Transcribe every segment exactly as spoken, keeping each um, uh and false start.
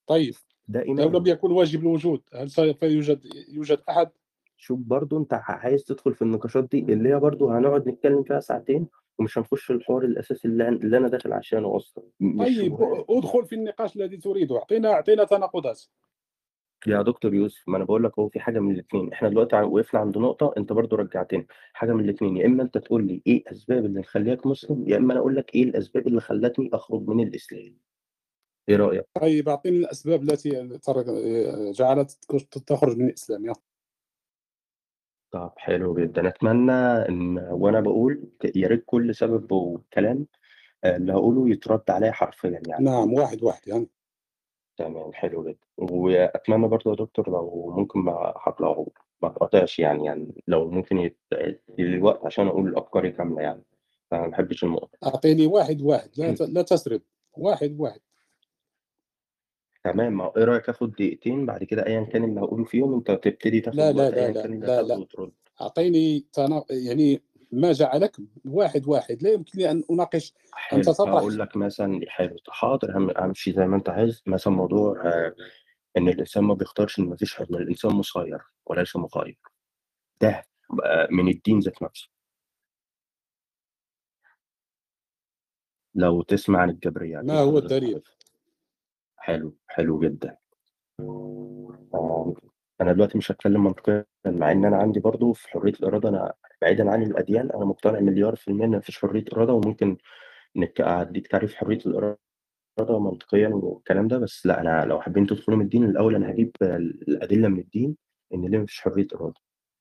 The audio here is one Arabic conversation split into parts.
طيب ده لو لم إيمانهم. يكن واجب الوجود، هل سوف يوجد يوجد أحد؟ شوف برضه أنت ع عايز تدخل في النقاشات دي اللي هي برضه هنقعد نتكلم فيها ساعتين ومش هنخش في الحوار الأساسي اللي أن اللي أنا داخل عشانه أصلًا، م مش طيب شبهات. أ ادخل في النقاش الذي تريده، أعطينا أعطينا تناقضات. يا دكتور يوسف، ما أنا باقول لك أهو في حاجة من الاتنين، إحنا دلوقتي ع وقفنا عند نقطة أنت برضه رجّعتني، حاجة من الاتنين، يا إما أنت تقول لي إيه أسباب اللي مخلّياك مسلم، يا إما أنا أقول لك إيه الأسباب اللي خلّتني أخرج من الإسلام، إيه رأيك؟ طيب أعطيني الأسباب التي تر آآ جعلتك تخرج من الإسلام، يالّا. طب حلو جدًا، أتمنى إن وأنا باقول ت يا ريت كل سبب وكلام آآ اللي هاقوله يترد عليَّ حرفيًا يعني. نعم، واحد، واحد يعني. تمام، حلو جدًا. وأتمنى برضه يا دكتور لو ممكن ما ح لو ما اتقاطعش يعني يعني لو ممكن يتعِد لي الوقت عشان أقول أفكاري كاملة يعني، فما باحبش المقاطعة. أعطيني واحد، واحد، لا ت لا تسرد، واحد، واحد. تمام، ما هو إيه رأيك آخد دقيقتين بعد كده أيًا كان اللي هاقوله فيهم أنت تبتدي لا، تاخد لا، وقت لا، أيًا لا، كان اللي لا، هتاخده لا، وترد. أعطيني تنا يعني ما جعلك واحد، واحد، لا يمكنني أن أناقش. أنت حلو، تطرح هاقول لك مثلًا حلو، حاضر هام هامشي زي ما أنت عايز، مثلًا موضوع آآ إن الإنسان ما بيختارش إن ما فيش حُكم، الإنسان مسيّر وليس مخيّر، ده آآ من الدين ذات نفسه، لو تسمع عن الجبرية ما أكيد هو حضرتك الدليل؟ عارفها. حلو، حلو جدًا. آه، أنا دلوقتي مش هاتكلّم منطقيًا، مع إن أنا عندي برضه في حرية الإرادة أنا بعيدًا عن الأديان، أنا مقتنع مليار في المِيّة إن ما فيش حرية إرادة وممكن نك أدّيك تعريف حرية الإرادة منطقيًا والكلام ده، بس لأ، أنا لو حابين تدخلوا من الدين الأول أنا هاجيب ال الأدلة من الدين إن ليه ما فيش حرية إرادة.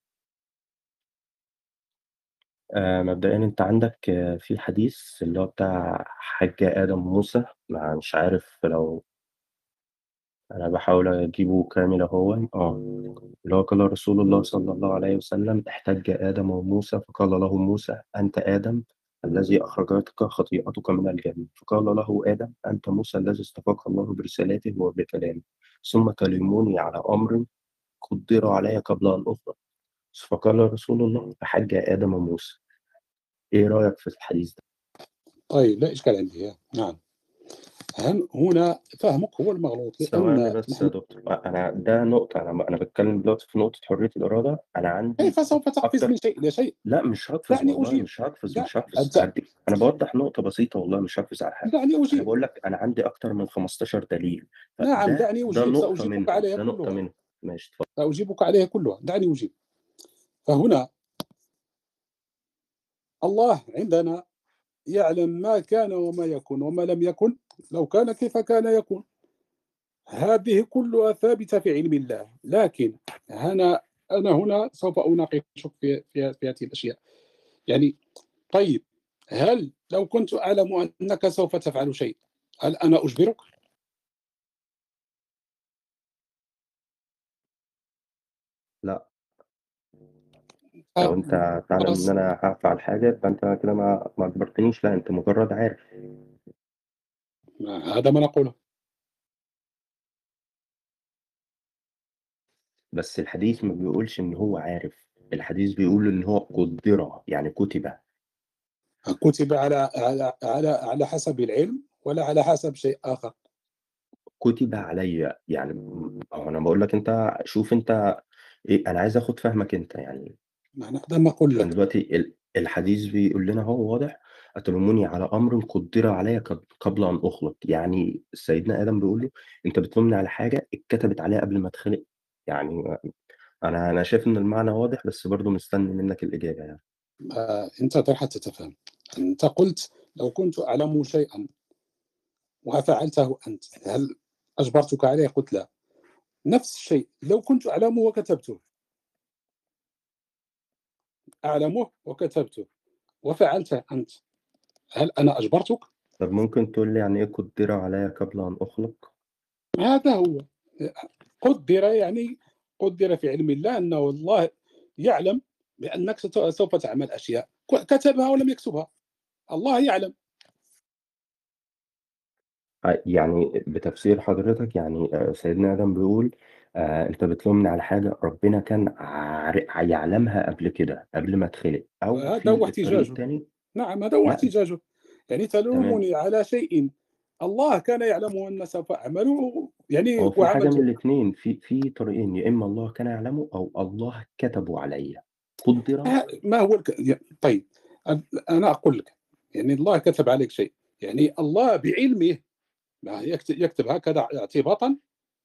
آآ مبدئيًا أنت عندك آه، في حديث اللي هو بتاع حَج آدم وموسى، ما مش عارف لو أنا باحاول أجيبه كامل أهوًا، آه، اللي هو قال رسول الله صلى الله عليه وسلم: "احتج آدم وموسى فقال له موسى: أنت آدم الذي أخرجتك خطيئتك من الجنة، فقال له آدم: أنت موسى الذي اصطفاك الله برسالته وبكلامه، ثم تلوموني على أمر قُدِّر علي قبل أن أُخلق." فقال رسول الله: فحَج آدم وموسى. إيه رأيك في الحديث ده؟ طيب لا إشكال عندي، نعم. هن هنا فهمك هو المغلوط، ثواني لأن بس يا نحن دكتور، أ أنا ده نقطة أنا ب أنا باتكلم دلوقتي في نقطة حرية الإرادة، أنا عندي كيف سوف تقفز أكتر. من شيء إلى شيء؟ لأ مش هاقفز دعني والله أجيب. مش هاقفز، دع مش هاقفز، أنت هادّيك أنا باوضّح نقطة بسيطة والله مش هاقفز على حاجة، دعني أنا أجيب. باقول لك أنا عندي أكتر من خمستاشر دليل، نعم، فده دعني ده أجيب، نقطة سأجيبك منهم، عليها ده نقطة كلها، منهم. ماشي اتفضل. سأجيبك عليها كلها، دعني أجيب. فهنا الله عندنا يعلم ما كان وما يكون، وما لم يكن لو كان كيف كان يكون. هذه كلها ثابتة في علم الله، لكن أنا أنا هنا سوف أناقشك في في في هذه الأشياء. يعني طيب، هل لو كنت أعلم أنك سوف تفعل شيء، هل أنا أجبرك؟ لأ، لو آه، أنت تعلم إن خلاص. أنا هافعل حاجة يبقى أنت كده ما ما أجبرتنيش، لأ أنت مجرد عارف. ما هذا ما نقوله. بس الحديث ما بيقولش إن هو عارف، الحديث بيقول إن هو قُدِّر يعني كُتب. كتب على على على على حسب العلم ولا على حسب شيء آخر؟ كُتب عليَّ، يعني م هو أنا باقول لك أنت شوف أنت إيه، أنا عايز آخُد فهمك أنت، يعني معنى هذا ما أقول أنا لك. دلوقتي ال الحديث بيقول لنا أهو واضح: "أتلوموني على أمر قُدِّر عليَّ قب قبل أن أُخلق." يعني سيدنا آدم بيقول له: "أنت بتلومني على حاجة اتكتبت عليَّ قبل ما أتخلق." يعني أنا أنا شايف إن المعنى واضح، بس برضه مستني منّك الإجابة يعني. آآ انتظر حتى تفهم. أنت قلت لو كنت أعلم شيئًا وفعلته أنت، هل أجبرتك عليه؟ قلت لا. نفس الشيء لو كنت أعلمه وكتبته، أعلمه وكتبته وفعلته أنت، هل أنا أجبرتك؟ طَب ممكن تقول لي يعني إيه قُدِّر عليَّ قبل أن أُخلق؟ هذا هو. قُدِّر يعني قُدِّر في علم الله أنه الله يعلم بأنك ست سوف تعمل أشياء، ك كتبها ولم يكتبها، الله يعلم. ع يعني بتفسير حضرتك يعني آآ سيدنا آدم بيقول آآ أنت بتلومني على حاجة ربنا كان عار يعلمها قبل كده، قبل ما أتخلق، أو هذا هو في الطريق احتجاجه. التاني. نعم، هذا هو لأ احتجاجه. يعني تمام. تلومني على شيء الله كان يعلم أن سوف أعمل يعني هو في حاجة من وعملته. الاتنين، في في طريقين، يا إما الله كان يعلمه أو الله كتبه عليَّ، قُدِّر. ها ما هو الك ي طيب أن أنا أقول لك، يعني الله كتب عليك شيء، يعني الله بعلمه ما يكت يكتب هكذا اعتباطًا؟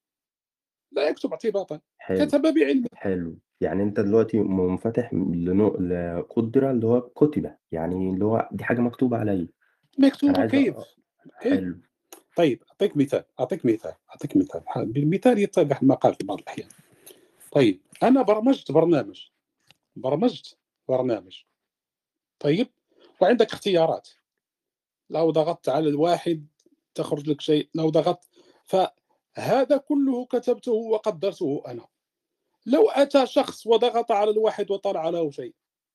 لا يكتب اعتباطًا، حلو، كتب بعلمه. حلو. يعني أنت دلوقتي منفتح لنوع لقُدِّر اللي هو كُتب، يعني اللي هو دي حاجة مكتوبة عليَّ. أنا مكتوبة عايز أ كيف؟ كيف؟ حلو. طيب أعطيك مثال، أعطيك مثال، أعطيك مثال، ح بالمثال يتضح المقال في بعض الأحيان. طيب أنا برمجت برنامج، برمجت برنامج، طيب، وعندك اختيارات، لو ضغطت على الواحد تخرج لك شيء، لو ضغطت فهذا كله كتبته وقدرته أنا. لو أتى شخص وضغط على الواحد وطلع له شيء،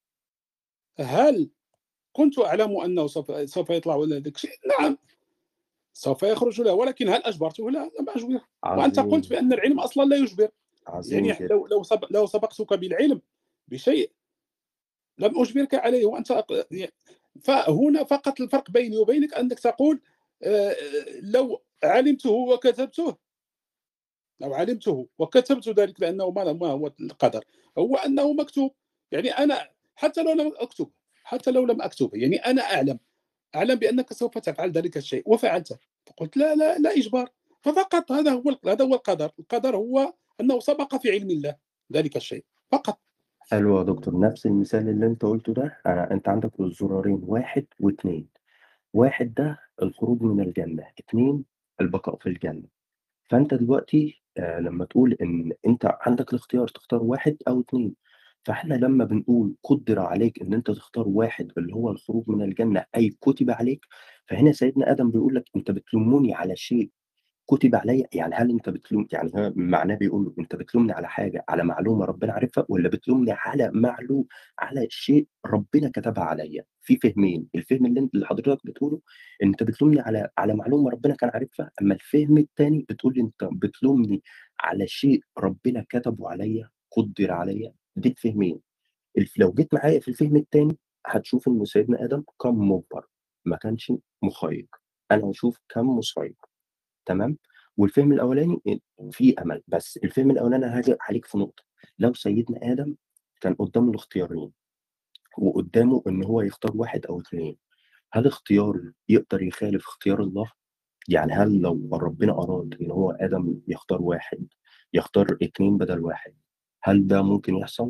هل كنت أعلم أنه سوف سوف يطلع له ذاك الشيء؟ نعم، سوف يخرج له، ولكن هل أجبرته؟ لا، لم أجبره. وأنت قلت عظيم، بأن العلم أصلًا لا يجبر، عظيم يعني جدًا. لو لو سب لو سبقتك بالعلم بشيء لم أجبرك عليه وأنت أق ي فهنا فقط الفرق بيني وبينك أنك تقول آآ لو علمته وكتبته، لو علمته وكتبت ذلك بأنه ما ما هو القدر، هو أنه مكتوب. يعني أنا حتى لو لم أكتب، حتى لو لم أكتب، يعني أنا أعلم، أعلم بأنك سوف تفعل ذلك الشيء وفعلته، فقلت لا، لا، لا إجبار، ففقط هذا هو ال هذا هو القدر. القدر هو أنه سبق في علم الله ذلك الشيء، فقط. حلو يا دكتور، نفس المثال اللي أنت قُلته ده، أنا أنت عندك الزرارين واحد و2. واحد ده الخروج من الجنة، اتنين البقاء في الجنة. فأنت دلوقتي آآ لمّا تقول إن أنت عندك الاختيار تختار واحد أو اتنين، فإحنا لمّا بنقول قُدِّر عليك إن أنت تختار واحد اللي هو الخروج من الجنة أي كُتب عليك، فهنا سيدنا آدم بيقول لك أنت بتلوموني على شيء كُتب عليَّ. يعني هل أنت بتلوم، يعني هو معناه بيقول له أنت بتلومني على حاجة، على معلومة ربنا عارفها، والّا بتلومني على معلو على شيء ربنا كتبها عليَّ؟ في فهمين، الفهم اللي أنت اللي حضرتك بتقوله أنت بتلومني على على معلومة ربنا كان عارفها، أمّا الفهم التاني بتقول لي أنت بتلومني على شيء ربنا كتبه عليَّ، قُدِّر عليَّ. دي الفهمين. الف لو جيت معايا في الفهم التاني هتشوف إن سيدنا آدم كان مُجبر، ما كانش مُخيّر. أنا باشوف كان مسيّر. تمام. والفهم الأولاني آآ في أمل، بس الفهم الأولاني أنا هاجي عليك في نقطة. لو سيدنا آدم كان قدّامه الاختيارين وقدّامه إن هو يختار واحد أو اتنين، هل اختياره يقدر يخالف اختيار الله؟ يعني هل لو ربنا أراد إن هو آدم يختار واحد، يختار اتنين بدل واحد، هل ده ممكن يحصل؟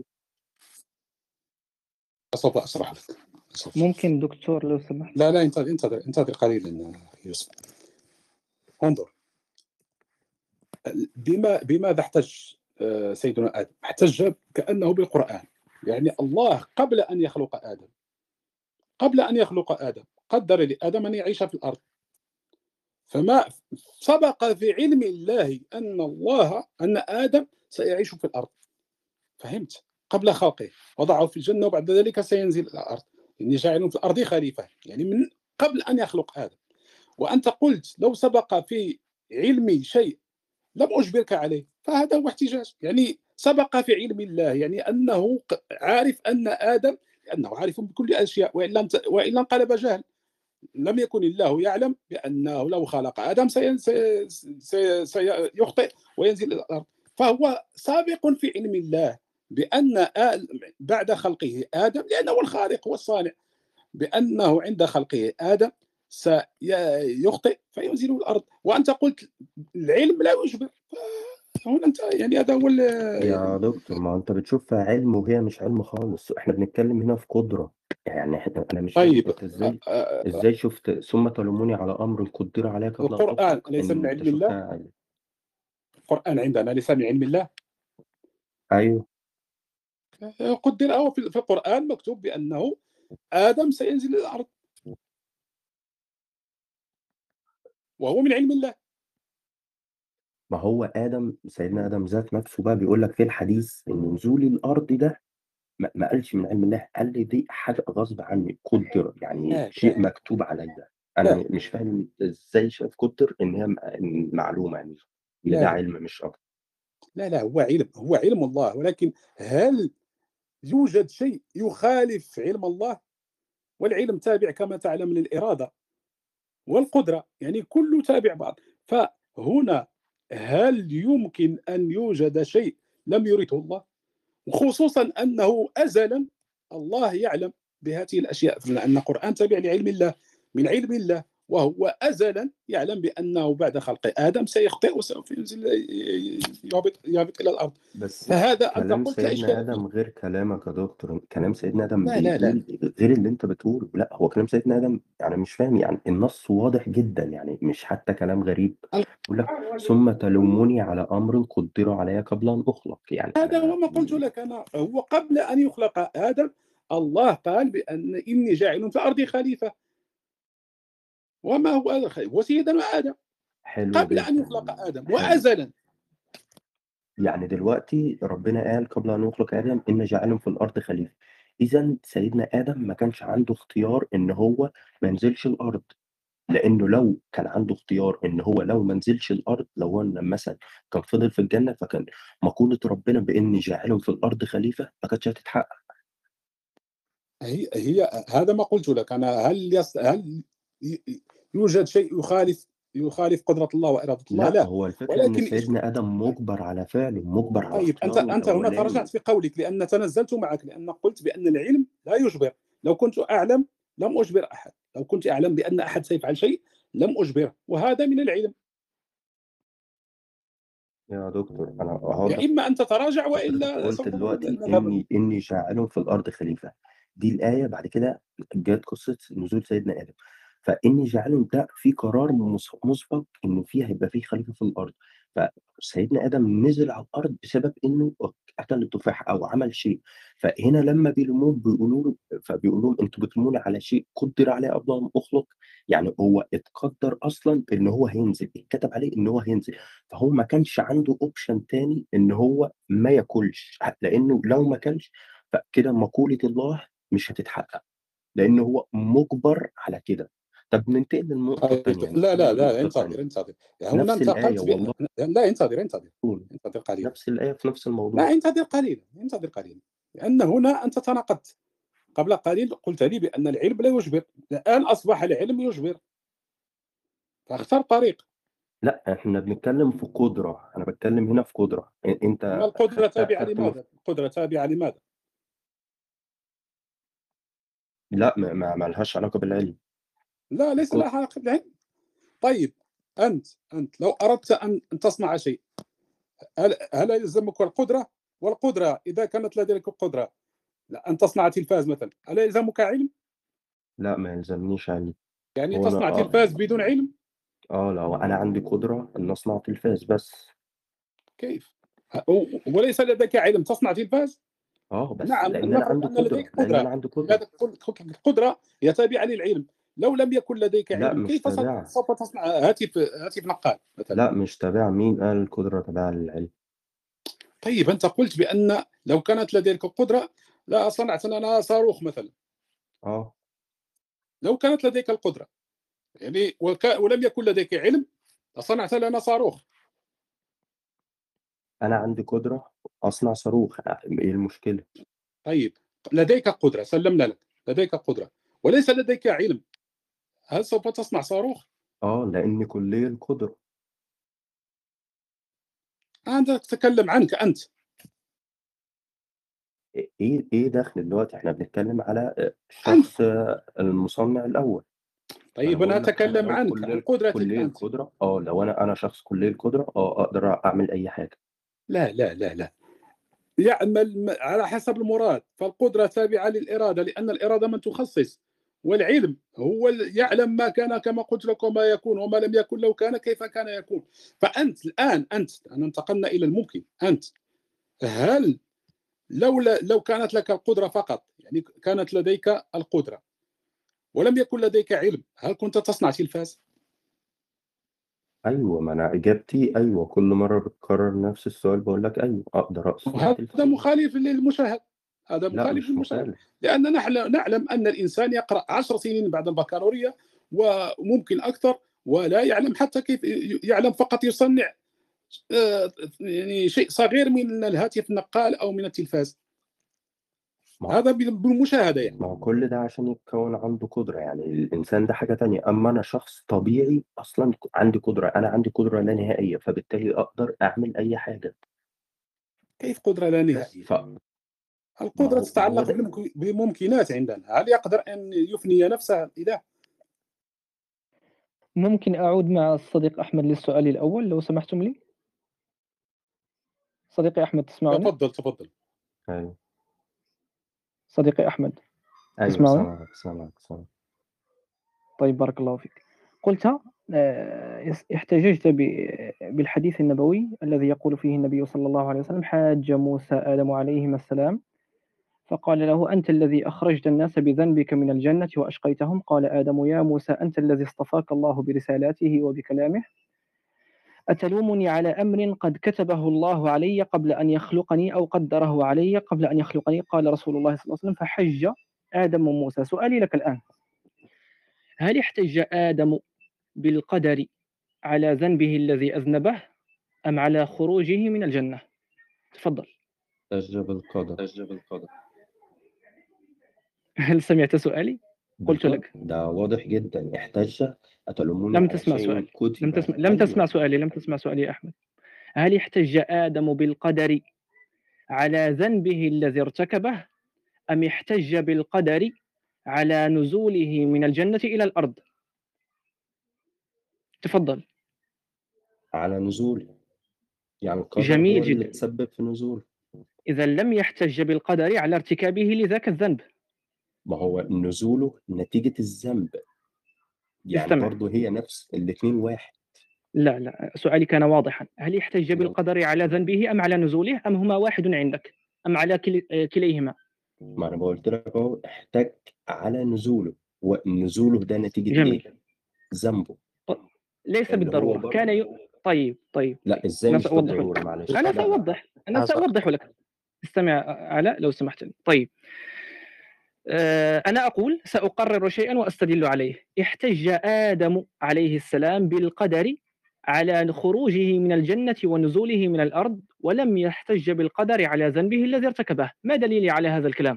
سوف أشرح لك، سوف. ممكن دكتور لو سمحت؟ لا، لا، انتظر، انتظر، انتظر قليلًا يوسف. انظر، بما بماذا احتج آآ سيدنا آدم؟ احتج كأنه بالقرآن. يعني الله قبل أن يخلق آدم، قبل أن يخلق آدم، قدّر لآدم أن يعيش في الأرض، فما سبق في علم الله أن الله أن آدم سيعيش في الأرض، فهمت؟ قبل خلقه، وضعه في الجنة وبعد ذلك سينزل إلى الأرض، إني جاعل في الأرض خليفة، يعني من قبل أن يخلق آدم. وأنت قلت لو سبق في علمي شيء لم أجبرك عليه، فهذا هو احتجاج. يعني سبق في علم الله، يعني أنه ق عارف أن آدم، لأنه عارف بكل الأشياء، وإن لم ت وإلا انقلب جهل. لم يكن الله يعلم بأنه لو خلق آدم سين سي سي سيخطئ وينزل إلى الأرض، فهو سابق في علم الله بأن آ بعد خلقه آدم، لأنه الخالق والصانع، بأنه عند خلقه آدم سيخطئ فينزل إلى الأرض، وأنت قلت العلم لا يجبر. هنا أنت يعني هذا هو ال يا دكتور، ما هو أنت بتشوفها علم وهي مش علم خالص، إحنا بنتكلم هنا في قدرة. يعني إحنا أنا مش فاهم طيب أنت أ إزاي أ إزاي شُفت ثم تلوموني على أمر قُدِّر علي قبل أن القرآن أخلق، أليس إن من أنت علم الله؟ شُفتها علم. القرآن عندنا ليس من علم الله؟ أيوه. قدر أهو في في القرآن مكتوب بأنه آدم سينزل إلى الأرض، وهو من علم الله. ما هو آدم سيدنا آدم ذات نفسه بقى بيقول لك في الحديث إن نزولي الأرض ده ما ما قالش من علم الله، قال لي دي حاجة غصب عني، قُدِّر، يعني لا، شيء لا، مكتوب عليّا. أنا لا، م مش فاهم إزاي شايف قُدِّر إن هي م إن معلومة يعني، إن لا، ده لا، علم مش أكتر. لا، لا، هو علم، هو علم الله، ولكن هل يوجد شيء يخالف علم الله؟ والعلم تابع كما تعلم للإرادة. والقدرة، يعني كله تابع بعض. فهنا هل يمكن أن يوجد شيء لم يرده الله؟ وخصوصا أنه أزلا الله يعلم بهذه الأشياء، لأن القرآن تابع لعلم الله، من علم الله، وهو أزلا يعلم بأنه بعد خلق آدم سيخطئ وسوف ينزل يهبط, يهبط إلى الأرض. بس فهذا أنت كلام قلت لا سيدنا إشكال فيه. آدم غير كلامك يا دكتور. كلام سيدنا آدم لا لا لا بيقول غير اللي أنت بتقوله. لا، هو كلام سيدنا آدم يعني مش فاهم، يعني النص واضح جدا، يعني مش حتى كلام غريب. بيقول لك ثم تلوموني على أمر قدر علي قبل أن أخلق. يعني هذا أنا هو ما قلت لك أنا. هو قبل أن يخلق آدم الله قال بأن إني جاعل في الأرض خليفة. وما هو الخليفة؟ هو سيدنا آدم حلو قبل أن جدا. يخلق آدم حلو. وأزلا. يعني دلوقتي ربنا قال قبل أن يخلق آدم إن جاعل في الأرض خليفة. إذا سيدنا آدم ما كانش عنده اختيار إن هو ما ينزلش الأرض، لأنه لو كان عنده اختيار إن هو لو ما نزلش الأرض، لو هو مثلا كان فضل في الجنة، فكان مقولة ربنا بإني جاعل في الأرض خليفة ما كانتش هتتحقق. هي هي هذا ما قلت لك أنا. هل يص... هل ي- يوجد شيء يخالف يخالف قدرة الله وإرادة الله؟ لا، لا. هو الفكرة إن ولكن إيش... سيدنا آدم مجبر على فعله، مجبر على طيب أنت اختياره أنت هنا تراجعت الأولاني. في قولك، لأن تنزلت معك، لأن قلت بأن العلم لا يجبر. لو كنت أعلم لم أجبر أحد. لو كنت أعلم بأن أحد سيفعل شيء لم أجبره، وهذا من العلم. يا دكتور أنا يا أوضح. إما أن تتراجع حضرتك وإلا قلت سوف دلوقتي نذهب. إني إني جاعل في الأرض خليفة. دي الآية. بعد كده جت قصة نزول سيدنا آدم. فإني جاعل ده في قرار مس- مسبق إن فيه هيبقى فيه خليفة في الأرض. فسيدنا آدم نزل على الأرض بسبب إنه أكل التفاح أو عمل شيء. فهنا لما بيلوموه بيقولوا له، فبيقولوا لهم أنتوا بتلوموني على شيء قدر عليه قبل أن أخلق. يعني هو اتقدر أصلا إن هو هينزل، اتكتب عليه إن هو هينزل. فهو ما كانش عنده اوبشن تاني ان هو ما ياكلش، لانه لو ما كلش فكده مقولة الله مش هتتحقق، لان هو مجبر على كده. طب ننتقل للنقطة طيب التانية، لا ننتقل لا لا، للنقطة انتظر التانية. انتظر. هنا نفس الآية انتقلت ب... والله. لا، انتظر انتظر انتظر قليلا. نفس الآية في نفس لا، الموضوع. انتظر قليلا انتظر قليلا. لأن هنا أنت تناقضت. قبل قليل قلت لي بأن العلم لا يجبر، الآن أصبح العلم يجبر، فاختر طريق. لا، احنا بنتكلم في قدرة، انا بتكلم هنا في قدرة. ما انت القدرة خدت تابعة خدت مف... لماذا؟ القدرة تابعة لماذا؟ لا، ما ما- ما لهاش علاقة بالعلم. لا، ليس لها القدرة. علاقة بالعلم. طيب، أنت أنت لو أردت أن أن تصنع شيء، هل هل يلزمك القدرة؟ والقدرة إذا كانت لديك القدرة أن تصنع تلفاز مثلا، هل يلزمك علم؟ لا، ما يلزمنيش علم. يعني هو انا تصنع اه تلفاز بدون علم؟ اه لو انا عندي قدرة ان اصنع تلفاز بس. كيف؟ و- وليس لديك علم تصنع تلفاز؟ اه بس نعم، لان انا نفرض عندي أن لديك قدرة، لان انا قدرة. عندي قدرة. لماذا قلت قلت لك القدرة هي تابعة للعلم؟ لو لم يكن لديك لا، علم مش كيف ست- تابعة. سوف تصنع هاتف هاتف نقال مثلا؟ لا، مش تابعة. مين قال القدرة تابعة للعلم؟ طيب أنت قلت بأن لو كانت لديك القدرة لا صنعت لنا صاروخ مثلا. اه، لو كانت لديك القدرة يعني وك... ولم يكن لديك علم لصنعت لنا صاروخ. انا عندي قدرة اصنع صاروخ. ايه المشكلة؟ طيب، لديك قدرة، سلمنا لك لديك قدرة وليس لديك علم، هل سوف تصنع صاروخ؟ اه، لان كلية القدرة. أنت تتكلم عنك أنت. ايه ايه دخل دلوقتي؟ احنا بنتكلم على آه، أنت الشخص آه، المصنع الاول. انا طيب أنا بقول لك انا أتكلم لو عنك عن كلية قدرتك كلية أنت. القدرة، اه لو انا انا شخص كلية القدرة، اه اقدر اعمل اي حاجة. لا لا لا لا، يعمل م- على حسب المراد، فالقدرة تابعة للإرادة، لأن الإرادة من تخصص، والعلم هو ال- يعلم ما كان كما قلت لك وما يكون وما لم يكن لو كان كيف كان يكون. فأنت الآن أنت أنا انتقلنا إلى الممكن. أنت هل لو لو كانت لك القدرة فقط، يعني كانت لديك القدرة ولم يكن لديك علم، هل كنت تصنع تلفاز؟ ايوه، ما انا اجابتي ايوه. كل مرة بتكرر نفس السؤال بقول لك ايوه اقدر اصنع وهذا تلفاز. مخالف للمشاهد. هذا لا، مخالف مش للمشاهد، مخالف. لأن نحن نعلم أن الإنسان يقرأ عشر سنين بعد البكالوريا وممكن أكثر، ولا يعلم حتى كيف، يعلم فقط يصنع آه، يعني شيء صغير من الهاتف النقال أو من التلفاز. ما هو هذا بال بالمشاهدة يعني. ما هو كل ده عشان يتكوّن عنده قدرة، يعني الإنسان ده حاجة تانية، أمّا أنا شخص طبيعي أصلًا ك عندي قدرة، أنا عندي قدرة لا نهائية، فبالتالي أقدر أعمل أي حاجة. كيف قدرة لا بس نهائية؟ ف ما القدرة هو ما هو تتعلق ده بالمك بممكنات عندنا، هل يقدر أن يفني نفسه الإله؟ ممكن أعود مع الصديق أحمد للسؤال الأول لو سمحتم لي؟ صديقي أحمد تسمعني؟ تفضل، تفضل. أيوه، صديقي أحمد أيوه تسمعني؟ سامعك، سامعك، سامعك. طيب بارك الله فيك. قلت آه، يس- احتججت ب- بالحديث النبوي الذي يقول فيه النبي صلى الله عليه وسلم: حاج موسى آدم عليهما السلام فقال له: أنت الذي أخرجت الناس بذنبك من الجنة وأشقيتهم. قال آدم: يا موسى أنت الذي اصطفاك الله برسالاته وبكلامه، أتلومني على أمر قد كتبه الله علي قبل أن يخلقني أو قدره علي قبل أن يخلقني؟ قال رسول الله صلى الله عليه وسلم: فحج آدم موسى. سؤالي لك الآن: هل احتج آدم بالقدر على ذنبه الذي أذنبه أم على خروجه من الجنة؟ تفضل. احتج بالقدر. هل سمعت سؤالي؟ قلت بالقدر، لك ده واضح جدًا، احتج أتلوموني لم على تسمع شيء سؤالي لم كُتب. تسمع لم تسمع أيوه، سؤالي لم تسمع سؤالي يا أحمد. هل احتج آدم بالقدر على ذنبه الذي ارتكبه أم احتج بالقدر على نزوله من الجنة إلى الأرض؟ تفضل. على نزولي، يعني القدر جميل هو اللي جدا. تسبب في نزولي. إذا لم يحتج بالقدر على ارتكابه لذاك الذنب. ما هو نزوله نتيجة الذنب، يعني استمع، برضه هي نفس الاتنين واحد. لا لا، سؤالي كان واضحا: هل احتج لو بالقدر على ذنبه أم على نزوله أم هما واحد عندك أم على كلي- كليهما؟ ما أنا قُلت لك أهو احتج على نزوله، ونزوله ده نتيجة إيه؟ جميل. ذنبه، ط- ليس اللي هو بالضرورة كان برضه ي... طيب طيب لأ، طيب إزاي أنا مش سأوضح بالضرورة لك معلش؟ أنا لأ، سأوضح أنا أنا سأ- سأوضح لك. استمع علاء لو سمحت لي. طيب آه، أنا أقول سأقرر شيئا وأستدل عليه. احتج آدم عليه السلام بالقدر على خروجه من الجنة ونزوله من الأرض، ولم يحتج بالقدر على ذنبه الذي ارتكبه. ما دليلي على هذا الكلام؟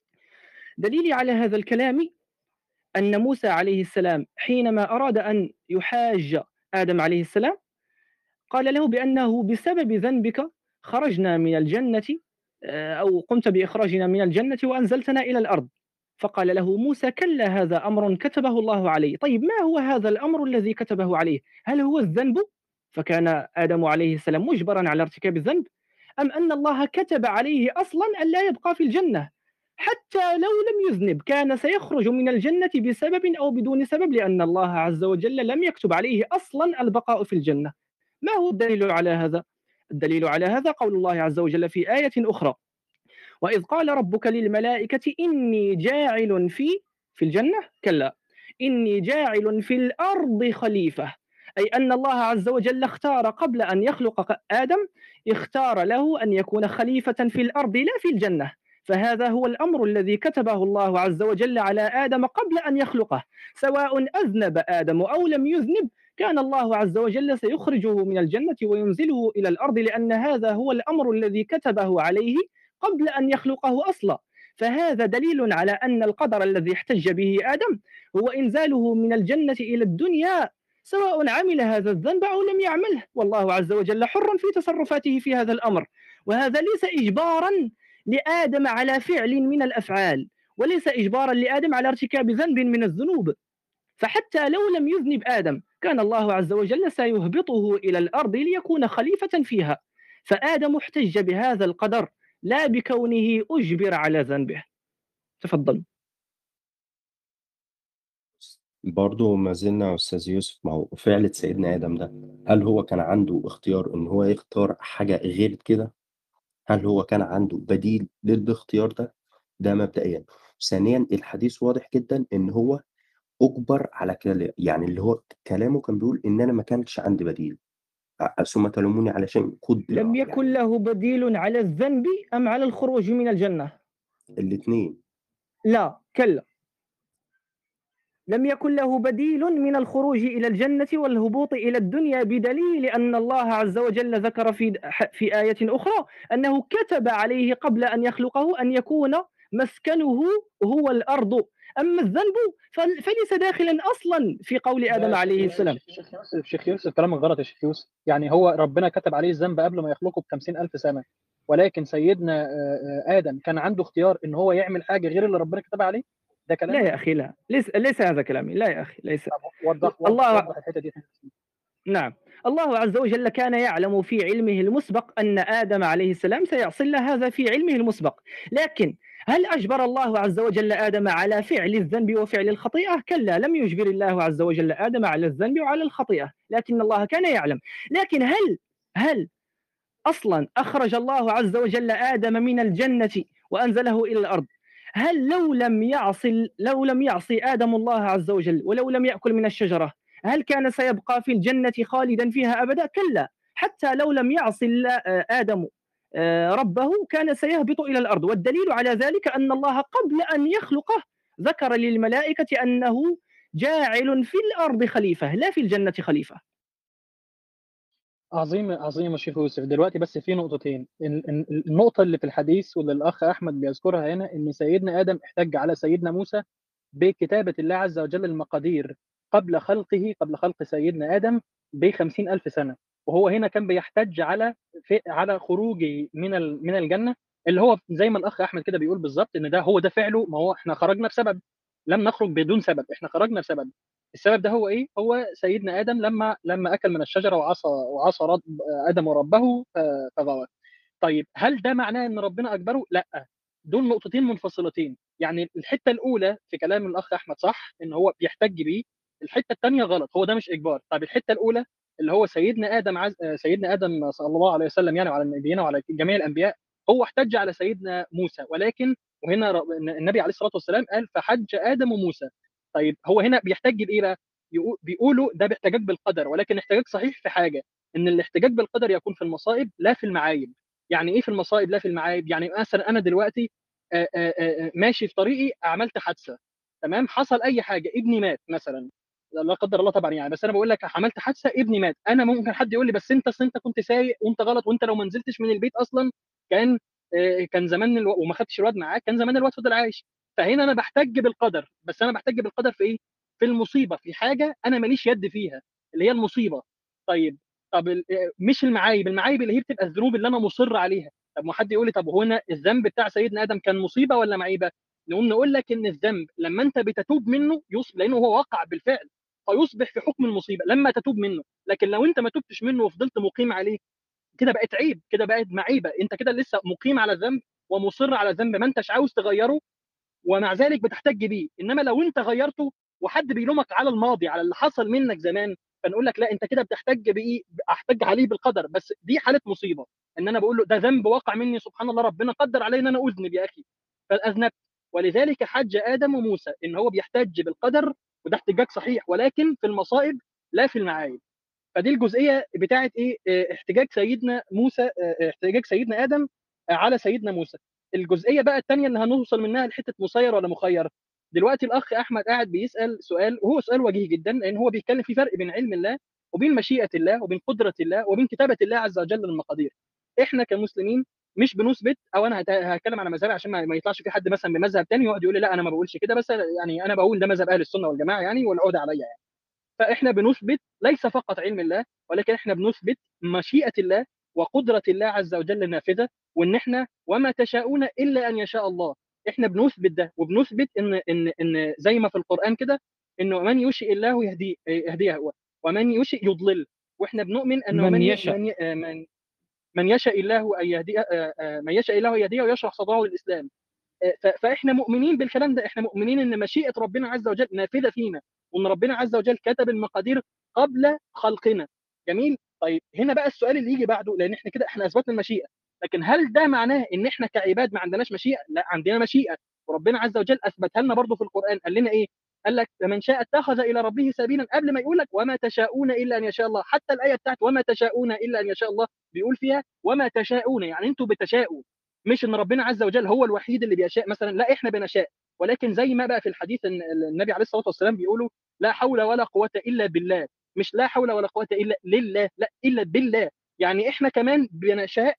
دليلي على هذا الكلام أن موسى عليه السلام حينما أراد أن يحاج آدم عليه السلام قال له بأنه بسبب ذنبك خرجنا من الجنة، آه، أو قمت بإخراجنا من الجنة وأنزلتنا إلى الأرض. فقال له موسى: كلا، هذا أمر كتبه الله علي. طيب ما هو هذا الأمر الذي كتبه عليه؟ هل هو الذنب فكان آدم عليه السلام مجبرا على ارتكاب الذنب، أم أن الله كتب عليه أصلا أن لا يبقى في الجنة؟ حتى لو لم يذنب كان سيخرج من الجنة بسبب أو بدون سبب، لأن الله عز وجل لم يكتب عليه أصلا البقاء في الجنة. ما هو الدليل على هذا؟ الدليل على هذا قول الله عز وجل في آية أخرى: وإذ قال ربك للملائكة إني جاعل في في الجنة، كلا، إني جاعل في الأرض خليفة. أي أن الله عز وجل اختار قبل أن يخلق آدم، اختار له أن يكون خليفة في الأرض لا في الجنة. فهذا هو الأمر الذي كتبه الله عز وجل على آدم قبل أن يخلقه. سواء أذنب آدم أو لم يذنب كان الله عز وجل سيخرجه من الجنة وينزله إلى الأرض، لأن هذا هو الأمر الذي كتبه عليه قبل أن يخلقه أصلا. فهذا دليل على أن القدر الذي احتج به آدم هو إنزاله من الجنة إلى الدنيا، سواء عمل هذا الذنب أو لم يعمله، والله عز وجل حر في تصرفاته في هذا الأمر. وهذا ليس إجبارا لآدم على فعل من الأفعال، وليس إجبارا لآدم على ارتكاب ذنب من الذنوب. فحتى لو لم يذنب آدم كان الله عز وجل سيهبطه إلى الأرض ليكون خليفة فيها. فآدم احتج بهذا القدر لا بكونه أجبر على ذنبه. تفضل. برضه ما زلنا يا أستاذ يوسف، ما هو فعل سيدنا آدم ده، هل هو كان عنده اختيار إن هو يختار حاجة غير كده؟ هل هو كان عنده بديل للاختيار ده؟ ده مبدئيًا. ثانيًا الحديث واضح جدًا إن هو أُجبر على كده، يعني اللي هو كلامه كان بيقول إن أنا ما كانش عندي بديل، أ ثم تلوموني على شيء قُدِّر، لم يكن يعني له بديل على الذنب أم على الخروج من الجنة؟ الاتنين. لا، كلا، لم يكن له بديل من الخروج إلى الجنة والهبوط إلى الدنيا، بدليل أن الله عز وجل ذكر في في آية أخرى أنه كتب عليه قبل أن يخلقه أن يكون مسكنه هو الأرض، أما الذنب فل- فليس داخلا أصلا في قول لا آدم يا شيخ عليه يوسف السلام. شيخ يوسف شيخ يوسف كلامك غلط يا شيخ يوسف. يعني هو ربنا كتب عليه الذنب قبل ما يخلقه ب خمسين ألف سنة، ولكن سيدنا آه، آه، آدم كان عنده اختيار إن هو يعمل حاجة غير اللي ربنا كتبها عليه. ده لا كلامك؟ يا أخي، لا، ليس ليس هذا كلامي، لا يا أخي، ليس. طب وضح وضح الله وضح الحتة دي. نعم، الله عز وجل كان يعلم في علمه المسبق أن آدم عليه السلام سيحصل له هذا في علمه المسبق، لكن هل أجبر الله عز وجل آدم على فعل الذنب وفعل الخطيئة؟ كلا، لم يجبر الله عز وجل آدم على الذنب وعلى الخطيئة، لكن الله كان يعلم. لكن هل هل أصلا أخرج الله عز وجل آدم من الجنة وأنزله إلى الأرض؟ هل لو لم يعصي لو لم يعصي آدم الله عز وجل ولو لم يأكل من الشجرة، هل كان سيبقى في الجنة خالدا فيها أبدا؟ كلا، حتى لو لم يعصي الله- آه، آدم آه، ربه كان سيهبط إلى الأرض. والدليل على ذلك أن الله قبل أن يخلقه ذكر للملائكة أنه جاعل في الأرض خليفة لا في الجنة خليفة. عظيم عظيم يا شيخ يوسف. دلوقتي بس في نقطتين. ال- ال- النقطة اللي في الحديث واللي الأخ أحمد بيذكرها هنا، إن سيدنا آدم احتج على سيدنا موسى بكتابة الله عز وجل المقادير قبل خلقه قبل خلق سيدنا آدم بخمسين ألف سنة. وهو هنا كان بيحتج على في على خروجه من ال- من الجنة، اللي هو زي ما الأخ أحمد كده بيقول بالظبط، إن ده هو ده فعله. ما هو إحنا خرجنا بسبب، لم نخرج بدون سبب، إحنا خرجنا بسبب. السبب ده هو إيه؟ هو سيدنا آدم لما لما أكل من الشجرة وعصى وعصى رب آدم ربه ف- فغوى. طيب هل ده معناه ان ربنا اجبره؟ لا، دول نقطتين منفصلتين. يعني الحته الاولى في كلام الاخ احمد صح، ان هو بيحتج بيه. الحته الثانيه غلط، هو ده مش اجبار. طيب الحته الاولى اللي هو سيدنا ادم عز... آه، سيدنا ادم صلى الله عليه وسلم يعني، وعلى نبينا وعلى جميع الانبياء، هو احتج على سيدنا موسى. ولكن وهنا ر- النبي عليه الصلاه والسلام قال فحج ادم وموسى. طيب هو هنا بيحتج بايه بقى؟ يقول- بيقولوا ده باحتجاج بالقدر، ولكن احتجاج صحيح في حاجه، ان الاحتجاج بالقدر يكون في المصائب لا في المعايب. يعني ايه في المصائب لا في المعايب؟ يعني مثلا انا دلوقتي آه، آه، آه، ماشي في طريقي، عملت حادثه، تمام، حصل اي حاجه، ابني مات مثلا، لا قدر الله طبعا يعني، بس انا بقول لك عملت حادثه ابني مات. انا ممكن حد يقول لي بس انت اصل انت كنت سايق وانت غلط، وانت لو ما نزلتش من البيت اصلا كان آه، كان زمان الو... وما خدتش الواد معاك كان زمان الواد فضل عايش. فهنا انا بحتج بالقدر، بس انا بحتج بالقدر في ايه؟ في المصيبه، في حاجه انا ماليش يد فيها، اللي هي المصيبه. طيب طب ال- مش المعايب، المعايب اللي هي بتبقى الذنوب اللي انا مصر عليها. طب ما حد يقول لي طب هو هنا الذنب بتاع سيدنا ادم كان مصيبه ولا معيبه؟ نقوم نقول لك ان الذنب لما انت بتتوب منه يصبح، لانه هو وقع بالفعل، فيصبح في حكم المصيبه لما تتوب منه. لكن لو انت ما تبتش منه وفضلت مقيم عليه، كده بقت عيب، كده بقت معيبه، انت كده لسه مقيم على الذنب ومصر على الذنب ما انتش عاوز تغيره، ومع ذلك بتحتج بيه. انما لو انت غيرته وحد بيلومك على الماضي، على اللي حصل منك زمان، فنقول لك لا، انت كده بتحتج بايه؟ احتج عليه بالقدر، بس دي حاله مصيبه، ان انا بقول له ده ذنب وقع مني، سبحان الله ربنا قدر علي ان انا اذنب يا اخي فاذنبت. ولذلك حج ادم وموسى ان هو بيحتج بالقدر، وده احتجاج صحيح، ولكن في المصائب لا في المعايب. فدي الجزئيه بتاعه ايه؟ اه، احتجاج سيدنا موسى، اه، احتجاج سيدنا ادم اه، على سيدنا موسى. الجزئيه بقى الثانيه اللي هنوصل منها لحته مسير ولا مخير. دلوقتي الاخ احمد قاعد بيسال سؤال، وهو سؤال وجيه جدا، لان هو بيتكلم في فرق بين علم الله وبين مشيئه الله وبين قدره الله وبين كتابه الله عز وجل للمقادير. احنا كمسلمين مش بنثبت، او انا هت- هتكلم على مذهبي عشان ما ما يطلعش في حد مثلا بمذهب ثاني يقعد يقول لي لا انا ما بقولش كده، بس يعني انا بقول ده مذهب اهل السنه والجماعه يعني، والعوده عليا يعني. فاحنا بنثبت ليس فقط علم الله، ولكن احنا بنثبت مشيئه الله وقدره الله عز وجل النافذه، وان احنا وما تشاءون الا ان يشاء الله. احنا بنثبت ده، وبنثبت ان ان ان زي ما في القران كده، انه من يشاء الله يهدي يهديه، ومن يشاء يضلل. واحنا بنؤمن انه من من ي- يشاء. من ي- من من يشاء الله ان يهدي، من يشاء الله يهديه ويشرح صدره للاسلام. ف- فاحنا مؤمنين بالكلام ده، احنا مؤمنين ان مشيئه ربنا عز وجل نافذه فينا، وان ربنا عز وجل كتب المقادير قبل خلقنا. جميل. طيب هنا بقى السؤال اللي يجي بعده، لان احنا كده احنا اثبتنا المشيئه، لكن هل ده معناه ان احنا كعباد ما عندناش مشيئه؟ لا، عندنا مشيئه، وربنا عز وجل اثبتها لنا برضه في القران. قال لنا ايه؟ قال لك فمن شاء اتخذ الى ربه سبيلا، قبل ما يقول لك وما تشاءون الا ان يشاء الله. حتى الايه بتاعت وما تشاءون الا ان يشاء الله بيقول فيها وما تشاءون، يعني انتوا بتشاءوا، مش ان ربنا عز وجل هو الوحيد اللي بيشاء مثلا، لا احنا بنشاء. ولكن زي ما بقى في الحديث ان النبي عليه الصلاه والسلام بيقولوا لا حول ولا قوه الا بالله، مش لا حول ولا قوه الا لله، لا الا بالله. يعني احنا كمان بنشاء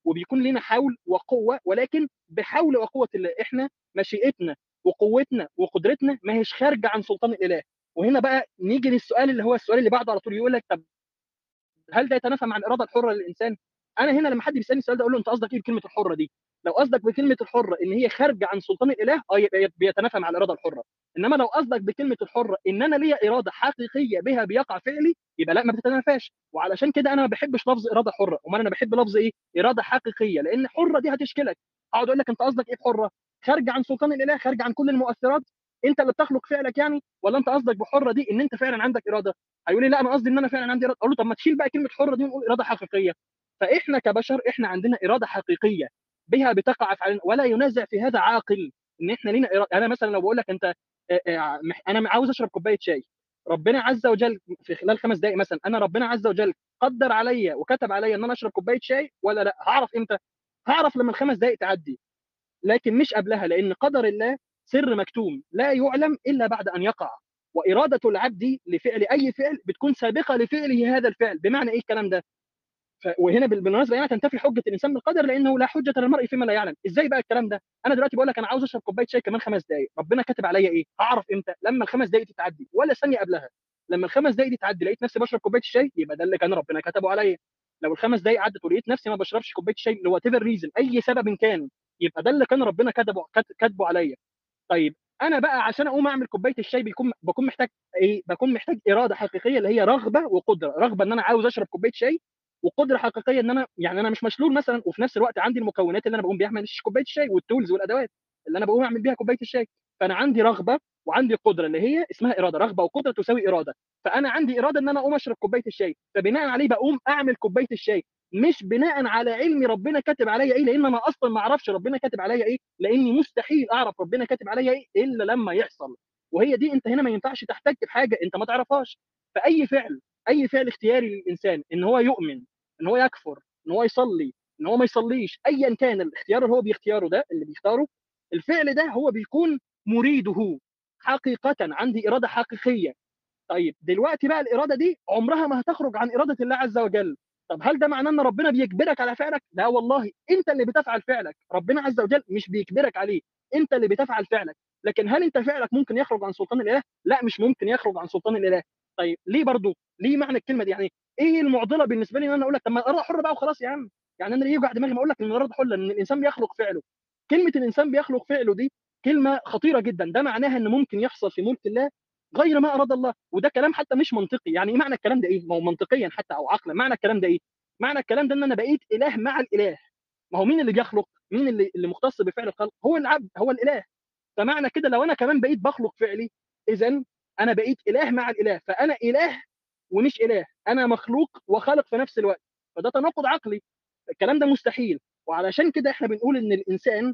وبيكون لنا حول وقوه، ولكن بحول وقوه الله. احنا مشيئتنا وقوتنا وقدرتنا ما هيش خارجه عن سلطان الاله. وهنا بقى نيجي للسؤال اللي هو السؤال اللي بعده على طول، يقول لك طب هل ده يتنافى مع الاراده الحره للانسان؟ انا هنا لما حد بيسالني السؤال ده اقول له انت قصدك ايه بكلمه الحره دي؟ لو قصدك بكلمه الحره ان هي خارجه عن سلطان الاله، اه يبقى بيتنافى مع الاراده الحره. انما لو قصدك بكلمه الحره ان انا ليا اراده حقيقيه بها بيقع فعلي، يبقى لا، ما بتتنافاش. وعلشان كده انا ما بحبش لفظ اراده حره. امال انا بحب لفظ ايه؟ اراده حقيقيه. لان حره دي هتشكلك. اقعد اقول لك انت قصدك ايه بحره؟ خارجه عن سلطان الاله، خارجه عن كل المؤثرات، انت اللي بتخلق فعلك يعني؟ ولا انت قصدك بحره دي ان انت فعلا عندك اراده؟ هيقول لي لا، انا قصدي ان انا فعلا عندي اراده. اقول له طب ما تشيل بقى كلمه حره دي ونقول اراده حقيقيه. فاحنا كبشر احنا عندنا اراده حقيقيه بها بتقع افعالنا، ولا ينازع في هذا عاقل ان احنا لينا إرادة. انا مثلا لو بقول لك انت آه، آه، مح- انا عاوز اشرب كوبايه شاي، ربنا عز وجل في خلال خمس دقائق مثلا، انا ربنا عز وجل قدر عليا وكتب عليا ان انا اشرب كوبايه شاي ولا لا؟ هعرف امتى؟ هعرف لما الخمس دقائق تعدي، لكن مش قبلها. لان قدر الله سر مكتوم لا يعلم الا بعد ان يقع. واراده العبد لفعل اي فعل بتكون سابقه لفعله هذا الفعل. بمعنى ايه الكلام ده؟ ف... وهنا بال- بالمناسبه يعني تنتفي حجه الانسان بالقدر، لانه لا حجه للمرء فيما لا يعلم. ازاي بقى الكلام ده؟ انا دلوقتي بقول لك انا عاوز اشرب كوبايه شاي كمان خمس دقائق، ربنا كاتب عليا ايه؟ هعرف امتى؟ لما الخمس دقائق دي تعدي، ولا ثانيه قبلها. لما الخمس دقائق دي تعدي لقيت نفسي بشرب كوبايه الشاي، يبقى ده اللي كان ربنا كتبه عليا. لو الخمس دقائق عدت ولقيت نفسي ما بشربش كوبايه الشاي لوات ايفر ريزن، اي سبب كان، يبقى ده اللي كان ربنا كتبه كت- كاتبه عليا. طيب انا بقى عشان اقوم اعمل كوبايه الشاي بيكون بكون محتاج ايه؟ بكون محتاج اراده حقيقيه اللي هي رغبه وقدره. رغبه ان انا عاوز اشرب كوبايه شاي، وقدره حقيقيه ان انا يعني انا مش مشلول مثلا، وفي نفس الوقت عندي المكونات اللي انا بقوم بيها اعمل كوبايه الشاي، والتولز والادوات اللي انا بقوم اعمل بيها كوبايه الشاي. فانا عندي رغبه وعندي قدره اللي هي اسمها اراده. رغبه وقدره تساوي اراده. فانا عندي اراده ان انا اقوم اشرب كوبايه الشاي، فبناء عليه بقوم اعمل كوبايه الشاي، مش بناء على علمي ربنا كاتب عليا ايه، لان انا اصلا ما اعرفش ربنا كاتب عليا ايه، لاني مستحيل اعرف ربنا كاتب عليا ايه الا لما يحصل. وهي دي انت هنا ما ينفعش تحتج بحاجه انت ما تعرفهاش. فاي فعل، اي فعل اختياري للانسان، ان هو يؤمن، ان هو يكفر، ان هو يصلي، ان هو ما يصليش، ايا كان الاختيار اللي هو بيختاره ده اللي بيختاره، الفعل ده هو بيكون مريده حقيقه. عندي اراده حقيقيه. طيب دلوقتي بقى الاراده دي عمرها ما هتخرج عن اراده الله عز وجل. طب هل ده معناه ان ربنا بيجبرك على فعلك؟ لا والله، انت اللي بتفعل فعلك، ربنا عز وجل مش بيجبرك عليه، انت اللي بتفعل فعلك. لكن هل انت فعلك ممكن يخرج عن سلطان الاله؟ لا، مش ممكن يخرج عن سلطان الاله. طيب ليه برضو؟ ليه معنى الكلمه دي؟ يعني ايه المعضله بالنسبه لي ان انا اقول لك طب ما الاراده حره بقى وخلاص يا عم؟ يعني انا ليه يوجع دماغي ما اقول لك ان الاراده حره، ان الانسان بيخلق فعله؟ كلمه الانسان بيخلق فعله دي كلمه خطيره جدا. ده معناها ان ممكن يحصل في ملك الله غير ما اراد الله. وده كلام حتى مش منطقي. يعني ايه معنى الكلام ده؟ ايه ما هو منطقيا حتى او عقلا معنى الكلام ده ايه؟ معنى الكلام ده ان انا بقيت اله مع الاله. ما هو مين اللي بيخلق؟ مين اللي اللي مختص بفعل الخلق؟ هو العبد، هو الاله. فمعنى كده لو انا كمان بقيت بخلق فعلي، اذا انا بقيت اله مع الاله. فانا اله ومش اله، انا مخلوق وخالق في نفس الوقت. فده تناقض عقلي، الكلام ده مستحيل. وعلشان كده احنا بنقول ان الانسان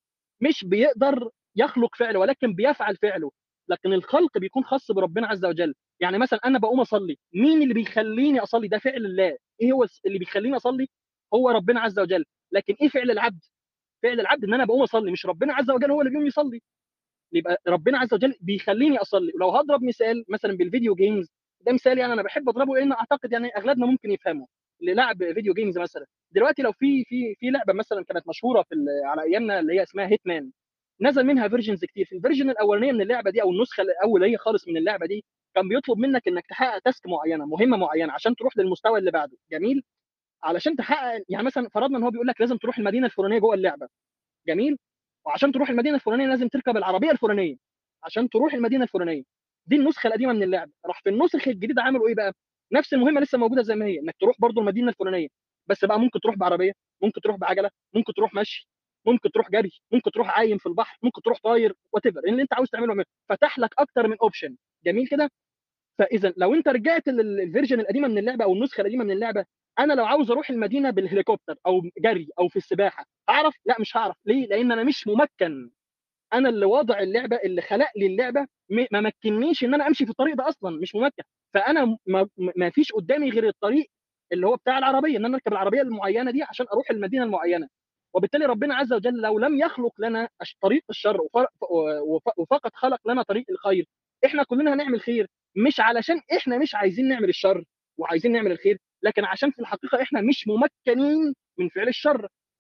مش بيقدر يخلق فعله ولكن بيفعل فعله. لكن الخلق بيكون خاص بربنا عز وجل. يعني مثلا انا بقوم اصلي، مين اللي بيخليني اصلي؟ ده فعل الله. ايه هو اللي بيخليني اصلي؟ هو ربنا عز وجل. لكن ايه فعل العبد؟ فعل العبد ان انا بقوم اصلي، مش ربنا عز وجل هو اللي بيقوم يصلي. يبقى ربنا عز وجل بيخليني اصلي. ولو هضرب مثال مثلا بالفيديو جيمز، ده مثال يعني انا بحب اضربه لان اعتقد يعني اغلبنا ممكن يفهمه. اللي لعب فيديو جيمز مثلا، دلوقتي لو في في في لعبه مثلا كانت مشهوره في ال- على ايامنا اللي هي اسمها هيتمان، نزل منها فيرجنز كتير. في الفيرجن الاولانيه من اللعبه دي او النسخه الاوليه خالص من اللعبه دي، كان بيطلب منك انك تحقق تاسك معينه، مهمه معينه، عشان تروح للمستوى اللي بعده. جميل. علشان تحقق يعني مثلا فرضنا ان هو بيقول لك لازم تروح المدينه الفلانيه جوه اللعبه. جميل. وعشان تروح المدينه الفلانيه لازم تركب العربيه الفلانيه عشان تروح المدينه الفلانيه. دي النسخه القديمه من اللعبه. راح في النسخ الجديده عملوا ايه بقى؟ نفس المهمه لسه موجوده زي ما هي، انك تروح برضو المدينه الفلانيه، بس بقى ممكن تروح بعربيه، ممكن تروح بعجله، ممكن تروح مشي، ممكن تروح جري، ممكن تروح عايم في البحر، ممكن تروح طاير، وات ايفر اللي انت عاوز تعمله اعمله. فتح لك اكتر من اوبشن. جميل كده. فاذا لو انت رجعت للفيرجن القديمه من اللعبه او النسخه القديمه من اللعبه، انا لو عاوز اروح المدينه بالهليكوبتر او جري او في السباحه هعرف؟ لا مش هعرف. ليه؟ لان انا مش ممكن. انا اللي واضع اللعبه، اللي خلق لي اللعبه م- ما مكننيش ان انا امشي في الطريق ده اصلا، مش ممكن. فانا ما, ما فيش قدامي غير الطريق اللي هو بتاع العربيه، ان انا اركب العربيه المعينه دي عشان اروح المدينه المعينه. وبالتالي ربنا عز وجل لو لم يخلق لنا أش- طريق الشر وف- وف- وفقط خلق لنا طريق الخير، احنا كلنا هنعمل خير. مش علشان احنا مش عايزين نعمل الشر وعايزين نعمل الخير، لكن عشان في الحقيقه احنا مش ممكنين من فعل الشر.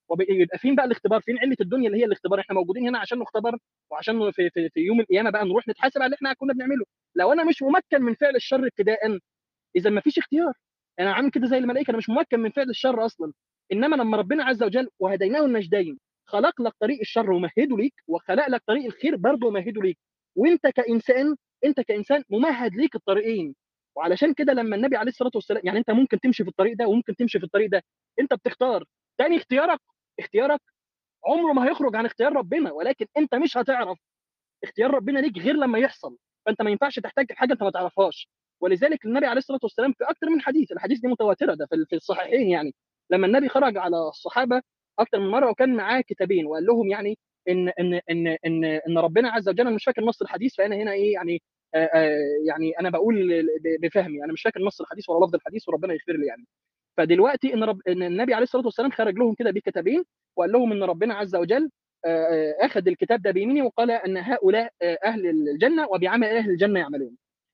ويبقى فين بقى الاختبار؟ فين علة الدنيا اللي هي الاختبار؟ احنا موجودين هنا عشان نختبر، وعشان في, في, في يوم القيامه بقى نروح نتحاسب على اللي احنا كنا بنعمله. لو انا مش ممكن من فعل الشر ابتداء، اذا ما فيش اختيار. انا عامل كده زي الملائكه، انا مش ممكن من فعل الشر اصلا. انما لما ربنا عز وجل وهديناه النجدين خلق لك طريق الشر ومهده ليك، وخلق لك طريق الخير برضه ومهده ليك، وانت كانسان انت كانسان ممهد ليك الطريقين. وعلشان كده لما النبي عليه الصلاه والسلام، يعني انت ممكن تمشي في الطريق ده وممكن تمشي في الطريق ده، انت بتختار. تاني اختيارك اختيارك عمره ما هيخرج عن اختيار ربنا، ولكن انت مش هتعرف اختيار ربنا ليك غير لما يحصل. فانت ما ينفعش تحتاج حاجه انت ما تعرفهاش. ولذلك النبي عليه الصلاه والسلام في اكثر من حديث، الحديث دي متواتره، ده في في الصحيحين يعني، لما النبي خرج على الصحابه اكثر من مره وكان معاه كتابين وقال لهم يعني ان ان ان ان ان ربنا عز وجل، انا مش فاكر نص الحديث فانا هنا ايه يعني آآ آآ يعني انا بقول بفهمي، انا مش فاكر نص الحديث ولا لفظ الحديث وربنا يغفر لي يعني. فدلوقتي ان رب ان النبي عليه الصلاه والسلام خرج لهم كده بكتابين وقال لهم ان ربنا عز وجل اخذ الكتاب ده بيمينه وقال ان هؤلاء اهل الجنه وبعمل اهل الجنه يعملون،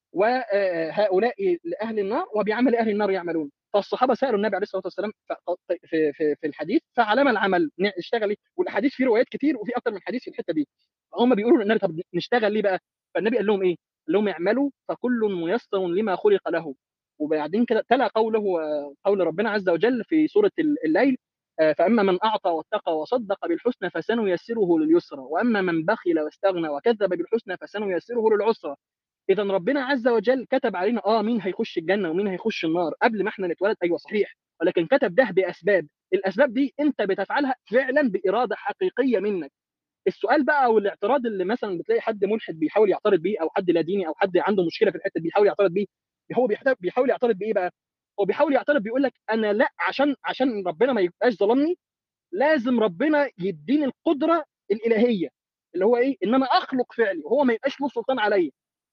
وهؤلاء لاهل النار وبعمل اهل النار يعملون. فالصحابه سالوا النبي عليه الصلاه والسلام في في في الحديث فعلى ما العمل نشتغل ايه؟ والحديث فيه روايات كتير وفي اكثر من حديث في الحته دي. هم بيقولوا للنبي طب نشتغل ليه بقى؟ فالنبي قال لهم ايه؟ قال لهم اعملوا فكل ميسر لما خلق له. وبعدين كده تلا قوله قول ربنا عز وجل في سوره الليل فاما من اعطى واتقى وصدق بالحسنى فسنيسره لليسرى، واما من بخل واستغنى وكذب بالحسنى فسنيسره للعسرى. اذا ربنا عز وجل كتب علينا اه مين هيخش الجنه ومين هيخش النار قبل ما احنا نتولد، ايوه صحيح، ولكن كتب ده باسباب. الاسباب دي انت بتفعلها فعلا باراده حقيقيه منك. السؤال بقى او الاعتراض اللي مثلا بتلاقي حد ملحد بيحاول يعترض بيه، او حد لا ديني او حد عنده مشكله في الحته دي بيحاول يعترض بيه، هو بيحاول يعترض بايه بقى؟ هو بيحاول يعترض بيقول لك انا لا، عشان عشان ربنا ما يبقاش ظلمني لازم ربنا يديني القدره الالهيه اللي هو ايه؟ ان انا اخلق فعلي وهو ما يبقاش له سلطان عليا.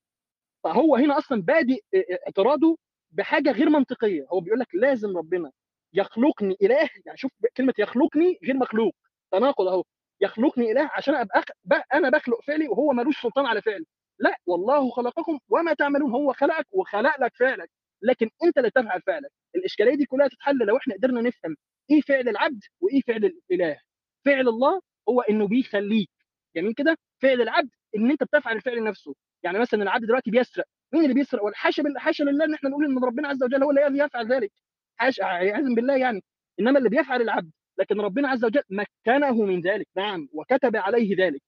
فهو هنا اصلا بادئ اعتراضه بحاجه غير منطقيه. هو بيقول لك لازم ربنا يخلقني اله، يعني شوف كلمه يخلقني غير مخلوق، تناقض اهو. يخلقني اله عشان ابقى أخ... بقى انا بخلق فعلي وهو ملوش سلطان على فعلي. لا، والله خلقكم وما تعملون، هو خلقك وخلق لك فعلك، لكن انت اللي تفعل فعلك. الاشكاليه دي كلها تتحل لو احنا قدرنا نفهم ايه فعل العبد وايه فعل الاله. فعل الله هو انه بيخليك، جميل كده. فعل العبد ان انت بتفعل الفعل نفسه. يعني مثلا العبد دلوقتي بيسرق، مين اللي بيسرق؟ والحاشا بالله، حاشا لله ان احنا نقول ان ربنا عز وجل هو الذي يفعل ذلك، حاشا عياذا بالله يعني. انما اللي بيفعل العبد، لكن ربنا عز وجل مكنه من ذلك، نعم، وكتب عليه ذلك.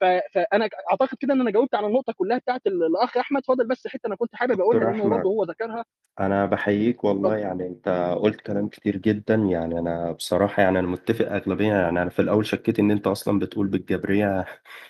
فانا اعتقد كده ان انا جاوبت على النقطه كلها بتاعت الاخ احمد. فاضل بس حته انا كنت حابب اقولها دكتور لانه برضه أحمد، هو ذكرها. أنا بحييك والله، اتفضل. يعني أنت قلت كلام كتير جدا. يعني أنا بصراحة يعني أنا متفق أغلبية. يعني أنا في الأول شكيت إن أنت أصلا بتقول بالجبرية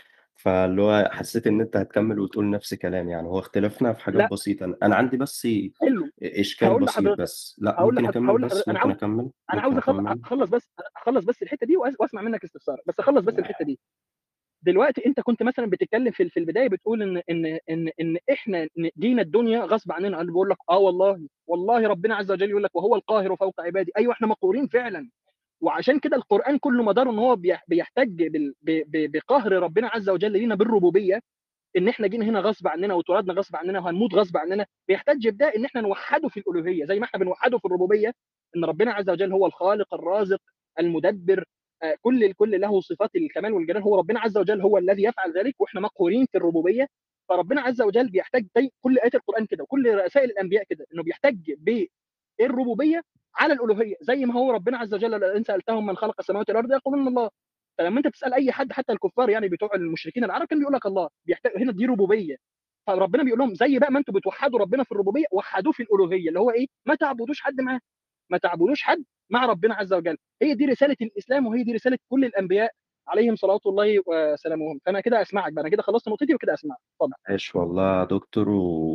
فاللي هو حسيت إن أنت هتكمل وتقول نفس كلام. يعني هو اختلافنا في حاجات لا، بسيطة. أنا عندي بس حلو. إشكال هقول بسيط. لحضرتك بس لا، هقول ممكن لحضرتك أكمل هقول بس لحضرتك انا ممكن عاوز أكمل انا ممكن عاوز أخل- أكمل اخلص بس اخلص بس الحته دي وأس- واسمع منك استفسار، بس اخلص بس الحته دي. دلوقتي انت كنت مثلا بتتكلم في في البدايه بتقول ان ان ان ان احنا جينا الدنيا غصب عننا. انا بقول لك اه والله والله ربنا عز وجل يقول لك وهو القاهر فوق عباده. ايوه احنا مقهورين فعلا. وعشان كده القران كله مداره ان هو بيح- بيحتج بال- ب- ب- بقهر ربنا عز وجل لينا بالربوبيه، ان احنا جينا هنا غصب عننا واتولدنا غصب عننا وهنموت غصب عننا. بيحتج بده ان احنا نوحده في الالوهيه زي ما احنا بنوحده في الربوبيه، ان ربنا عز وجل هو الخالق الرازق المدبر، آه، كل الكل له صفات الكمال والجلال. هو ربنا عز وجل هو الذي يفعل ذلك واحنا مقهورين في الربوبيه. فربنا عز وجل بيحتاج زي كل ايات القران كده وكل رسائل الانبياء كده انه بيحتج بالربوبيه على الالوهيه. زي ما هو ربنا عز وجل ان سالتهم من خلق السماوات والارض يقولون الله. فلما انت تسال اي حد حتى الكفار يعني بتوع المشركين العرب كان بيقول لك الله. بيحتاج هنا دي ربوبيه. فربنا بيقول لهم زي بقى ما انتم بتوحدوا ربنا في الربوبيه وحدوه في الالوهيه اللي هو ايه؟ ما تعبدوش حد معاه، ما تعبدوش حد مع ربنا عز وجل. هي دي رساله الاسلام وهي دي رساله كل الانبياء عليهم صلاه الله وسلامهم. فانا كده اسمعك بقى، انا كده خلصت نقطتي وكده اسمعك. اتفضل. عايش والله يا دكتور،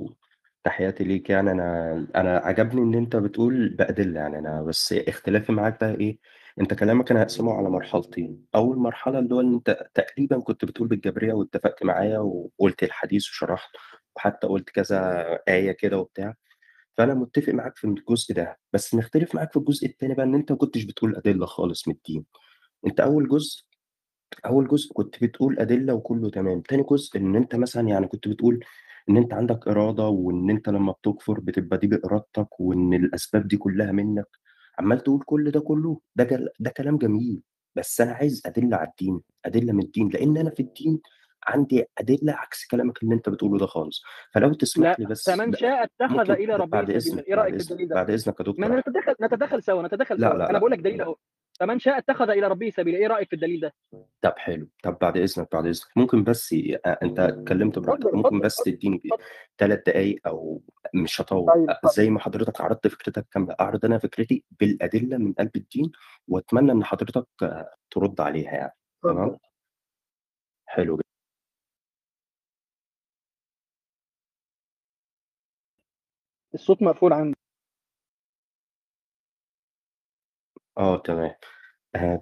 وتحياتي ليك. يعني انا انا عجبني ان انت بتقول بأدلة. يعني انا بس اختلافي معاك بقى ايه؟ انت كلامك انا هقسمه على مرحلتين. اول مرحلة اللي هو ان انت تقريبا كنت بتقول بالجبرية واتفقت معايا وقلت الحديث وشرحت، وحتى قلت كذا آية كده وبتاع. فانا متفق معاك في الجزء ده، بس مختلف معاك في الجزء التاني بقى ان انت ما كنتش بتقول أدلة خالص من الدين. انت اول جزء أول جزء كنت بتقول أدلة وكله تمام. تاني جزء إن أنت مثلا يعني كنت بتقول إن أنت عندك إرادة، وإن أنت لما بتكفر بتبقى دي بإرادتك، وإن الأسباب دي كلها منك. عمال تقول كل ده كله ده جل... ده كلام جميل. بس أنا عايز أدلة على الدين، أدلة من الدين، لإن أنا في الدين عندي أدلة عكس كلامك اللي أنت بتقوله ده خالص. فلو تسمح لا، لي بس فمن لأ شاء اتخذ ممكن الى ب ربه بعد سبيلا. إذنك، ايه بعد رايك في إذنك، الدليل ده؟ بعد إذنك يا ما دكتور أحمد. نتدخل نتدخل سوا نتدخل لأ، سوا لأ، انا لأ. بقول لك دليل اهو. فمن شاء اتخذ الى ربه سبيلا، ايه رايك في الدليل ده؟ طب حلو، طب بعد إذنك، بعد إذنك ممكن بس ي أ أنت اتكلمت براحتك، اتفضل ممكن اتفضل بس اتفضل تدّيني اتفضل. ثلاث دقايق أو مش هاطوّل، طيب أ اتفضل زي ما حضرتك عرضت فكرتك كاملة، أعرض أنا فكرتي بالأدلة من قلب الدين، وأتمنى إن حضرتك ترُد عليها يعني، تمام؟ اتفضل. حلو جدًا. الصوت مقفول عندي. آه تمام. آآ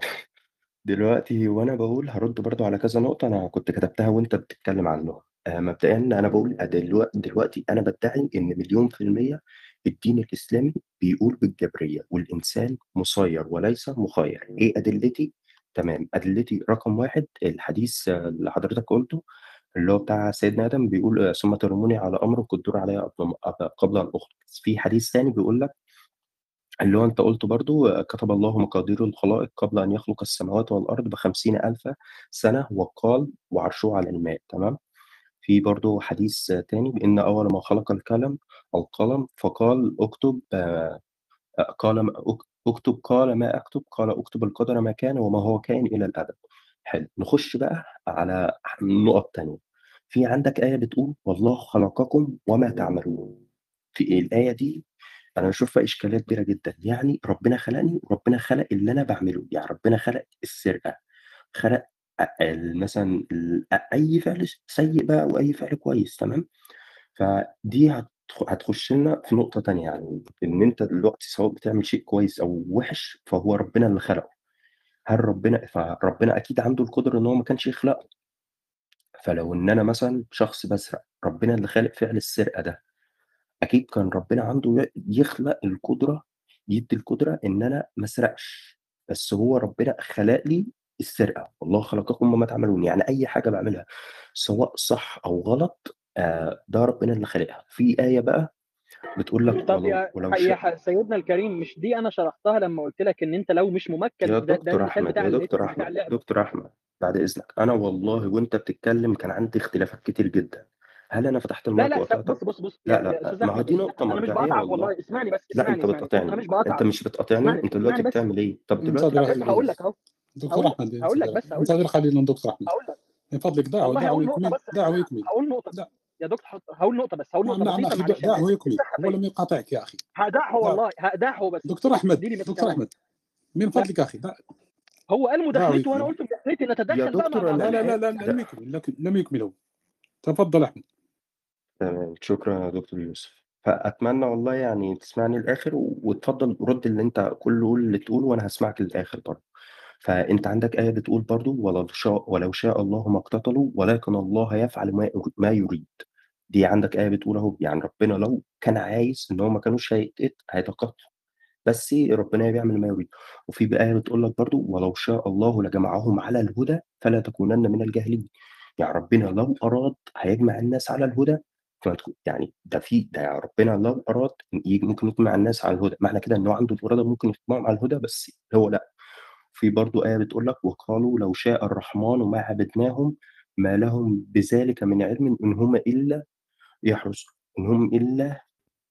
دلوقتي وأنا باقول هارُد برضه على كذا نقطة أنا كنت كتبتها وأنت بتتكلم عنهم. آآ مبدئيًا أنا باقول أ دلوق دلوقتي أنا بادعي إن مليون في المِيّة الدين الإسلامي بيقول بالجبرية، والإنسان مُسيّر وليس مُخيّر. إيه أدلتي؟ تمام، أدلتي رقم واحد الحديث اللي حضرتك قُلته، اللي هو بتاع سيدنا آدم بيقول: "ثم ترموني على أمر قُدِّرَ علي قبل م قبل أن أُخلق." في حديث تاني بيقول لك اللي هو أنت قُلته برضه: "كتب الله مقادير الخلائق قبل أن يخلق السماوات والأرض بخمسين ألف سنة وقال وعرشه على الماء." تمام؟ في برضه حديث تاني بإن أول ما خلق الكلم القلم فقال اكتب آآ قال م اك اكتب قال ما أكتب؟ قال اكتب القدر ما كان وما هو كائن إلى الأبد. حلو، نخش بقى على ح نُقط تانية. في عندك آية بتقول: "والله خلقكم وما تعملون." في الآية دي أنا باشوف فيها إشكالية كبيرة جدًا، يعني ربنا خلقني وربنا خلق اللي أنا باعمله، يعني ربنا خلق السرقة، خلق أ ال مثلًا ال أ أي فعل س سيء بقى وأي فعل كويس تمام؟ فدي هتخ هتخش لنا في نقطة تانية، يعني إن أنت دلوقتي سواء بتعمل شيء كويس أو وِحِش فهو ربنا اللي خلقه، هل ربنا فربنا أكيد عنده القدرة إن هو ما كانش يخلقه، فلو إن أنا مثلًا شخص باسرق، ربنا اللي خالق فعل السرقة ده، أكيد كان ربنا عنده ي يخلق القدرة يدّي القدرة إن أنا ما اسرقش، بس هو ربنا خلق لي السرقة، والله خلقكم وما تعملون، يعني أي حاجة باعملها سواء صح أو غلط آآ ده ربنا اللي خالقها. في آية بقى بتقول لك: طب "ولو يا ولو يا شاء." ح سيدنا الكريم، مش دي انا شرحتها لمّا قُلت لك إن أنت لو مش ممكن، يا ده ده دكتور المثال أحمد، بتاع يا النت دكتور بتاع أحمد، اللعبة. دكتور أحمد، بعد إذنك، أنا والله وأنت بتتكلم كان عندي اختلافات كتير جدًا. هل أنا فتحت لا، المايك لأ، س وقاطعتك؟ بُص، بُص، بُص، يا لأ، يا لأ، أستاذ ما هو أحمد، دي أستاذ نقطة أحمد، أنا مش مرجعية باقاطعك والله. والله، اسمعني بس، لأ، اسمعني، أنت اسمعني، بُص أنا بتقاطعني، مش أنت باقاطعك، مش بتقاطعني، اسمعني أنت دلوقتي اسمعني بس، بتعمل إيه؟ طب دلوقتي انتظر طب يا بس بتعمل هاقول إيه؟ لك أهو، دكتور هاقول لك أحمد، هاقول لك انتظر بس هاقول لك انتظر خلينا دكتور أحمد، هاقول لك من فضلك دعه والله دعه هاقول نقطة يكمل، بس دعه أنا يكمل. هاقول نقطة. دع... يا دكتور هاقول نقطة بس، هاقول نعم نقطة نعم بسيطة أخي، معلش، دعه أنا آسف، يكمل، امسحها هو فيّا. لم يقاطعك يا أخي. هادعه دعه. والله، هادعه بس دكتور تدي أحمد، تدّي لي بس دكتور ثواني. أحمد، من لا، فضلك يا أخي دع... هو قال دعه مداخلته وأنا يكمل. قُلت مداخلتي، يا نتدخل بقى مع دكتور لا أنا لا بعضنا. لا ه لا د لم يكمل، لكن لم يكمله. تفضل أحمد. تمام، شكرًا يا دكتور يوسف. فأتمنى والله يعني تسمعني للآخر و وتفضّل رُد اللي أنت كل قُل اللي تقوله وأنا هاسمعك للآخر برضه. فأنت عندك آية بتقول برضه: "ولو شاء ولو شاء الله ما اقتتلوا ولكن الله يفعل ما ير ما يريد." دي عندك آية بتقول أهو، يعني ربنا لو كان عايز إن هو ما كانوش هيتقت هيتقاتلوا، بس ربنا بيعمل ما يريد. وفي ب آية بتقول لك برضه: "ولو شاء الله لجمعهم على الهدى فلا تكونن من الجاهلين." يعني ربنا لو أراد هيجمع الناس على الهدى فما تكو يعني ده في ده يعني ربنا لو أراد ي ممكن يجمع الناس على الهدى، معنى كده إن هو عنده الإرادة ممكن يجمعهم على الهدى بس هو لأ. في برضه آية بتقول لك: "وقالوا لو شاء الرحمن ما عبدناهم ما لهم بذلك من علم إن هم إلا يحرصون إن هم إلا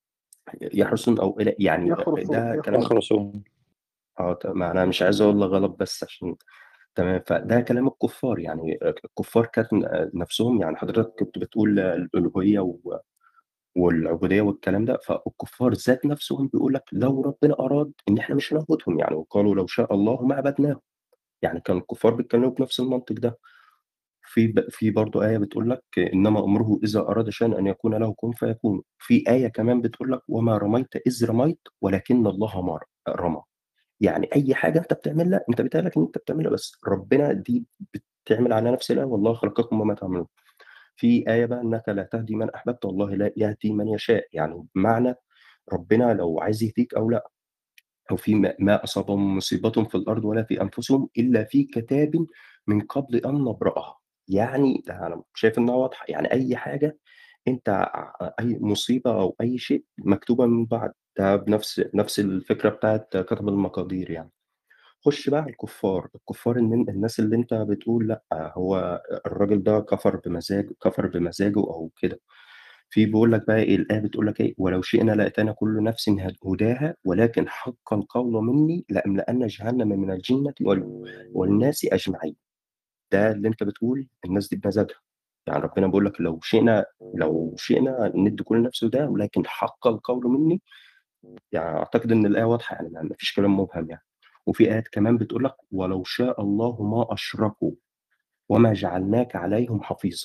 يحرصون أو إلى." يعني يخرصون ده كلام يخرصون. يخرسون. آه ت ما أنا مش عايز أقول لك غلط بس عشان تمام، فده كلام الكُفّار، يعني الكُفّار كانت ن نَفْسهم يعني حضرتك كنت بتقول الألوهية و والعبودية والكلام ده، فالكُفّار ذات نَفْسهم بيقول لك لو ربنا أراد إن إحنا مش هنعبدهم، يعني وقالوا لو شاء الله ما عبدناهم، يعني كان الكُفّار بيتكلموا بنَفْس المنطق ده. في ب في برضه آية بتقول لك: "إنما أمره إذا أراد شيئًا أن يكون له كُن فيكون." في آية كمان بتقول لك: "وما رميت إذ رميت ولكن الله مر رمى." يعني أي حاجة أنت بتعملها أنت بيتهيأ لك إن أنت بتعملها بس ربنا دي بتعمل على نفس الآية: "والله خلقكم وما تعملون." في آية بقى: "إنك لا تهدي من أحببت والله لا يهدي من يشاء." يعني بمعنى ربنا لو عايز يهديك أو لأ، أو في ما ما أصابهم من مصيبة في الأرض ولا في أنفسهم إلا في كتاب من قبل أن نبرأها. يعني ده أنا شايف إنها واضحة، يعني أي حاجة أنت ع أي مصيبة أو أي شيء مكتوبة من بعد، ده بنفس نفس الفكرة بتاعة كتب المقادير يعني. خُش بقى على الكُفّار، الكُفّار إن أن الناس اللي أنت بتقول لأ، هو الراجل ده كفر بمزاجه كفر بمزاجه أو كده. في بيقول لك بقى إيه، الآية بتقول لك إيه: "ولو شئنا لآتينا كل نفس هد هداها ولكن حق القول مني لأملأن جهنم من الجنة وال والناس أجمعين." ده اللي أنت بتقول الناس دي بمزاجها، يعني ربنا بيقول لك لو شئنا لو شئنا ندّي كل نفس هداها ولكن حق القول مني. يعني أعتقد إن الآية واضحة، يعني ما ما فيش كلام مبهم يعني. وفي آيات كمان بتقول لك: "ولو شاء الله ما أشركوا وما جعلناك عليهم حفيظًا."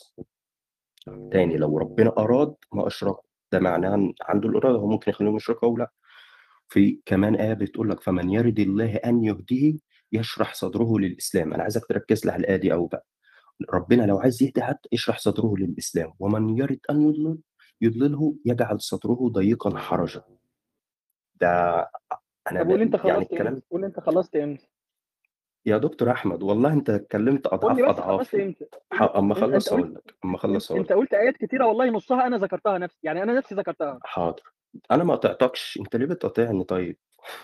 تاني لو ربنا أراد ما أشركوا، ده معناه إن عنده الإرادة، هو ممكن يخليهم يشركوا أو لأ. في كمان آية بتقول لك: "فمن يرد الله أن يهديه يشرح صدره للإسلام." أنا عايزك تركّز لي على الآية دي أوي بقى. ربنا لو عايز يهدي حد يشرح صدره للإسلام، ومن يرد أن يضلل يضلله يجعل صدره ضيقًا حرجًا. ده أنا طب قول لي ب انت يعني خلصت امتى؟ الكلام قول لي انت خلصت امتى؟ يا دكتور أحمد والله أنت اتكلمت قول لي أضعاف بس خلصت أضعاف. امتى؟ قول ح لي أمّا انت انت أخلّص قلت هاقول لك، أمّا انت, أخلّص هاقول انت لك. قلت ايات كتيره والله نصها انا ذكرتها نفسي، يعني انا نفسي ذكرتها. حاضر. أنا ما قاطعتكش، أنت ليه بتقاطعني طيب؟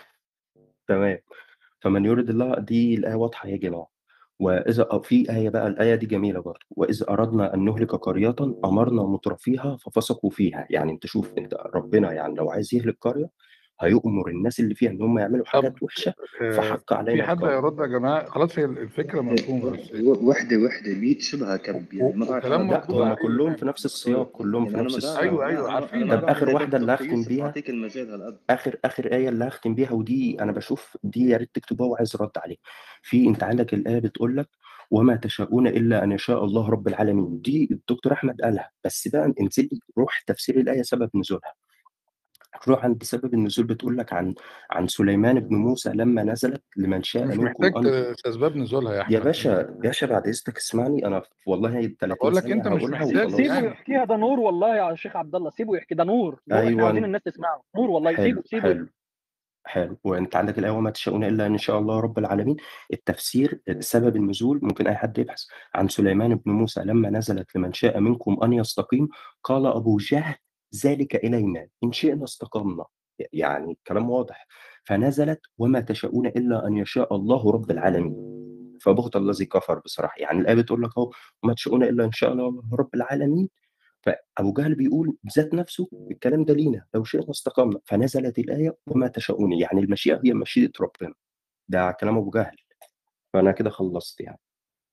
تمام. فمن يرد الله دي الآية واضحة أهي يا جماعة. وإذا أ في آية بقى الآية دي جميلة برضه: "وإذ أردنا أن نهلك قريةً أمرنا مترفيها ففسقوا فيها." يعني أنت شوف أنت ربنا يعني لو عايز يهلك قرية هيؤمر الناس اللي فيها إن هم يعملوا طب حاجات وحشة آه، فحق في علينا حد القول. هيرد يا جماعة؟ خلاص هي الفكرة مفهومة بس و- وحده وحده ميت شبهها كب، يعني و- ما بعرف. وكلام انا لأ موجود هم على دكتور، أي كلّهم في حاجة. نفس السياق، كلّهم في يعني انا نفس ما بعرف السياق. أيوه انا أيوه انا انا عارفين ما طب أيوه. بعرف آخر زي واحدة دكتور اللي هاختم كويس بيها اعطيك المجال هالقد. آخر آخر آية اللي هاختم بيها ودي أنا باشوف دي يا ريت تكتبوها وعايز أرد عليها. في أنت عندك الآية بتقول لك: "وما تشاءون إلا أن يشاء الله رب العالمين." دي الدكتور أحمد قالها، بس بقى انزل لي روح تفسير الآية سبب نزولها. روح عند سبب النزول بتقول لك عن عن سليمان بن موسى لمّا نزلت: "لمن شاء مش منكم محتاج أن." ت أسباب نزولها يا يا أحمد. باشا، باشا بعد إذنك اسمعني أنا والله أنا ثلاثين باقول لك ثانية أنت مش هاقولها سي- محتاجه وخلاص. سيبه يعني. يحكيها، ده نور والله يا شيخ عبد الله، سيبه يحكي، ده نور نور، احنا عاوزين أيوه. الناس تسمعه، نور والله، سيبه حلو، سيبه يحكي. حلو. حلو. وأنت عندك الآية: "وما تشاءون إلا أن يشاء الله رب العالمين." التفسير سبب النزول ممكن أي حد يبحث عن سليمان بن موسى لمّا نزلت: "لمن شاء منكم أن يستقيم." قال أبو جهل: "ذلك إلينا إن شئنا استقمنا." ي يعني الكلام واضح. فنزلت: "وما تشاءون إلا أن يشاء الله رب العالمين." فبُهت الذي كفر بصراحة. يعني الآية بتقول لك أهو: "وما تشاءون إلا إن شاء الله رب العالمين." فأبو جهل بيقول بذات نفسه الكلام ده لينا لو شئنا استقمنا، فنزلت الآية: "وما تشاءون." يعني المشيئة هي مشيئة ربنا. ده كلام أبو جهل. فأنا كده خلّصت يعني.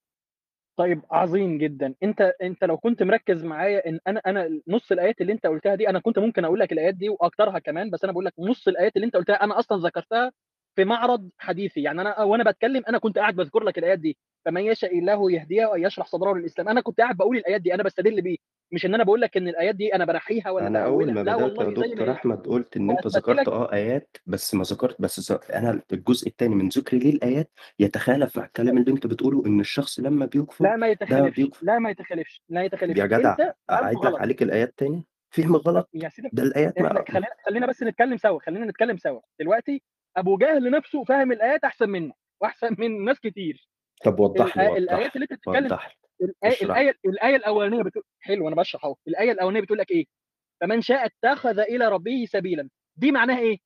طيب عظيم جدا. انت انت لو كنت مركز معايا، ان انا انا نص الايات اللي انت قلتها دي انا كنت ممكن اقول لك الايات دي واكترها كمان، بس انا بقول لك نص الايات اللي انت قلتها انا اصلا ذكرتها في معرض حديثي، يعني انا وانا بتكلم انا كنت قاعد بذكر لك الايات دي. فمن يشاء الله يهديه ويشرح صدره للاسلام، انا كنت قاعد بقول الايات دي، انا بستدل بيه، مش ان انا بقول لك ان الايات دي انا بنحيها ولا أنا أول باولها، ما لا بدأت يا والله زي ما دكتور هي. أحمد قُلت إن أنت واثبت ذكرت لك. آه آيات، بس ما ذكرت بس ذ أنا الجزء التاني من ذكري للآيات يتخالف مع الكلام اللي أنت بتقوله إن الشخص لمّا بيكفر لا ما ده يتخالفش، بيكفر. لا ما يتخالفش، لا يا يتخالفش، جدع انت فهمته أعيد لك غلط. عليك الآيات تاني؟ فهم طب غلط. يا سيدي، ده الآيات احنا ما خلينا خلينا بس نتكلم سوا، خلينا نتكلم سوا دلوقتي. ابو جهل نفسه فاهم الايات احسن منك واحسن من ناس كتير. طب وضّح لي، الآ- الايات وضّح اللي لي، انت بتتكلم، وضّح لي، الآية اشرح لي. الآية الآية الأولانية بتقول حلو، أنا بشرح أهو. الآية الأولانية بتقول لك إيه؟ فمن شاء اتخذ إلى ربه سبيلا. دي معناها إيه؟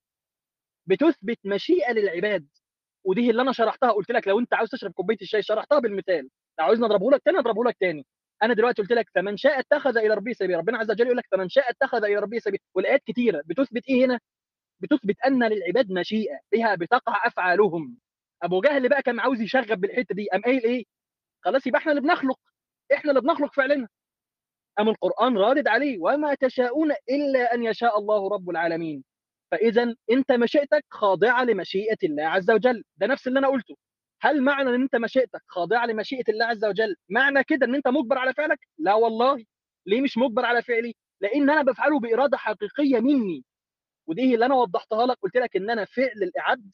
بتثبت مشيئة للعباد، ودي اللي أنا شرحتها. قلت لك لو أنت عاوز تشرب كوباية الشاي شرحتها بالمثال، لو عاوزني أضربه لك تاني أضربه لك تاني. أنا دلوقتي قلت لك فمن شاء اتخذ إلى ربه سبيلا، ربنا عز وجل يقول لك فمن شاء اتخذ إلى ربه سبيلا، والآيات كتيرة بتثبت إيه هنا؟ بتثبت ان للعباد مشيئه بها بتقع افعالهم. ابو جهل بقى كان عاوز يشغب بالحته دي، قام قايل ايه؟ خلاص يبقى احنا اللي بنخلق، احنا اللي بنخلق فعلنا. قام القران رادد عليه وما تشاءون الا ان يشاء الله رب العالمين. فاذا انت مشيئتك خاضعه لمشيئه الله عز وجل، ده نفس اللي انا قلته. هل معنى ان انت مشيئتك خاضعه لمشيئه الله عز وجل معنى كده ان انت مجبر على فعلك؟ لا والله. ليه مش مجبر على فعلي؟ لان انا بفعله باراده حقيقيه مني، ودي اللي انا وضحتها لك. قلت لك ان انا فعل العبد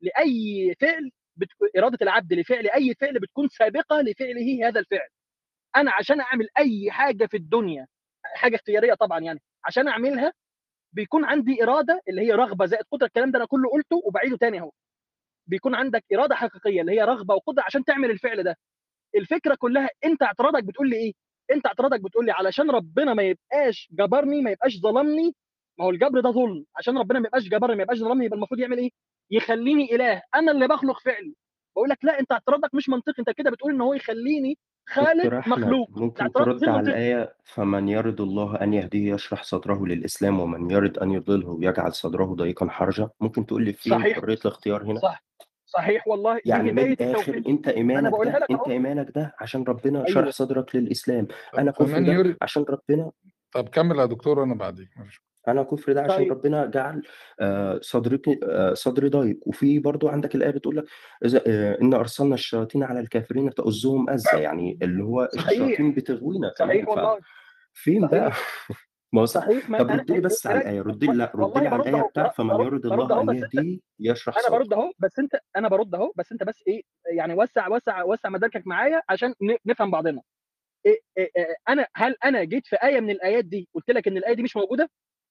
لاي فعل بت... اراده العبد لفعل اي فعل بتكون سابقه لفعله هذا الفعل. انا عشان اعمل اي حاجه في الدنيا، حاجه اختياريه طبعا يعني، عشان اعملها بيكون عندي اراده اللي هي رغبه زائد قدره. الكلام ده انا كله قلته وبعيده تاني اهو. بيكون عندك اراده حقيقيه اللي هي رغبه وقدره عشان تعمل الفعل ده. الفكره كلها انت اعتراضك بتقول لي ايه؟ انت اعتراضك بتقول لي علشان ربنا ما يبقاش جبرني، ما يبقاش ظلمني. ما هو الجبر ده ظلم، عشان ربنا ما يبقاش جبرني ما يبقاش ظلمني يبقى المفروض يعمل ايه؟ يخليني اله انا اللي بخلق فعلي. باقول لك لأ، أنت اعتراضك مش منطقي، أنت كده بتقول إن هو يخلّيني دكتور خالق أحمد، مخلوق، ممكن الاعتراض ترد غير على منطقي. الآية فمن يرد الله أن يهديه يشرح صدره للإسلام ومن يرد أن يضلله يجعل صدره ضيقا حرجا. ممكن تقول لي فين صحيح، حرية الاختيار هنا؟ صح، صحيح والله، دي يعني من هداية الآخر التوفيق. أنت أنا إيمانك باقولها ده لك أنت أهو. إيمانك ده عشان ربنا شرح أيوه. صدرك للإسلام، أنا كفري فمن ده يرد عشان ربنا طب كمل يا دكتور أنا بعديك مفيش. أنا كفري ده عشان طيب. ربنا جعل آآ صدرك آآ صدري ضيق. وفي برضه عندك الآية بتقول لك إذا آآ إن أرسلنا الشياطين على الكافرين تؤزهم أزا، يعني اللي هو صحيح، الشياطين بتغوينا كمان، صحيح والله، ففين بقى؟ صحيح، ما هو صح. صحيح. ما طب أنا رُد لي إيه بس إيه على رأيك؟ الآية، رُد و لي لأ، رُد والله لي على بارُد الآية أهو، ر بتاع فمن بارُد يرد بارُد الله أهو، أن بس أنت يهديه يشرح أنا صدره. بارُد أهو، بس أنت أنا بارُد أهو، بس أنت بس إيه، يعني وسّع وسّع وسّع مداركك معايا عشان ن نفهم بعضنا. آآ آآ أنا هل أنا جيت في آية من الآيات دي قُلت لك إن الآية دي مش موجودة؟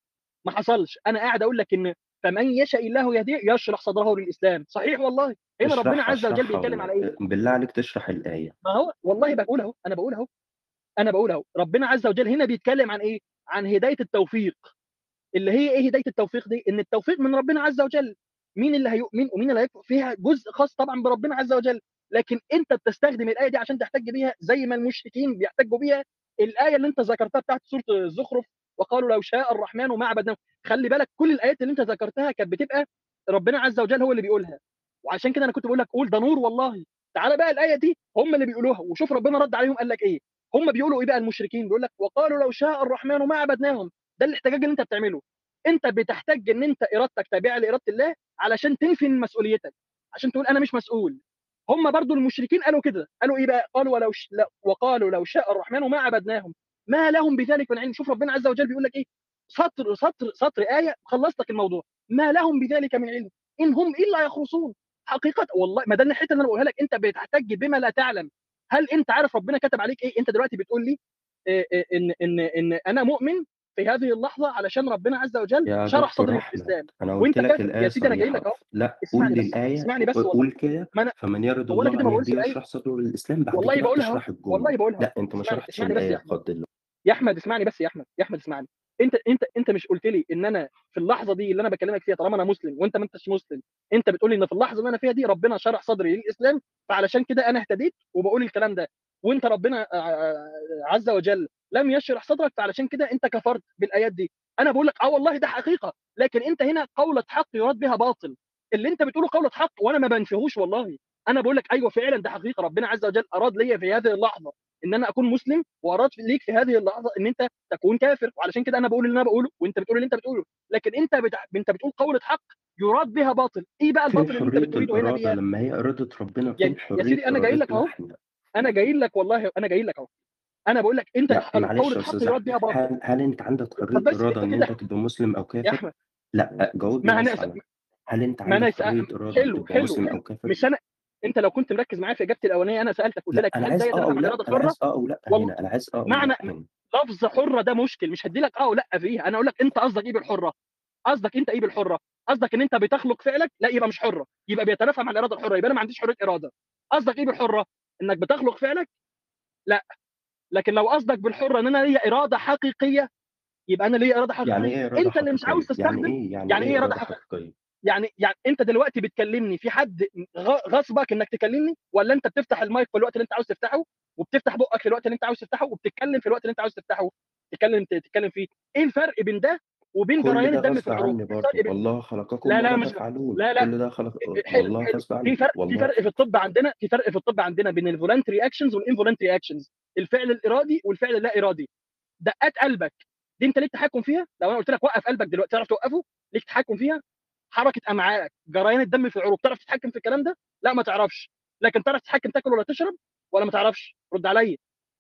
ما حصلش. أنا قاعد أقول لك إن فمن يشاء الله يهديه يشرح صدره للإسلام. صحيح والله. هنا ربنا اشرحها، عز وجل اشرحها بيتكلم على إيه؟ والله، بالله عليك تشرح الآية. ما هو والله باقول أهو، أنا باقول أهو، أنا باقول أهو. ربنا عز وجل هنا بيتكلم عن إيه؟ عن هداية التوفيق. اللي هي إيه هداية التوفيق دي؟ إن التوفيق من ربنا عز وجل. مين اللي هيؤمن ومين اللي هيكفر؟ فيها جزء خاص طبعًا بربنا عز وجل، لكن أنت بتستخدم الآية دي عشان تحتج بيها زي ما المشركين بيحتجوا بيها الآية اللي أنت ذكرتها بتاعة سورة الزخرف، وقالوا لو شاء الرحمن ما عبدناهم. خلّي بالك كل الآيات اللي أنت ذكرتها كانت بتبقى ربنا عز وجل هو اللي بيقولها، وعشان كده أنا كنت باقول لك قُل ده نور والله. تعالَ بقى الآية دي هم اللي بيقولوها، وشوف ربنا رد عليهم قال لك إيه. هم بيقولوا إيه بقى المشركين؟ بيقول لك وقالوا لو شاء الرحمن ما عبدناهم. ده الاحتجاج اللي أنت بتعمله. أنت بتحتج إن أنت إرادتك تابعة لإرادة الله علشان تنفي من مسؤوليتك، عشان تقول أنا مش مسؤول. هم برضه المشركين قالوا كده، قالوا إيه بقى؟ قالوا ولو ش ل وقالوا لو شاء الرحمن ما عبدناهم، ما لهم بذلك من علم. شوف ربنا عز وجل بيقول لك إيه، سطر سطر سطر آية خلّص لك الموضوع، ما لهم بذلك من علم، إن هم إلا يخرصون. حقيقة والله ما ده الحتة اللي أنا باقولها لك، أنت بتحتج بما لا تعلم. هل أنت عارف ربنا كتب عليك إيه؟ أنت دلوقتي بتقول لي آآ آآ إن إن إن أنا مؤمن في هذه اللحظة علشان ربنا عز وجل يا شرح دكتور صدري أحمد، للإسلام، أنا قُلت وأنت لك كافر. الآية يا سيدي أنا جاي لك صريحة، أهو، ف لأ قُل اسمعني لي بس، الآية، اسمعني ق بس والله. قُل كده ما أنا فمن يرد هو أنا الله كده ما أن باقولش يهديه الآية؟ يشرح صدره للإسلام، بعد والله كده باقولها أهو، هتشرح والله الجملة. باقولها أهو. لأ أنت ما اسمعني شرحتش اسمعني بس الآية يا أحمد، لغاية دلوقتي. يا أحمد اسمعني بس يا أحمد، يا أحمد اسمعني. أنت أنت أنت مش قُلت لي إن أنا في اللحظة دي اللي أنا باكلمك فيها طالما أنا مسلم وأنت ما أنتش مسلم، أنت بتقول لي إن في اللحظة اللي أنا فيها دي ربنا شرح صدري للإسلام، فعلشان كده أنا اهتديت وباقول الكلام ده، وأنت ربنا آآ عز وجل لم يشرح صدرك فعلشان كده أنت كفرت بالآيات دي. أنا باقول لك آه والله ده حقيقة، لكن أنت هنا قولة حق يراد بها باطل. اللي أنت بتقوله قولة حق وأنا ما بانفيهوش والله. أنا باقول لك أيوه فعلًا ده حقيقة، ربنا عز وجل أراد ليّا في هذه اللحظة إن أنا أكون مسلم، وأراد ليك في هذه اللحظة إن أنت تكون كافر، وعلشان كده أنا باقول اللي أنا باقوله وأنت بتقول اللي أنت بتقوله، لكن أنت بتع أنت بتقول قولة حق يراد بها باطل. إيه بقى فين الباطل اللي أنت حرية بتريده هنا الإرادة بيها؟ لمّا هي إرادة ربنا؟ يا فين يا حرية سيدي أنا جاي لك إرادتنا أهو، إحنا؟ أنا جاي لك والله، أنا جاي لك أهو. أنا باقول لك أنت لأ الح معلش القول يا الحق أستاذ يراد أحمد، بها باطل. هل هل أنت عندك طب حرية بس إرادة أنت إن كده أنت تبقى مسلم أو يا كافر؟ أحمد، لأ، جاوبني ما أنا بس س على هل أنت ما أنا عندك س حرية إرادة حلو، تبقى حلو، مسلم حلو. أو كافر؟ مش أنا أنت لو كنت مركّز معايا في إجابتي الأولانية أنا سألتك قُلت لأ لك أنا هل ده عايز آه يتنافى أو مع لأ، الإرادة أنا الحرة؟ عايز آه أو لأ والل هنا، أنا عايز آه أو معنى لأ م هنا. لفظ حرة ده مشكل، مش هادّي لك آه ولأ فيها. أنا هاقول لك أنت قصدك إيه بالحرة؟ قصدك أنت إيه بالحرة؟ قصدك إن أنت بتخلق فعلك؟ لأ يبقى مش حرة، يبقى بيتنافى مع الإرادة الحرة، يبقى أنا ما عنديش حرية إرادة. قصدك إيه بالحرة؟ إنك بتخلق فعلك؟ لأ. لكن لو قصدك بالحرة إن أنا ليّا إرادة حقيقية، يبقى أنا ليّا إرادة يعني حقيقية. إيه إرادة أنت اللي مش عاوز حقيقية؟ يعني تستخدم. إيه يعني يعني إيه إيه إرادة إرادة حقيقية؟ حقيقية؟ يعني يعني أنت دلوقتي بتكلمني في حد غ غصبك إنك تكلمني، والّا أنت بتفتح المايك في الوقت اللي أنت عاوز تفتحه، وبتفتح بُقّك في الوقت اللي أنت عاوز تفتحه، وبتتكلم في الوقت اللي أنت عاوز تفتحه، تتكلم ت تتكلم فيه؟ إيه الفرق بين ده وبين كل جريان ده الدم في غصب العروق؟ عني إيه الفرق برضه، بين والله خلقكم لا، لا وما مش تفعلون، لا، لا كل ده خلق أ حلو، والله حلو. غصب في عني، فرق في والله. فرق في الطب عندنا في فرق في الطب عندنا بين الvoluntary actions والinvoluntary actions. الفعل الإرادي والفعل اللا إرادي. دقات قلبك دي أنت ليك تحكم فيها؟ لو أنا قُلت لك وقّف قلبك دلوقتي تعرف توقّفه؟ ليك تحكم فيها؟ حركة أمعائك، جريان الدم في العروق، تعرف تتحكم في الكلام ده؟ لأ ما تعرفش. لكن تعرف تتحكم تاكل والّا تشرب والّا ما تعرفش؟ رُد عليّا،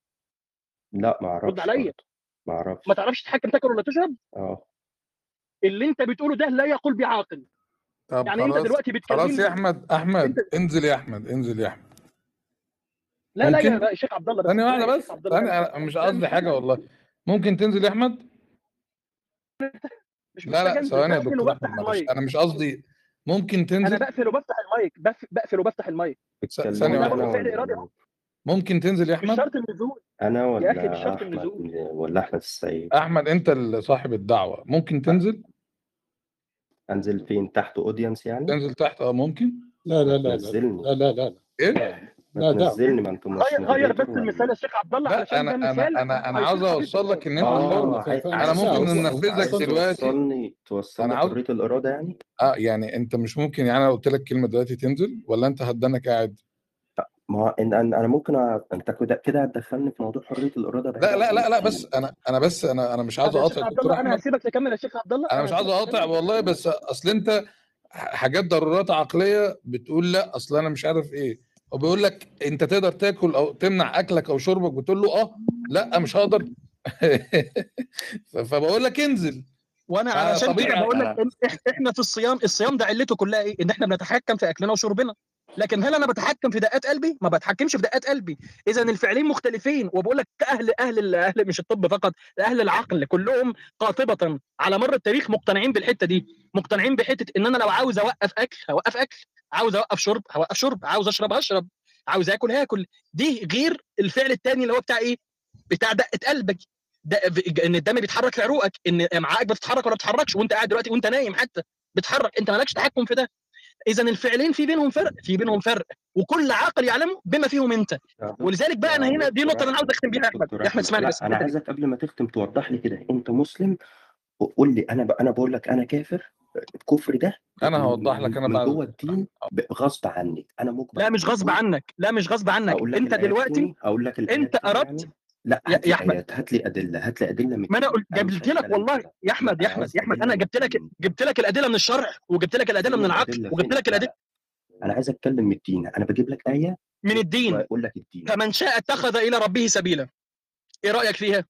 لأ ما رُد أعرفش عليّا. برضه، ما ما أعرفش. تعرفش تتحكم تاكل والّا تشرب؟ آه. اللي أنت بتقوله ده لا يقول به عاقل. طب يعني أنت خلاص دلوقتي خلاص يا بتكلمني أحمد، أنت أحمد انزل يا أحمد، انزل يا أحمد. لا، لا ممكن يا شيخ عبد الله بس ثانية لا واحدة يا شيخ بس، عبد الله، لا مش ثانية، كده، أنا مش لا قصدي مش حاجة كده، والله. ممكن تنزل يا أحمد؟ مش لا محتاج لا أنزل، ثواني يا باقفل دكتور أحمد وبافتح معلش، المايك. أنا مش قصدي. ممكن أنا تنزل؟ باقفل وبافتح المايك، باف باقفل وبافتح المايك. ث- ثانية بتكلمني وده واحدة أنا برضه بس. فعل والّا إرادي أهو. مين؟ ممكن تنزل يا مش أحمد؟ شرط النزول، أنا يا أخي مش والّا شرط أحمد النزول. والّا أحمد السيد؟ أحمد أنت اللي صاحب الدعوة، ممكن أ تنزل؟ أنزل فين؟ تحت audience يعني؟ تنزل تحت، أه ممكن. لا لا لا لا تنزلني لا لا لا ايه؟ لا ما لا دعم. تنزلني، ما انت مش غير غير بس مودريتور المثال ولا يا شيخ عبد الله لا علشان انا ده انا مثال انا انا عاوز هيكون اوصل لك ان انت اه حر. ف- فأنا انا عايز ممكن أوصل ننفذك عايز أصلا دلوقتي. توصلني توصل انا لي عاوز حرية الإرادة يعني. اه يعني انت مش ممكن، يعني انا قلت لك كلمه دلوقتي تنزل ولا انت هتدنك قاعد؟ ما هو إن- انا انا ممكن أ... انت كده كده هتدخلني في موضوع حرية الإرادة لا بعيدا لا عن لا لا الدين. بس انا انا بس انا انا مش عاوز طب يا شيخ اقاطع عبد دكتور الله انا احمد. هسيبك تكمل يا شيخ عبد الله انا انا مش عاوز هسيبك اقاطع تكمل. والله، بس اصل انت ح- حاجات ضرورات عقليه بتقول لا اصل انا مش عارف ايه، وبيقول لك انت تقدر تاكل او تمنع اكلك او شربك، بتقول له اه لا مش هقدر. ف- فبقول لك انزل. وانا علشان كده فطبيعي بقول لك انا إن إح- احنا في الصيام الصيام ده علته كلها ايه؟ ان احنا بنتحكم في اكلنا وشربنا. لكن هل انا بتحكم في دقات قلبي؟ ما بتحكمش في دقات قلبي. اذا الفعلين مختلفين. وبقول لك اهل اهل اهل مش الطب فقط، اهل العقل كلهم قاطبه على مر التاريخ مقتنعين بالحته دي، مقتنعين بحته ان انا لو عاوز اوقف اكل هوقف اكل، عاوز اوقف شرب هوقف شرب، عاوز اشرب هشرب، عاوز اكل هاكل. دي غير الفعل الثاني اللي هو بتاع ايه؟ بتاع دقه قلبك. ده ان الدم بيتحرك في عروقك، ان امعائك بتتحرك ولا بتتحركش وانت قاعد دلوقتي وانت نايم حتى بتحرك، انت مالكش تحكم في ده. اذا الفعلين في بينهم فرق، في بينهم فرق، وكل عاقل يعلمه بما فيهم انت. يا دكتور ولذلك بقى انا يا هنا دي دكتور النقطه اللي انا عاوز احمد اختم بيها يا احمد. دكتور يا احمد احمد اسمعني بس لا انا الحته دي. عايزك قبل ما تختم توضح لي كده، انت مسلم وقول لي انا ب... انا بقول لك انا كافر. الكفر ده انا من هوضح لك من, انا من بعد. جوه الدين ب- غصب عني، انا مجبر لا مش غصب ادخله. عنك، لا مش غصب عنك، اقول لك انت الايات دلوقتي تاني، اقول لك انت الايات تاني اردت. يعني. لا يا, هات يا لي احمد ايات، هات لي ادله، هات لي ادله من ما انا الدين. قلت انا مش جبت لك عايز كلام والله كده. يا لا احمد، يا انا احمد عايز يا احمد ادله انا من جبت لك الدين. جبت لك الادله من الشرع، وجبت لك الادله فين من العقل، الادله؟ وجبت فين؟ لك لا الادله لا انا عايز اتكلم من الدين. انا بجيب لك ايه من الدين. واقول لك الدين. فمن شاء اتخذ الى ربه سبيلا. ايه رايك فيها؟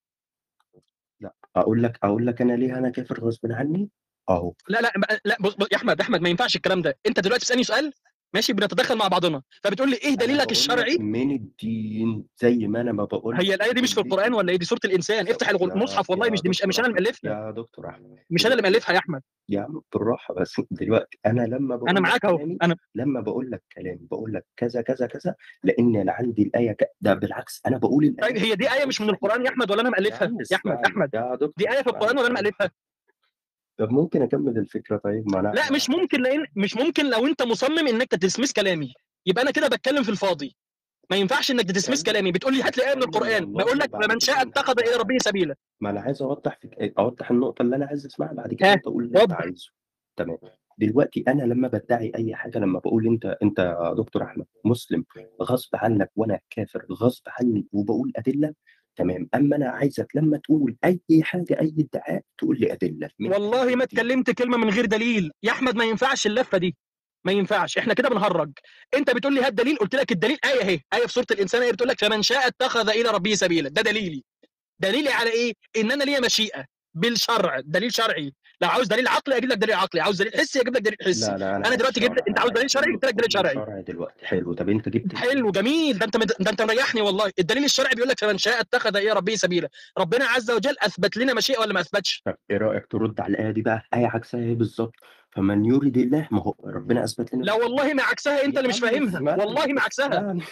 لا اقول لك اقول لك انا ليه انا كافر غصب عني اهو. لا لا لا بص بص يا احمد، يا احمد ما ينفعش الكلام ده. انت دلوقتي بتسالني سؤال ماشي، بنتدخل مع بعضنا، فبتقول لي ايه انا دليلك بقول لك الشرعي؟ من الدين زي ما انا ما بقول هي لك الايه دي مش في القران ادلتي. ولا ايه؟ دي سوره الانسان، سو... افتح الغ- يا المصحف والله، يا مش دي مش مش دكتور انا اللي احمد مالفها، يا دكتور احمد مش انا اللي دلوقتي مالفها يا احمد. يا عم بالراحه بس. دلوقتي انا لما انا بقول لك معاك اهو. كلامي، انا لما بقول لك كلامي بقول لك كذا كذا كذا، لان انا عندي الايه ك... ده بالعكس انا بقول طيب الايات هي دي ما ايه مش بقولش من اي القران يا حاجه. احمد ولا انا يا مالفها؟ عم يا احمد اسمعني احمد يا دي دكتور ايه في اسمعني القران ولا انا طيب. مالفها؟ طب ممكن اكمل الفكره طيب؟ ما انا لا انا مش ممكن، لان مش ممكن لو انت مصمم انك تدسمس كلامي يبقى انا كده بتكلم في الفاضي. ما ينفعش انك تدسمس اتكلم كلامي، بتقول لي هات لي ايه من اتكلم القران، بقول والله لك وبعد فمن كده شاء انا اتخذ الى هسمعك. ربه سبيلا. ما انا عايز اوضح في اوضح النقطه اللي انا عايز اسمعها، بعد كده ها انت قول اللي انت وضح. عايزه. تمام. دلوقتي انا لما بدعي اي حاجه، لما بقول انت انت يا دكتور احمد مسلم غصب عنك وانا كافر غصب عني وبقول ادله، تمام. اما انا عايزك لما تقول اي حاجه اي ادعاء تقول لي ادله من والله اهل ما الدين. اتكلمت كلمه من غير دليل يا احمد، ما ينفعش اللفه دي، ما ينفعش، احنا كده بنهرج. انت بتقول لي هات دليل، قلت لك الدليل ايه اهي، ايه في سوره الانسان، ايه بتقول لك فمن شاء اتخذ الى ربه سبيلا، ده دليلي. دليلي على ايه؟ ان انا ليا مشيئه بالشرع، دليل شرعي. لو عاوز دليل عقلي اجيب لك دليل عقلي، عاوز دليل حسي اجيب لك دليل حسي. لا لا انا انا عايز دلوقتي جبت، شرع، انت انا عاوز عايز دليل شرعي، كله جبت لك دليل كله شرعي. شرع دلوقتي. حلو. طب انت جبت حلو الدليل. جميل، ده انت مد... ده انت مريحني والله. الدليل الشرعي بيقول لك فمن شاء اتخذ الى ربه سبيلا. ربنا عز وجل اثبت لنا مشيئه ولا ما اثبتش؟ طب ايه رايك ترد على الايه دي بقى؟ ايه عكسها ايه بالظبط؟ فمن يريد الله، ما هو ربنا اثبت لنا لا مشيئة. والله ما عكسها، انت يا اللي مش عم فاهمها، والله اسمعني ما عكسها. اسمعني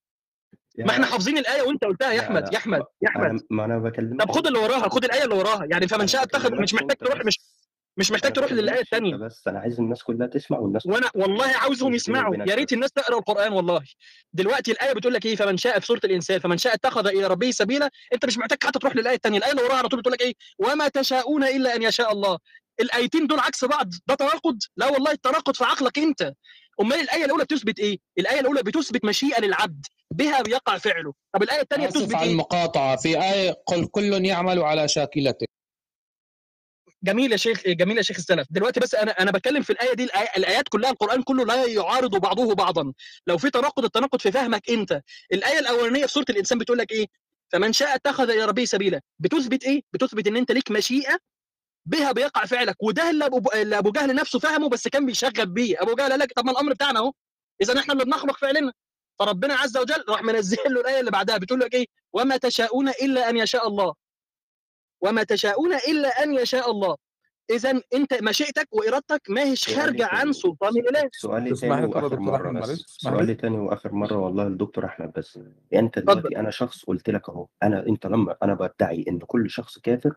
ما احنا يا حافظين الايه وانت قلتها يا لا احمد، لا يا احمد ما يا احمد. انا ما انا طب بكلمك خد اللي انت وراها، خد الايه اللي وراها، يعني فمن انا شاء اتخذ، مش بكلمكش محتاج انت تروح، مش بس. مش محتاج انا تروح للايه بكلمكش انت الثانيه. بس، انا عايز الناس كلها تسمع والناس كلها وانا والله تفهم. عاوزهم مش بيني يسمعوا، وبينك يا ريت بس. الناس تقرا القران والله. دلوقتي الايه بتقول لك ايه؟ فمن شاء في سوره الانسان، فمن شاء اتخذ الى ربه سبيلا. انت مش محتاج حتى تروح للايه الثانيه، الايه اللي وراها على طول بتقول لك ايه؟ وما تشاءون الا ان يشاء الله. الايتين دول عكس بعض، ده تناقض؟ لا والله التناقض في عقلك انت. امال الايه الاولى بتثبت ايه؟ الايه الاولى بتثبت مشيئه للعبد بها بيقع فعله. طب الايه الثانيه آسف بتثبت على ايه؟ المقاطعة، في آية قل كل يعمل على شاكلته. جميل يا شيخ، جميل يا شيخ السلف. دلوقتي بس انا انا بتكلم في الايه دي، الآي... الايات كلها، القران كله لا يعارض بعضه بعضا. لو في تناقض، التناقض في فهمك انت. الايه الاولانيه في سوره الانسان بتقول لك ايه؟ فمن شاء اتخذ الى ربه سبيلا. بتثبت ايه؟ بتثبت ان انت ليك مشيئه بها بيقع فعلك. وده اللي ابو اللي ابو جهل نفسه فهمه، بس كان بيشغب بيه. ابو جهل قال لك طب ما الامر بتاعنا اهو، اذا احنا اللي بنخلق فعلنا. فربنا عز وجل راح منزل له الايه اللي بعدها بتقول لك ايه؟ وما تشاءون الا ان يشاء الله. وما تشاءون الا ان يشاء الله. اذا انت مشيئتك وارادتك ما هيش سؤالي خارجه عن تاني سلطان الاله. سؤالي تسمح تاني لي طبعا يا واخر دكتور مره احمد، معلش بس. تسمح لي. سؤالي تاني واخر مره والله الدكتور احمد بس. يعني انت اتفضل. دلوقتي انا شخص قلت لك اهو، انا انت لما انا بدعي ان كل شخص كافر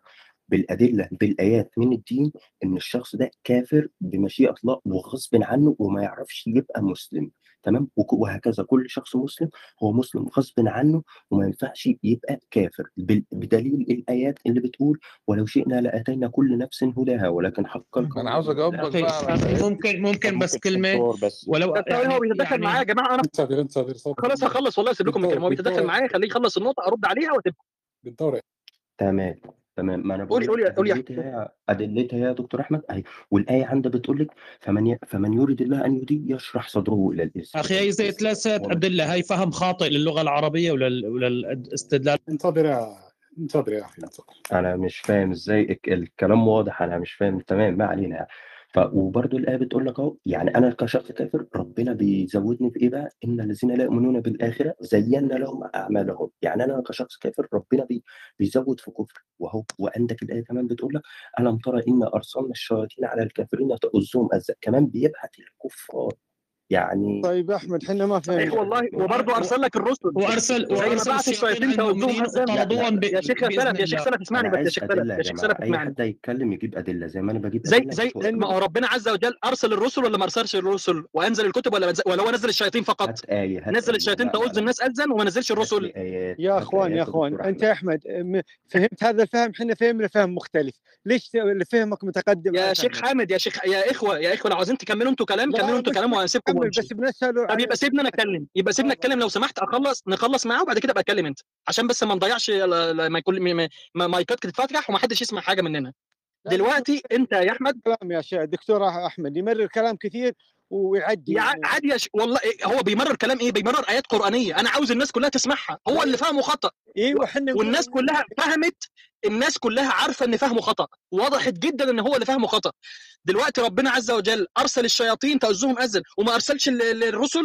بالادله بالايات من الدين ان الشخص ده كافر بمشيئه الله وغصب عنه وما يعرفش يبقى مسلم. تمام. وك- وهكذا كل شخص مسلم هو مسلم غصب عنه وما ينفعش يبقى كافر بال- بدليل الايات اللي بتقول ولو شئنا لاتينا كل نفس هداها ولكن حق انا القول عاوز منهم اجاوبك لا. اخي بقى على اخي الآيات. ممكن ممكن بس ممكن كلمه دكتور بس ولو طب ثواني، هو يعني بيتدخل معايا يا يعني جماعه، انا انتظر انتظر صبر. خلاص هخلص والله، اسيب لكم بالدور الكلمه. هو بيتدخل بالدور معايا، خليه يخلص النقطه ارد عليها وتبقى. بالدور. تمام. تمام. ما انا قولي بقول لك قولي قولي يا ادلتها يا ادلتها يا دكتور احمد اهي. والايه عندها بتقول لك فمن ي... فمن يريد الله ان يهديه يشرح صدره الى الاسلام. اخي هي زي ثلاثه ومن ادله، هاي فهم خاطئ للغه العربيه ولل- وللاستدلال. انتظر يا انتظر يا اخي انتظر. انا مش فاهم ازاي الك- الكلام واضح. انا مش فاهم. تمام ما علينا يعني. ف وبرضه الايه بتقول لك اهو يعني انا كشخص كافر ربنا بيزودني بايه بقى؟ ان الذين لا يؤمنون بالاخره زينا لهم اعمالهم. يعني انا كشخص كافر ربنا بي بيزود في كفر. وهو وعندك الايه كمان بتقول لك الم ترى ان ارسلنا الشياطين على الكافرين تؤزهم ازا. كمان بيبعت الكفار يعني. طيب احمد احنا ما صحيح فهمنا. والله، وبرضه ارسل لك الرسل وارسل زي ما وارسل بعت الشياطين الشياطين على توزهم المؤمنين ازا. لا وطردوهم ب- يا شيخ باذن سلف يا شيخ الله. سلف اسمعني انا بس، يا عايز شيخ سلف ادله يا يا شيخ جماعه. سلف اي اسمعني. حد يتكلم يجيب ادله زي ما انا بجيب زي ادله. زي اتفضل. ما هو ربنا عز وجل ارسل الرسل ولا ما ارسلش الرسل وانزل الكتب، ولا منزل ولا هو نزل الشياطين فقط؟ هات آية هات نزل آية الشياطين لا لا تؤذ لا الناس أذًا وما نزلش هات الرسل. لي آيات يا هات لي اخوان يا آيات يا اخوان دكتور انت أحمد. يا احمد م- فهمت هذا الفهم، احنا فهمنا فهم مختلف. ليش ت- اللي فهمك متقدم يا على شيخ فهمك؟ حامد، يا شيخ يا اخوه يا اخوه لو عايزين تكملوا انتوا كلام كملوا لا انتوا بس كلام وهسيبكم نكمل، وامشي. بس بنساله طب على يبقى سيبنا نتكلم، يبقى سيبنا نتكلم لو سمحت. اخلص نخلص معاه وبعد كده ابقى اتكلم انت، عشان بس ما نضيعش ال- ال- ما يكون ما- ما- مايكات تتفتح وما حدش يسمع حاجه مننا. لا بس دلوقتي انت يا احمد كلام يا شيخ دكتور احمد يمرر كلام كثير ويعدي. يا ع- عادي يا ش... والله إيه، هو بيمرر كلام ايه؟ بيمرر ايات قرانيه. انا عاوز الناس كلها تسمعها، هو اللي فهمه خطا. ايوه احنا نقول والناس كلها فهمت، الناس كلها عارفه ان فهمه خطا، وضحت جدا ان هو اللي فهمه خطا. دلوقتي ربنا عز وجل ارسل الشياطين تؤذهم اذى وما ارسلش ال- ال- الرسل.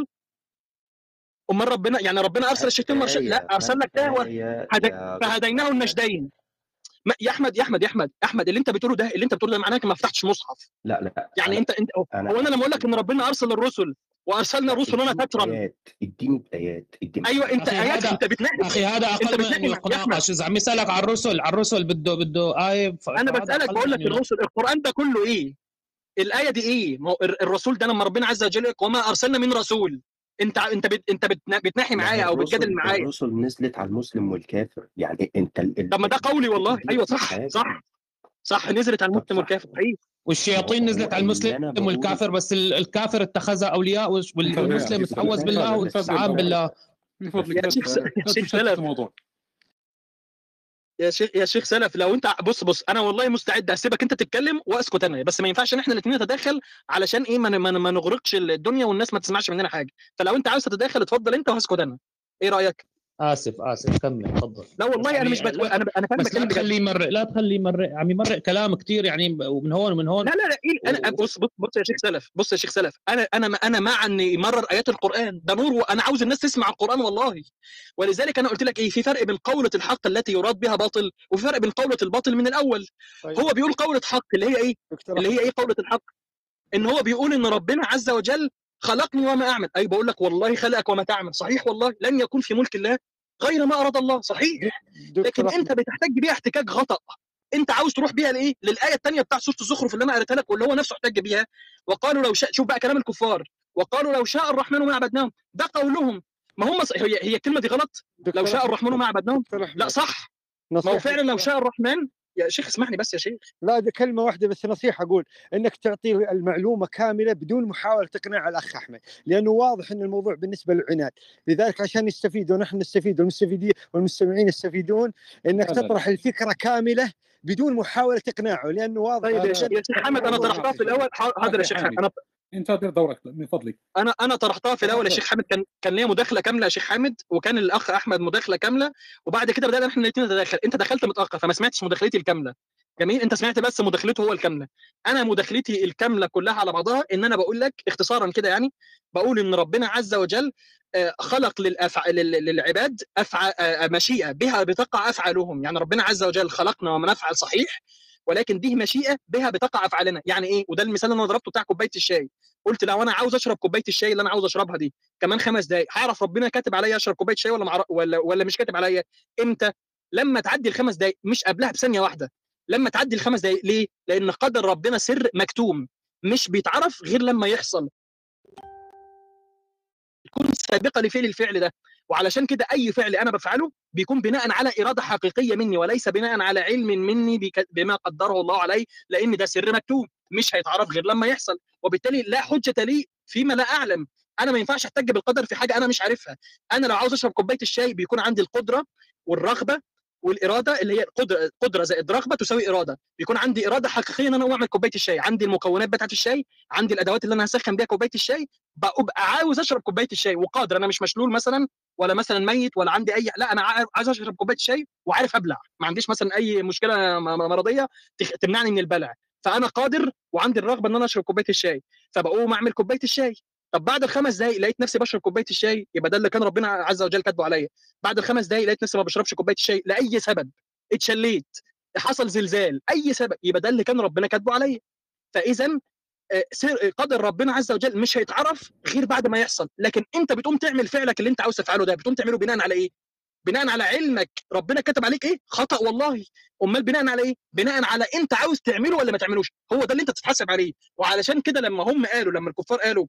امال ربنا يعني ربنا ارسل هات الشياطين مرش... لا آية ارسل هات لك دعوه آية هد... يا دكتور فهديناه أحمد. النجدين. ما... يا احمد يا احمد يا احمد احمد اللي انت بتقوله ده، اللي انت بتقوله ده معناه انك ما فتحتش مصحف. لا لا يعني أنا انت انت هو أنا انا لما اقول لك اديني ان ربنا ارسل الرسل وارسلنا لا رسلنا اديني فترا. بآيات اديني بآيات اديني ايوه انت اخي ايات، هذا انت بتناقش اخي هذا انت اقل من ان بتناقش يا احمد. يناقش. اذا عم يسالك عن الرسل عن الرسل بده بده ايه ف- انا فهذا بسالك اقل بقول من لك ان يناقش. الرسل، القران ده كله ايه؟ الايه دي ايه؟ ما هو الر- الرسول ده لما ربنا عز وجل يقول وما ارسلنا من رسول، انت ع- انت بت... انت بتنا- بتناحي ما معايا هي او بتجادل الرسل معايا. الرسل نزلت على المسلم والكافر. يعني انت ال... ال... طب ما ده قولي والله. دي, ايوه دي صح حاجة. صح صح، نزلت على طب المسلم صح. والكافر. ايوه ما هو والشياطين ما هو نزلت على اللي انا المسلم بقوله والكافر، بس ال- الكافر اتخذها اولياء وال- انتظر يا والمسلم أخي، تعوذ انتظر بالله انتظر واستعان انتظر. بالله. من فضلك يا لا شيخ س... لا يا شيخ تشتت سلف الموضوع. يا شيخ يا شيخ سلف لو انت بص بص انا والله مستعد اسيبك انت تتكلم واسكت انا، بس ما ينفعش ان احنا الاثنين نتداخل علشان ايه؟ ما, ن- ما, ن- ما نغرقش الدنيا والناس ما تسمعش مننا حاجه. فلو انت عاوز تتداخل اتفضل انت وهسكت انا. ايه رايك؟ اسف اسف كمل تفضل. لا بس والله انا يعني مش بت... لا انا انا فاهم بس لا بتكلم بجد. تخليه يمرق لا تخليه يمرق عم يمرق كلام كثير يعني ومن هون ومن هون. لا لا لا إيه؟ انا و- بص بص بص يا شيخ سلف، بص يا شيخ سلف، انا انا انا مع ان يمرر ايات القران، ده نور، وانا عاوز الناس تسمع القران والله. ولذلك انا قلت لك ايه؟ في فرق بين قوله الحق التي يراد بها باطل، وفي فرق بين قوله الباطل من الاول. طيب هو بيقول قوله حق اللي هي ايه؟ دكتور اللي هي احمد ايه قوله الحق؟ ان هو بيقول ان ربنا عز وجل خلقني وما اعمل. اي بقول لك والله خلقك وما تعمل، صحيح والله لن يكون في ملك الله غير ما اراد الله، صحيح. لكن دكتور انت احمد بتحتاج بيها احتكاك غطا. انت عاوز تروح بيها لايه؟ للايه الثانيه بتاع سوره الزخرف اللي انا قريتها لك واللي هو نفسه احتج بيها. وقالوا لو شاء، شوف بقى كلام الكفار، وقالوا لو شاء الرحمن ما عبدناهم. ده قولهم. ما هم ص... هي هي الكلمه دي غلط. لو دكتور شاء احمد الرحمن ما عبدناهم. دكتور لا احمد صح. ما هو نصيحه فعلا لو دكتور شاء الرحمن. يا شيخ اسمحني بس يا شيخ. لا دي كلمة واحدة بس نصيحة أقول إنك تعطي المعلومة كاملة بدون محاولة تقناع الأخ أحمد، لأنه واضح إن الموضوع بالنسبة له عناد. لذلك عشان يستفيد ونحن نستفيد والمستفيدين والمستمعين يستفيدون إنك لا لا تطرح الفكرة كاملة بدون محاولة تقناعه، لأنه واضح طيب يا لا شيخ لا يا شيخ حامد انا دور طرحتها في أخي الاول. حاضر يا أخي شيخ حامد انا انتظر دورك من فضلك. انا انا طرحتها في الاول يا تفضل. شيخ حامد. كان كان ليا مداخله كامله يا شيخ حامد، وكان الاخ احمد مداخله كامله، وبعد كده بدانا احنا الاثنين نتداخل. انت دخلت متاخر فما سمعتش مداخلتي الكامله. جميل، انت سمعت بس مداخلته هو الكامله. انا مداخلتي الكامله كلها على بعضها ان انا بقول لك اختصارا كده، يعني بقول ان ربنا عز وجل آه، خلق للأفع... لل- للعباد أفع... آه، مشيئه بها بتقع افعالهم. يعني ربنا عز وجل خلقنا وما نفعل صحيح، ولكن دي مشيئه بها بتقع افعالنا. يعني ايه؟ وده المثال اللي انا ضربته بتاع كوبايه الشاي. قلت لو انا عاوز اشرب كوبايه الشاي اللي انا عاوز اشربها دي كمان خمس دقائق، هعرف ربنا كاتب عليا اشرب كوبايه شاي ولا معر... ولا ولا مش كاتب عليا؟ امتى؟ لما تعدي الخمس دقائق، مش قبلها بثانيه واحده. لما تعدي الخمس دقائق. ليه؟ لان قدر ربنا سر مكتوم مش بيتعرف غير لما يحصل، يكون سابقه لفعل الفعل ده. وعلشان كده اي فعل انا بفعله بيكون بناء على اراده حقيقيه مني وليس بناء على علم مني بك- بما قدره الله علي، لان ده سر مكتوب مش هيتعرف غير لما يحصل، وبالتالي لا حجه لي فيما لا اعلم. انا ما ينفعش احتج بالقدر في حاجه انا مش عارفها. انا لو عاوز اشرب كوبايه الشاي بيكون عندي القدره والرغبه والاراده، اللي هي قدره قدره زائد رغبه تساوي اراده. بيكون عندي اراده حقيقيه ان انا اقوم اعمل كوبايه الشاي، عندي المكونات بتاعه الشاي، عندي الادوات اللي انا هسخن بيها كوبايه الشاي، ببقى عاوز اشرب كوبايه الشاي وقادر. انا مش مشلول مثلا ولا مثلا ميت ولا عندي اي، لا انا عا- عايز اشرب كوبايه شاي وعارف ابلع، ما عنديش مثلا اي مشكله م- م- مرضيه تخ- تمنعني من البلع، فانا قادر وعندي الرغبه ان انا اشرب كوبايه الشاي، فبقوم اعمل كوبايه الشاي. طب بعد الخمس دقائق لقيت نفسي بشرب كوبايه الشاي، يبقى ده اللي كان ربنا عز وجل كاتبه عليا. بعد الخمس دقائق لقيت نفسي ما بشربش كوبايه الشاي لاي سبب، اتشليت، حصل زلزال، اي سبب، يبقى ده اللي كان ربنا كاتبه عليا. فاذا آه، سر قدر ربنا عز وجل مش هيتعرف غير بعد ما يحصل. لكن انت بتقوم تعمل فعلك اللي انت عاوز تفعله ده، بتقوم تعمله بناء على ايه؟ بناء على علمك ربنا كتب عليك ايه؟ خطأ والله. امال بناء على ايه؟ بناء على انت عاوز تعمله ولا ما تعملوش، هو ده اللي انت تتحاسب عليه. وعلشان كده لما هم قالوا، لما الكفار قالوا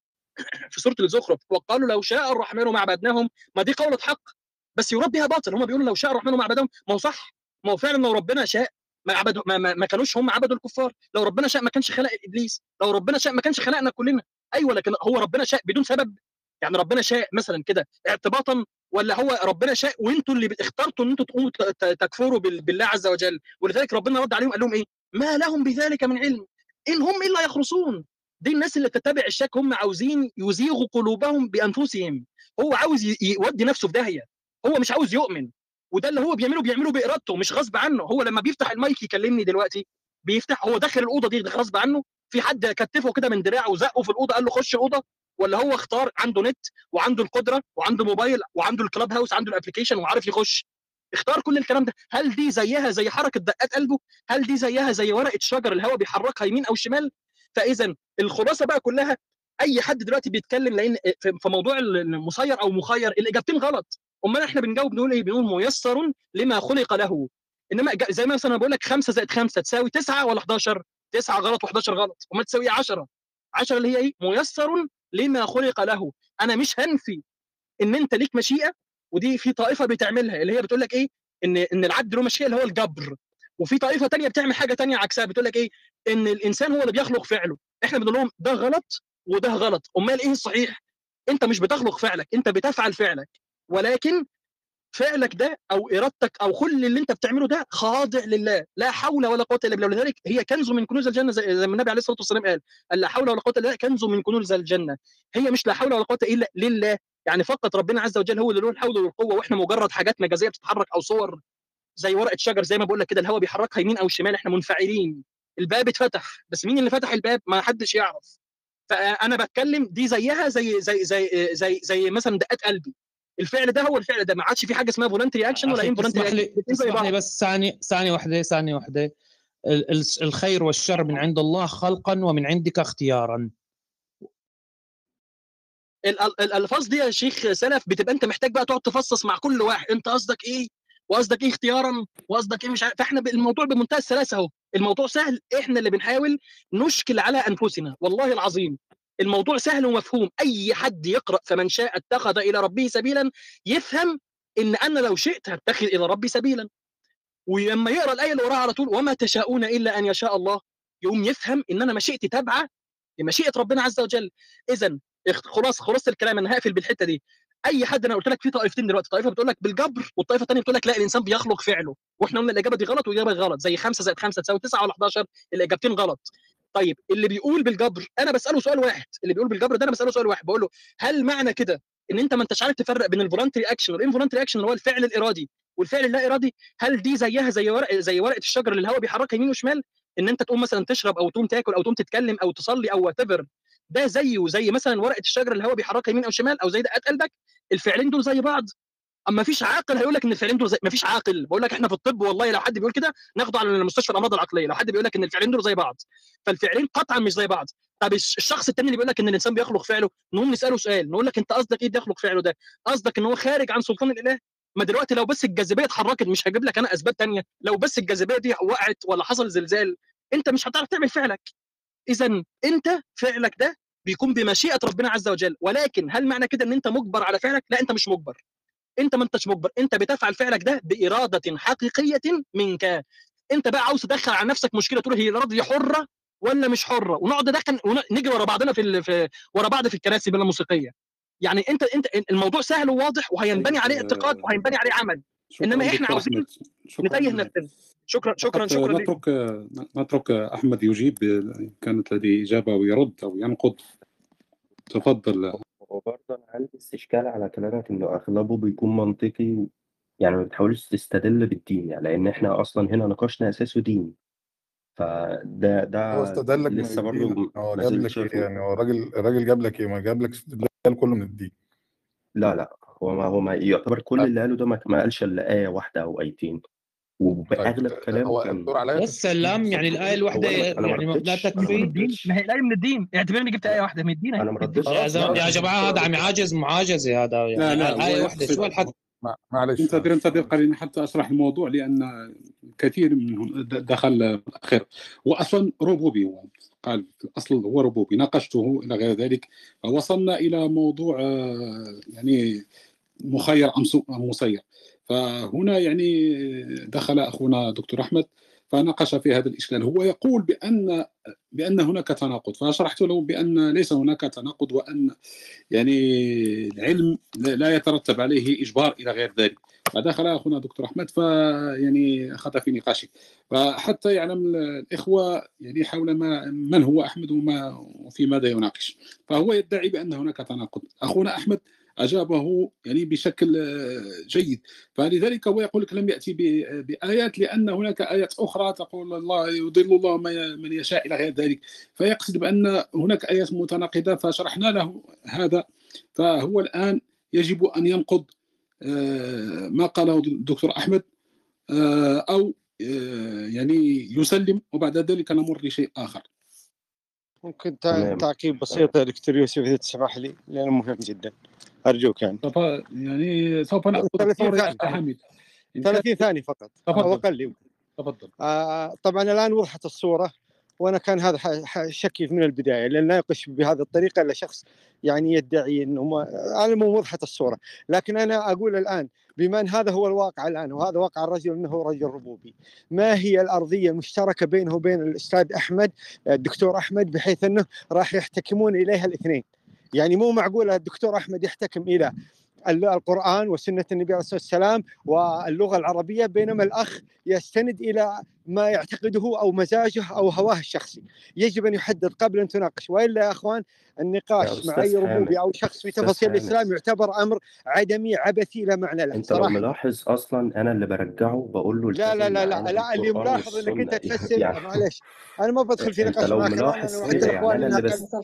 في سوره الزخرف وقالوا لو شاء الرحمن ما عبدناهم، ما دي قولة حق بس يراد بها باطل. هم بيقولوا لو شاء الرحمن ما عبدهم، ما هو صح، ما هو فعلا لو ربنا شاء ما عبدوا، ما, ما, ما كانوش هم عبدوا الكفار. لو ربنا شاء ما كانش خلق ابليس، لو ربنا شاء ما كانش خلقنا كلنا. ايوه، لكن هو ربنا شاء بدون سبب؟ يعني ربنا شاء مثلا كده اعتباطا، ولا هو ربنا شاء وانتوا اللي اخترتوا ان انتوا تقوموا ت- ت- تكفروا بال- بالله عز وجل؟ ولذلك ربنا رد عليهم قال لهم ايه؟ ما لهم بذلك من علم ان هم الا يخرصون. دي الناس اللي بتتبع الشك، هم عاوزين يزيغوا قلوبهم بانفسهم. هو عاوز ي- يودي نفسه في داهيه، هو مش عاوز يؤمن. وده اللي هو بيعمله بيعمله بارادته مش غصب عنه. هو لما بيفتح المايك يكلمني دلوقتي بيفتح، هو داخل الاوضه دي غصب عنه؟ في حد كتفه كده من دراعه وزقه في الاوضه قال له خش الاوضه؟ ولا هو اختار، عنده نت وعنده القدره وعنده موبايل وعنده الكلاب هاوس، عنده الابلكيشن وعارف يخش؟ اختار كل الكلام ده. هل دي زيها زي حركه دقات قلبه؟ هل دي زيها زي ورقه شجر الهواء بيحركها يمين او شمال؟ فاذا الخلاصه بقى كلها، اي حد دلوقتي بيتكلم لان في في موضوع المسير او مخير الاجابتين غلط. امال احنا بنجاوب نقول ايه؟ بنقول ميسر لما خلق له. انما جا- زي ما مثلا بقول لك خمسة زائد خمسة تساوي تسعة ولا حداشر؟ تسعة غلط و11 غلط. امال تساوي عشرة. عشرة اللي هي ايه؟ ميسر لما خلق له. انا مش هنفي ان انت ليك مشيئه، ودي في طائفه بتعملها اللي هي بتقول لك ايه؟ ان ان العبد له مشيئه اللي هو الجبر. وفي طائفه تانية بتعمل حاجه تانية عكسها، بتقول لك ايه؟ ان الانسان هو اللي بيخلق فعله. احنا بنقول لهم ده غلط وده غلط. امال ايه الصحيح؟ انت مش بتخلق فعلك، انت بتفعل فعلك، ولكن فعلك ده او ارادتك او كل اللي انت بتعمله ده خاضع لله، لا حول ولا قوه الا بالله. ولذلك هي كنز من كنوز الجنه، زي زي ما النبي عليه الصلاه والسلام قال، لا حول ولا قوه الا بالله كنز من كنوز الجنه. هي مش لا حول ولا قوه الا لله، يعني فقط ربنا عز وجل هو اللي له الحول والقوه، واحنا مجرد حاجات مجازيه بتتحرك او صور زي ورقه شجر، زي ما بقول لك كده الهواء بيحركها يمين او شمال، احنا منفعلين. الباب اتفتح بس مين اللي فتح الباب؟ ما حدش يعرف. فانا بتكلم دي زيها زي زي زي زي زي مثلا دقات قلبي. الفعل ده هو الفعل ده، ما عادش في حاجه اسمها فولنتري اكشن ولا اخي انفولنتري تسمح اكشن، لي الاثنين زي تسمح لي بعض. بس ثانية ثانية واحدة ثانية واحدة. ال- ال- الخير والشر من عند الله خلقا ومن عندك اختيارا. ال- ال- الالفاظ دي يا شيخ سلف بتبقى انت محتاج بقى تقعد تفصص مع كل واحد، انت قصدك ايه وقصدك ايه اختيارا وقصدك ايه مش عارف. فاحنا ب- الموضوع بمنتهى السلاسه اهو، الموضوع سهل، احنا اللي بنحاول نشكل على انفسنا. والله العظيم الموضوع سهل ومفهوم. اي حد يقرا فمن شاء اتخذ الى ربه سبيلا يفهم ان انا لو شئت هتخذ الى ربي سبيلا. ولما يقرا الايه اللي وراها على طول وما تشاءون الا ان يشاء الله، يقوم يفهم ان انا مشيئتي تابعه لمشيئه ربنا عز وجل. اذا خلاص خلاصه الكلام، انا هقفل بالحته دي. اي حد، انا قلت لك في طائفتين دلوقتي، طائفه بتقول لك بالجبر والطائفه الثانيه بتقول لك لا الانسان بيخلق فعله، واحنا قلنا الاجابه دي غلط والاجابه غلط، زي خمسة زائد خمسة تساوي تسعة ولا حداشر، الاجابتين غلط. طيب اللي بيقول بالجبر انا بساله سؤال واحد، اللي بيقول بالجبر ده انا بساله سؤال واحد، بقول له هل معنى كده ان انت ما انتش عارف تفرق بين الفولنتري اكشن والانفولنتري اكشن اللي هو الفعل الارادي والفعل اللا ارادي؟ هل دي زيها زي ورق زي ورقه الشجر اللي الهواء بيحركها يمين وشمال؟ ان انت تقوم مثلا تشرب او تقوم تاكل او تقوم تتكلم او تصلي او وات ايفر، ده زيه زي مثلا ورقه الشجر اللي الهواء بيحركها يمين او شمال، او زي دقات قلبك؟ الفعلين دول زي بعض؟ اما فيش عاقل هيقول لك ان الفعلين دول زي، ما فيش عاقل. بقول لك احنا في الطب والله لو حد بيقول كده ناخده على المستشفى الامراض العقليه، لو حد بيقول لك ان الفعلين دول زي بعض، فالفعلين قطعا مش زي بعض. طب الشخص الثاني اللي بيقول لك ان الانسان بيخلق فعله، نقوم نساله سؤال نقول لك انت قصدك ايه بيخلق فعله ده؟ قصدك ان هو خارج عن سلطان الاله؟ ما دلوقتي لو بس الجاذبيه اتحركت، مش هجيب لك انا اسباب تانية، لو بس الجاذبيه دي وقعت ولا حصل زلزال انت مش هتعرف تعمل فعلك. اذا انت فعلك ده بيكون بمشيئه ربنا عز وجل، ولكن هل معنى كده ان انت مجبر على فعلك؟ لا، انت مش مجبر، انت ما انتش مجبر، انت بتفعل فعلك ده باراده حقيقيه منك. انت بقى عاوز تدخل على نفسك مشكله، تقول هي الاراده دي حره ولا مش حره، ونقعد ندخل ونجري ورا بعضنا في, ال... في ورا بعض في الكراسي بلا موسيقيه. يعني انت انت الموضوع سهل وواضح، وهينبني عليه اعتقاد وهينبني عليه عمل، انما احنا عاوزين نتيه نفسنا. شكرا شكرا شكرا لك. نترك نترك احمد يجيب، كانت لديه اجابه ويرد او ينقض. تفضل. وبرضه انا عندي استشكال على كلامك انه اغلبه بيكون منطقي، يعني ما بتحاولش تستدل بالدين، يعني لان احنا اصلا هنا نقاشنا اساسه دين. فده ده هو استدلك من لسه الدين، برضه هو ما جاب زلت لك شايفه. ايه يعني؟ هو الراجل الراجل جاب لك ايه؟ ما جاب لك استدلال كله من الدين. لا لا، هو ما هو ما يعتبر كل اللي قاله ده ما ما قالش الا آية واحدة أو آيتين، وبأغلب طيب كلامه هو كان الدور عليا يا في التشكيل. سلام، يعني الآية الواحدة هو أنا أنا ما يعني لا ردتش أنا ما تكفي. الدين، ردتش ما هي الايه من الدين، اعتبرني جبت ايه لا واحده من الدين اهي. أنا ما من الدين. ردتش يا خلاص زلمة يا خلاص جماعة، هذا عم يعاجز معاجزة هذا، يعني لا لا، هو آية واحدة شو يقصد. هالحكي؟ ما- معلش انتظر معلش انتظر قليلا حتى اشرح الموضوع، لان كثير منهم د- دخل الاخير. هو اصلا ربوبي، هو قال في الاصل هو ربوبي، ناقشته الى غير ذلك، فوصلنا الى موضوع آه، يعني مخير ام سو- أم مسير. فهنا يعني دخل اخونا دكتور احمد فناقش في هذا الاشكال. هو يقول بان بان هناك تناقض، فشرحت له بان ليس هناك تناقض، وان يعني العلم لا يترتب عليه إجبار إلى غير ذلك. فدخل أخونا دكتور أحمد فيعني أخذ في نقاشه، فحتى يعلم الإخوة يعني حول ما من هو أحمد وما وفي ماذا يناقش. فهو يدعي بأن هناك تناقض. أخونا أحمد أجابه يعني بشكل جيد، فلذلك هو يقول لك لم يأتي بآيات، لأن هناك آيات أخرى تقول الله يضل الله من يشاء إلى غير ذلك، فيقصد بأن هناك آيات متناقضة، فشرحنا له هذا. فهو الآن يجب أن ينقض ما قاله الدكتور أحمد، أو يعني يسلم، وبعد ذلك نمر لشيء آخر. ممكن تمام. تعقيب بسيط يا دكتور يوسف إذا تسمح لي، لأنه مهم جدا، أرجوك. يعني سوف يعني سوف نأخذ ثلاثين الدور يا ثانية حميد. ثلاثين ثانية فقط أو تفضل أقل يمكن. تفضل. آه طبعا الآن وضحت الصورة، وأنا كان هذا ح- ح- شكي من البداية، لأن لا يناقش بهذه الطريقة إلا شخص يعني يدعي أنه ما... على المهم وضحت الصورة. لكن أنا أقول الآن بما أن هذا هو الواقع الآن، وهذا واقع الرجل أنه رجل ربوبي، ما هي الأرضية المشتركة بينه وبين الأستاذ أحمد الدكتور أحمد بحيث أنه راح يحتكمون إليها الاثنين؟ يعني مو معقول الدكتور أحمد يحتكم إلى القرآن وسنة النبي عليه الصلاة والسلام واللغة العربية، بينما الأخ يستند إلى ما يعتقده أو مزاجه أو هواه الشخصي. يجب أن يحدد قبل أن تناقش، وإلا يا أخوان النقاش مع أي ربوبي أو شخص في تفاصيل الإسلام يعتبر أمر عدمي عبثي لا معنى له. أنت صراحة لو ملاحظ أصلا أنا اللي برجعه بقول له لا لا لا لا, لا اللي ملاحظ أنك أنت تفسر يعني معلش أنا ما بدخل في نقاش معك الآن، أنا وعدت الأخوان أنها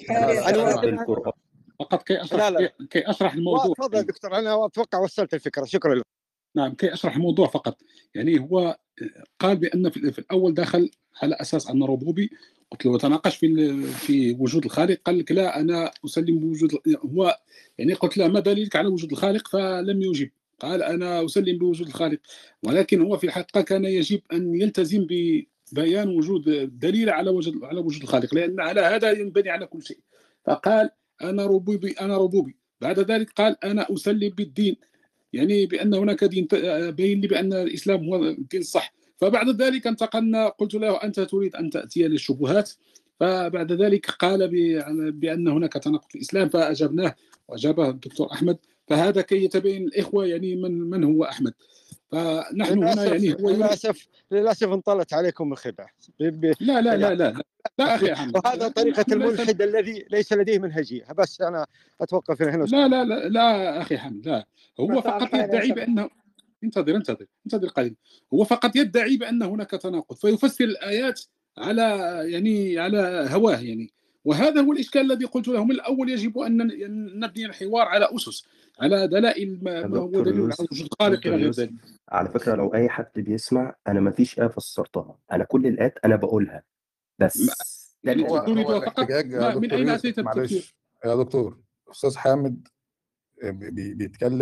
كان فقط كي أشرح لا لا. كي أشرح الموضوع. تفضل دكتور، أنا أتوقع وصلت الفكرة، شكرا لك. نعم، كي أشرح الموضوع فقط. يعني هو قال بأن في الأول دخل على أساس أن ربوبي، قلت له تناقش في في وجود الخالق، قال لك لا أنا أسلم بوجود هو يعني قلت له ما دليلك على وجود الخالق؟ فلم يجب، قال أنا أسلم بوجود الخالق، ولكن هو في الحقيقة كان يجب أن يلتزم ببيان وجود دليل على وجود على وجود الخالق، لأن على هذا ينبني على كل شيء. فقال أنا ربوبي أنا ربوبي بعد ذلك قال أنا أسلم بالدين، يعني بأن هناك دين، بين لي بأن الإسلام هو الدين الصح. فبعد ذلك انتقلنا، قلت له أنت تريد أن تأتي للشبهات، فبعد ذلك قال بأن هناك تناقض في الإسلام، فأجبناه وأجابه الدكتور أحمد. فهذا كي يتبين الإخوة يعني من من هو أحمد. فنحن هنا يعني هو للأسف للأسف انطلت عليكم الخدعة. لا لا لا لا لا, لا أخي أحمد، وهذا طريقة الملحد الذي ليس لديه منهجية. بس أنا أتوقف هنا. لا لا لا لا أخي حمد، لا هو فقط يدعي بأنه انتظر انتظر انتظر قليلا. هو فقط يدعي بأن هناك تناقض، فيفسر الآيات على يعني على هواه يعني. وهذا هو الإشكال الذي قلت له من الأول، يجب أن نبني الحوار على أسس، على دلائل ما هو دليل على وجود الخالق إلى غير ذلك. على فكرة لو أي حد بيسمع، أنا ما فيش آية فسرتها، أنا كل الآيات أنا بقولها بس. يعني هو, هو الاحتجاج يا دكتور يوسف، معلش يا دكتور، أستاذ حامد بي بيتكلم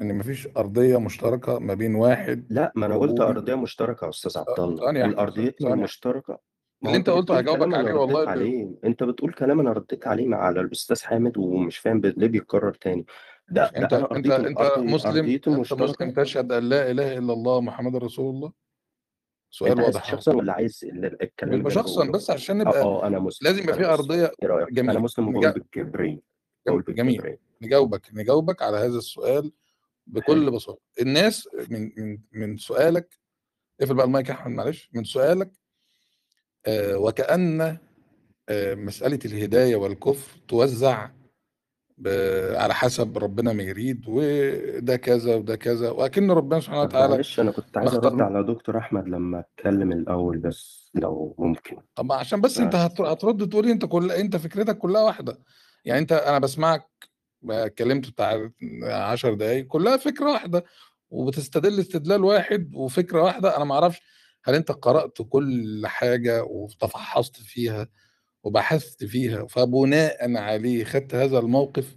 ان مفيش ارضيه مشتركه ما بين واحد لا، ما انا قلت وابوه. ارضيه مشتركه يا استاذ عبد الله. ثانيه يا احمد، الارضيتين ثانيه. المشتركه، ما هو اللي انت انت قلته بتقول هجاوبك كلام انا عليه والله. رديت اللي عليه، انت بتقول كلام انا رديت عليه مع على الاستاذ حامد ومش فاهم ليه بيتكرر تاني. ده ده انت انا انت ارضيتي انت ارضي مسلم، ارضيتي انت مسلم مشتركه. تشهد ان لا اله الا الله محمد رسول الله. سؤال انت عايز واضح اهو. شخصا ولا عايز ال- الكلام اللي بيبقى انا شخصا بقوله؟ بس عشان اه نبقى اه انا مسلم، لازم يبقى انا في مسلم. ارضيه. ايه رايك؟ انا جميل. مسلم وبقول نجا... بالجبريه، بقول جميل. بالجبريه. نجاوبك نجاوبك على هذا السؤال حلو. بكل بساطه. الناس من من من سؤالك، اقفل بقى المايك يا احمد معلش. من سؤالك آه وكأن آه مسألة الهداية والكفر توزع ب- على حسب ربنا ما يريد، وده كذا وده كذا، وأكن ربنا سبحانه طب وتعالى معلش، انا كنت ما عايز ارد اختار. على دكتور احمد لما اتكلم الاول، بس لو ممكن. طب عشان بس انت آه. هت- هترد تقولي انت كل انت فكرتك كلها واحده. يعني انت انا بسمعك بقى اتكلمت بتاع عشر دقايق كلها فكره واحده، وبتستدل استدلال واحد وفكره واحده. انا ما اعرفش هل انت قرأت كل حاجه وتفحصت فيها وبحثت فيها فبناء عليه خدت هذا الموقف،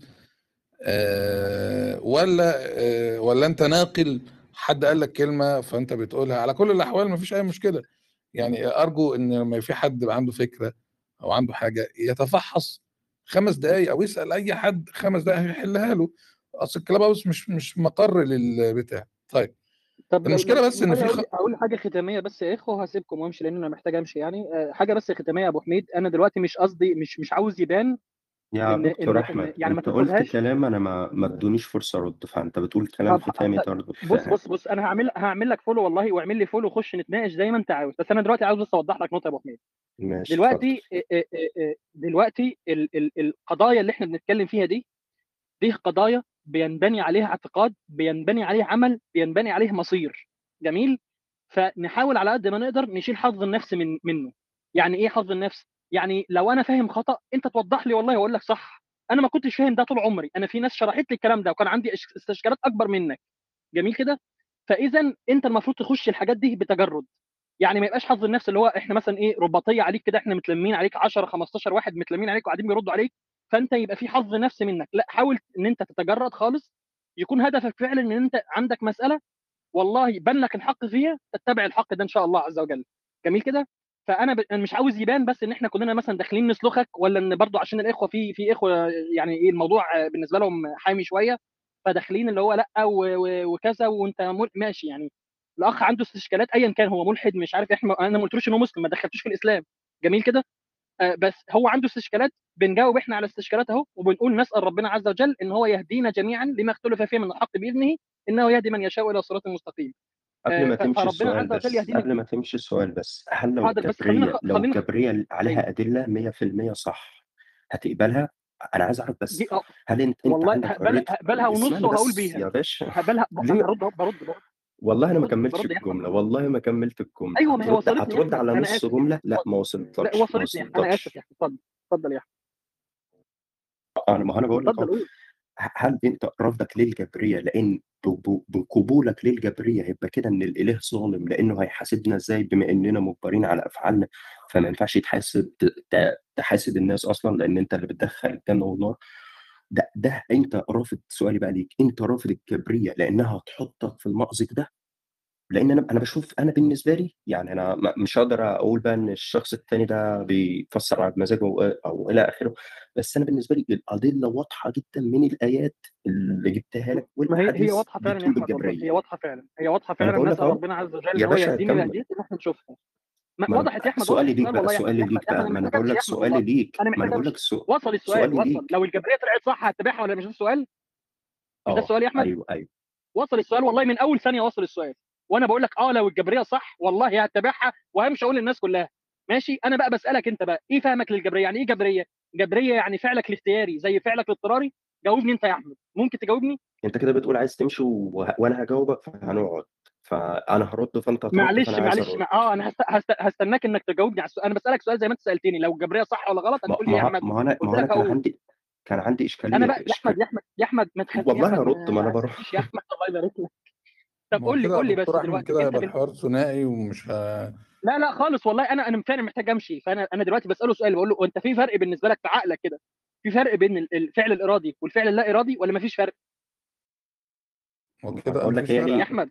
آه ولا آه ولا انت ناقل حد قال لك كلمه فانت بتقولها. على كل الاحوال ما فيش اي مشكله. يعني ارجو ان لما في حد يبقى عنده فكره او عنده حاجه يتفحص خمس دقائق او يسال اي حد خمس دقائق هيحلها له. اصل الكلام بس مش مش مقر للبتاع. طيب طب لو المشكله لو بس ان معايا في خ... اقول اقول حاجه ختاميه بس يا اخو، هسيبكم وامشي لان انا محتاج امشي يعني. آه، حاجه بس ختاميه يا ابو حميد، انا دلوقتي مش قصدي، مش مش عاوز يبان يا ان ان دكتور ان احمد، يعني ما انت قلت تاخدهاش. كلام انا ما ما ادونيش فرصه ارد، فانت بتقول كلام طب ختامي طب برضه بص كفايه. بص بص انا هعمل هعمل لك فولو والله، واعمل لي فولو، خش نتناقش زي ما انت عاوز. بس انا دلوقتي عاوز بس اوضح لك نقطه يا ابو حميد. ماشي، اتفضل. دلوقتي آه، آه، آه، دلوقتي ال- ال- القضايا اللي احنا بنتكلم فيها دي، دي قضايا بينبني عليها اعتقاد، بينبني عليه عمل، بينبني عليه مصير. جميل. فنحاول على قد ما نقدر نشيل حظ النفس من منه. يعني ايه حظ النفس؟ يعني لو انا فاهم خطأ انت توضح لي والله واقول لك صح. انا ما كنتش فاهم ده طول عمري، انا في ناس شرحت لي الكلام ده وكان عندي إش- استشكالات اكبر منك. جميل كده. فاذا انت المفروض تخش الحاجات دي بتجرد. يعني ما يبقاش حظ النفس اللي هو احنا مثلا ايه رباطيه عليك كده، احنا متلمين عليك عشرة خمستاشر واحد متلمين عليك وقاعدين بيردوا عليك، فانت يبقى في حظ نفس منك. لا، حاول ان انت تتجرد خالص، يكون هدفك فعلا ان انت عندك مساله والله يبان لك الحق فيها، تتبع الحق ده ان شاء الله عز وجل. جميل كده. فانا ب... أنا مش عاوز يبان بس ان احنا كلنا مثلا داخلين نسلخك، ولا ان برضو عشان الاخوه في في اخوه يعني ايه الموضوع بالنسبه لهم حامي شويه، فداخلين اللي هو لا و... و... وكذا وانت مل... ماشي يعني. الاخ عنده استشكالات ايا كان، هو ملحد مش عارف، احنا انا ما قلتلوش ان هو مسلم، ما دخلتوش في الاسلام. جميل كده. آه، بس هو عنده استشكالات، بنجاوب احنا على استشكالات اهو، وبنقول نسال ربنا عز وجل ان هو يهدينا جميعا لما اختلف فيه من الحق باذنه، انه يهدي من يشاء الى صراط مستقيم. قبل آه، ما ف- تمشي فربنا السؤال عز وجل بس، يهدينا. قبل ما تمشي السؤال بس، هل لو حاضر بس خلينا الجبريه خ- لو خلينا خ- الجبريه عليها ايوه. ادله مية في المية صح هتقبلها؟ انا عايز اعرف دي بس، أه هل انت انت والله عندك هقبل حريه؟ هقبلها ونص اسمعني وهقول بس بيها. يا باشا. هقبلها ب- ليه انا م- برد أهو، برد برد والله انا ما برد كملتش برد يا احمد. الجمله، والله ما كملت الجمله. ايوه ما هي هترد وصلتني يا هترد احمد، على انا نص اسف يا جمله؟ احمد. لا، ما لا وصلتكش، ما وصلتني يا احمد، انا اسف وصلتكش. يا احمد. اتفضل اتفضل يا احمد. انا ما انا بقول لك اتفضل اهو. قول. هل انت رفضك للجبريه لان ب- ب- بقبولك للجبريه هيبقى كده ان الاله ظالم لانه هيحاسبنا ازاي بما اننا مجبرين على افعالنا؟ فما ينفعش تحاسب ت- تحاسب الناس اصلا لان انت اللي بتدخل الجنه والنار. ده ده انت رافض. سؤالي بقى ليك، انت رافض الجبريه لانها هتحطك في المأزق ده؟ لان انا انا بشوف، انا بالنسبه لي يعني انا م- مش هقدر اقول بقى ان الشخص التاني ده بيفسر على مزاجه او أو الى اخره. بس انا بالنسبه لي الادله واضحه جدا من الايات اللي جبتها لك ما هي هي والاحاديث واضحه فعلا يا بتقول احمد، والله الجبريه. هي واضحه فعلا، هي واضحه ما انا فعلا. بقول لك نسال اهو. ربنا عز وجل ان يا هو باشا يهديني كمل. ويهديك ان احنا نشوفها. ما ما وضحت يا أنا احمد، وصل سؤالي ليك السؤال بقى، والله يا احمد. سؤالي يا احمد ليك يا احمد بقى، انا ما انا محتاج بقول امشي يا لك احمد سؤالي والله. ليك، انا ما انا محتاج بقول لك امشي. سو... وصل السؤال، سؤالي وصل. ليك. لو الجبريه طلعت صح هتبعها ولا مش ده السؤال؟ مش ده اه، السؤال يا احمد؟ ايوه ايوه. وصل السؤال والله من اول ثانيه، وصل السؤال. وانا بقول لك اه لو الجبريه صح والله هتبعها وهمشي اقول للناس كلها. ماشي. انا بقى بسالك انت بقى، ايه فهمك للجبريه؟ يعني ايه جبريه؟ جبريه يعني فعلك الاختياري زي فعلك الاضطراري؟ جاوبني انت يا احمد، ممكن تجاوبني؟ انت كده بتقول عايز تمشي و... وانا هجاوبك فهنقعد، فانا هرد فانت هترد معلش فانا عايز معلش ارد. ما... اه انا هست... هست... هستناك انك تجاوبني على السؤال. انا بسالك سؤال زي ما انت سالتني، لو الجبريه صح ولا غلط ما هتقول لي ايه يا ما احمد؟ ما انا قلت ما انا لك كان اقول. عندي كان عندي انا اشكاليه بقى يا احمد إشكال... يا احمد يا احمد ما تخليني يا والله احمد، هرد، ما ما انا بروح. تعذبنيش يا احمد الله يبارك لك. طب ما هو قول لي كده يا قول لي بس دكتور احمد دلوقتي كده انت هيبقى بن... الحوار ثنائي ومش ه... لا لا خالص والله. انا انا فعلا محتاج امشي. فانا انا دلوقتي بساله سؤال، بقول له انت في فرق بالنسبه لك في عقلك كده، في فرق بين ال- الفعل الارادي والفعل اللا ارادي ولا ما فيش فرق؟ وكده بقول لك مفيش هي فرق يا ايه احمد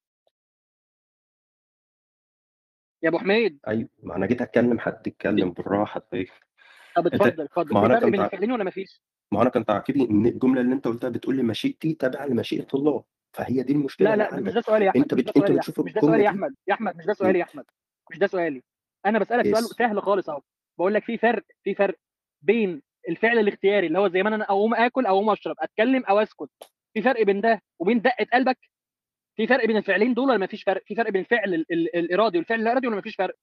يا ابو حميد. ايوه ما انا جيت اتكلم حد يتكلم بالراحه طيب طب انت اتفضل اتفضل، ما في انا فرق كان بين تع... الفعلين ولا مفيش؟ ما انا كان تعقيبي ان الجمله اللي انت قلتها بتقول لي مشيئتي تابعه لمشيئه الله، فهي دي المشكله لا اللي لا مش عندك. ده سؤالي يا احمد، انت مش ده بت... انت سؤالي يا احمد، بتشوف مش ده الجمله سؤالي يا دي احمد، يا احمد مش ده سؤالي يا احمد، مش ده سؤالي. انا بسالك سؤال اس سهل خالص اهو. بقول لك في فرق، في فرق بين الفعل الاختياري اللي هو زي ما انا اقوم اكل او اقوم اشرب، اتكلم او اسكت، في فرق بين ده وبين دقه قلبك؟ في فرق بين الفعلين دول ولا مفيش فرق؟ في فرق بين الفعل ال- ال- الارادي والفعل اللا ارادي ولا مفيش فرق؟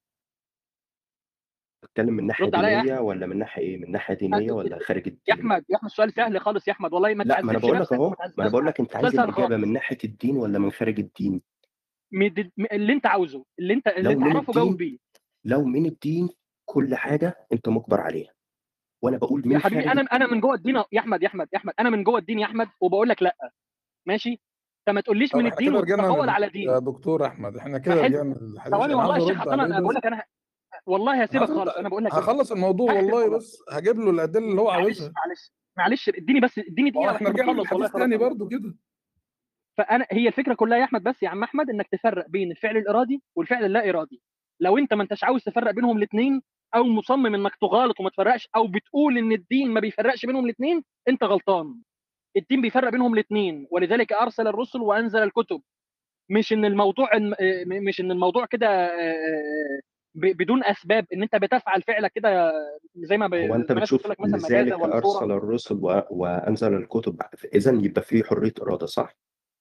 بتتكلم من ناحيه رد عليا يا دينيه احمد. ولا من ناحيه ايه؟ من ناحيه أ- دينيه ولا خارج يا الدين؟ احمد يا احمد السؤال سهل خالص يا احمد، والله ما لا ما انا تعذبش بقول لك نفسك وما اهو، ما انا تعذبناش بقول معاك. لك انت سؤال عايز سهل الاجابه خالص. من ناحيه الدين ولا من خارج الدين؟ مد- م- اللي انت عاوزه، اللي انت اللي لو من تعرفه جاوب الدين، بيه. لو من الدين كل حاجه انت مجبر عليها، وانا بقول يا من حبيبي خارج انا الدين. انا من جوه الدين يا احمد، يا احمد يا احمد انا من جوه الدين يا احمد وبقول لك لا. ماشي؟ فما تقوليش طب من احنا الدين كده رجعنا وتتطاول لل... على يا دين. دكتور احمد احنا ما كده حلو. رجعنا للحديث، ثواني انا والله عاوز يا شيخ ارد عطله، عليه انا بقول بس. لك انا والله هسيبك هرد خالص، انا بقول لك بس هخلص الموضوع هختم والله، خلاص. بس هجيب له الادله اللي هو معلش عاوزها. معلش معلش اديني بس اديني ما هو دقيقه احنا واحنا رجعنا بنخلص والله للحديث خلاص. تاني برضو كده. فانا هي الفكره كلها يا احمد بس يا عم احمد انك تفرق بين الفعل الارادي والفعل اللا ارادي. لو انت ما انتش عاوز تفرق بينهم الاثنين، او مصمم انك تغالط وما تفرقش، او بتقول ان الدين ما بيفرقش بينهم الاثنين، انت غلطان. الدين بيفرق بينهم الاثنين، ولذلك ارسل الرسل وانزل الكتب. مش ان الموضوع إن- مش ان الموضوع كده آه، ب- بدون اسباب، ان انت بتفعل فعلك كده زي ما ب- هو انت ما ناس بتقول بتشوف لك مثلا مجازا لذلك ولا صوره. ارسل الرسل و... وانزل الكتب، اذا يبقى في حريه اراده صح؟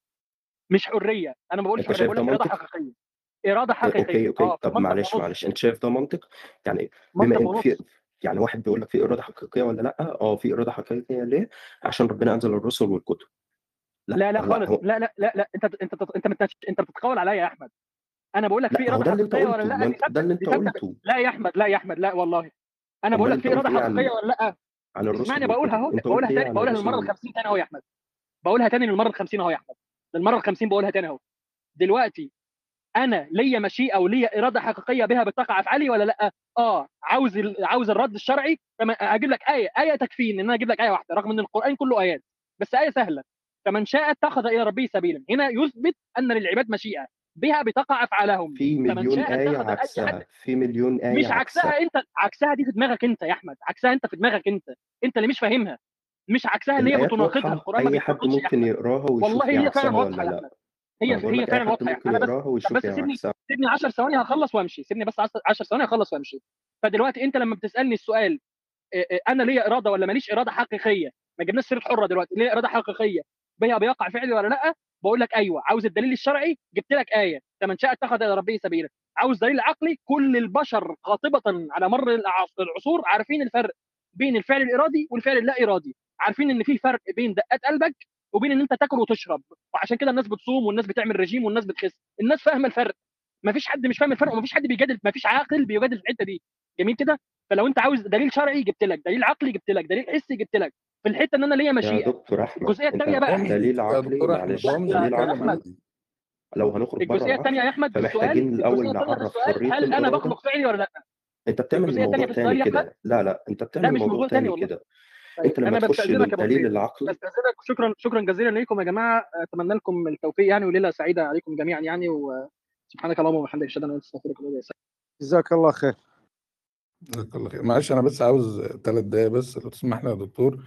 مش حريه، انا ما بقولش انت حريه، شايف بقول ده لك اراده منطق؟ حقيقيه. اراده إيه، اوكي حقيقيه اوكي اه، في طب المنطق معلش ونص. معلش انت شايف ده منطق؟ يعني بما منطق ان في ونص. يعني واحد بيقول لك في اراده حقيقيه ولا لا؟ اه في اراده حقيقيه ليه؟ عشان ربنا انزل الرسل والكتب. لا لا لا لا خالص، هو لا لا لا لا انت انت انت انت, انت بتتقول عليا يا احمد. انا بقول لك لا في ما هو اراده ده اللي انت حقيقيه ولا قلته، لا، ما دي انت ده ثابته، اللي دي انت ثابته. قلته. لا يا احمد، لا يا احمد، لا والله. انا بقول امال لك انت في قلت اراده ايه حقيقيه عن ولا لا. عن الرسل اسمعني بقولها والكتب؟ اهو، انت بقولها قلت ايه تاني، عن بقولها الرسل للمره ال وال... خمسين تاني اهو يا احمد. بقولها تاني للمره ال خمسين اهو يا احمد. للمره ال خمسين بقولها تاني اهو. دلوقتي انا ليا مشيئه وليا اراده حقيقيه بها بتقع افعالي ولا لا؟ اه عاوز ال... عاوز الرد الشرعي، فما اجيب لك ايه، ايه تكفيني ان انا اجيب لك ايه واحده رغم ان القران كله ايات، بس ايه سهله. فمن شاء اتخذ الى ربه سبيلا، هنا يثبت ان للعباد مشيئه بها بتقع افعالهم. في فمن مليون شاء آية اتخذ اي حد. عكسها، في مليون آية مش عكسها. عكسها انت، عكسها دي في دماغك انت يا احمد، عكسها انت في دماغك انت، انت اللي مش فاهمها. مش عكسها اللي هي الآيات بتناقضها، واضحة، القران ما أي حد بيتناقضش يا ممكن احمد. يقراها ويشوف والله إيه هي فعلا عكسها واضحه ولا يا لأ. احمد. ما هي أنا بقول هي لك أي فعلا حد واضحه يا احمد. ممكن انا بس يقراها طب ويشوف بس إيه سيبني عكسها. سيبني عشر ثواني هخلص وامشي، سيبني بس عشر ثواني هخلص وامشي. فدلوقتي انت لما بتسالني السؤال إيه إيه، انا ليا اراده ولا ماليش اراده حقيقيه، ما جبناش سيره حره دلوقتي، ليا اراده حقيقيه بيها بيقع فعلي ولا لا؟ بقول لك ايوه. عاوز الدليل الشرعي؟ جبت لك ايه، فمن شاء اتخذ الى ربه سبيلا. عاوز دليل عقلي؟ كل البشر قاطبه على مر الأع- العصور عارفين الفرق بين الفعل الارادي والفعل اللا ارادي، عارفين ان في فرق بين دقات قلبك وبين ان انت تاكل وتشرب. وعشان كده الناس بتصوم والناس بتعمل رجيم والناس بتخس، الناس فاهمه الفرق. ما فيش حد مش فاهم الفرق، وما فيش حد بيجادل، ما فيش عاقل بيجادل في الحته دي. جميل كده. فلو انت عاوز دليل شرعي جبت لك، دليل عقلي جبت لك، دليل حسي جبت لك، في الحته ان انا ليا يا مشيئه. دكتور أحمد الجزئيه الثانيه أنت بقى، هو مش دليل يا عقلي، دكتور احمد هو معلش مش يا دليل يا بيتكلم عن احمد، عقلي. دي. لو هنخرج بره الجزئيه الثانيه العقل يا احمد في السؤال، فمحتاجين الأول الجزئيه الثانيه في نعرف السؤال، حرية هل انا الإرادة. بخلق فعلي ولا لا؟ أنت بتعمل الجزئيه موضوع الثانيه في السؤال تاني يا احمد. كده، لا لا أنت لا بتعمل مش موضوع موضوع ثاني تاني والله. كده. طيب أنت لما انا تخش بستاذنك يا ابو للدليل حميد، العقلي. بستاذنك. شكرا شكرا جزيلا ليكم يا جماعه، اتمنى لكم التوفيق يعني، وليله سعيده عليكم جميعا يعني، وسبحانك اللهم وبحمدك اشهد ان لا اله الا انت استغفرك واتوب اليك. جزاك الله خير. جزاك الله خير. معلش انا بس عاوز ثلاث دقايق بس لو تسمح لي يا دكتور.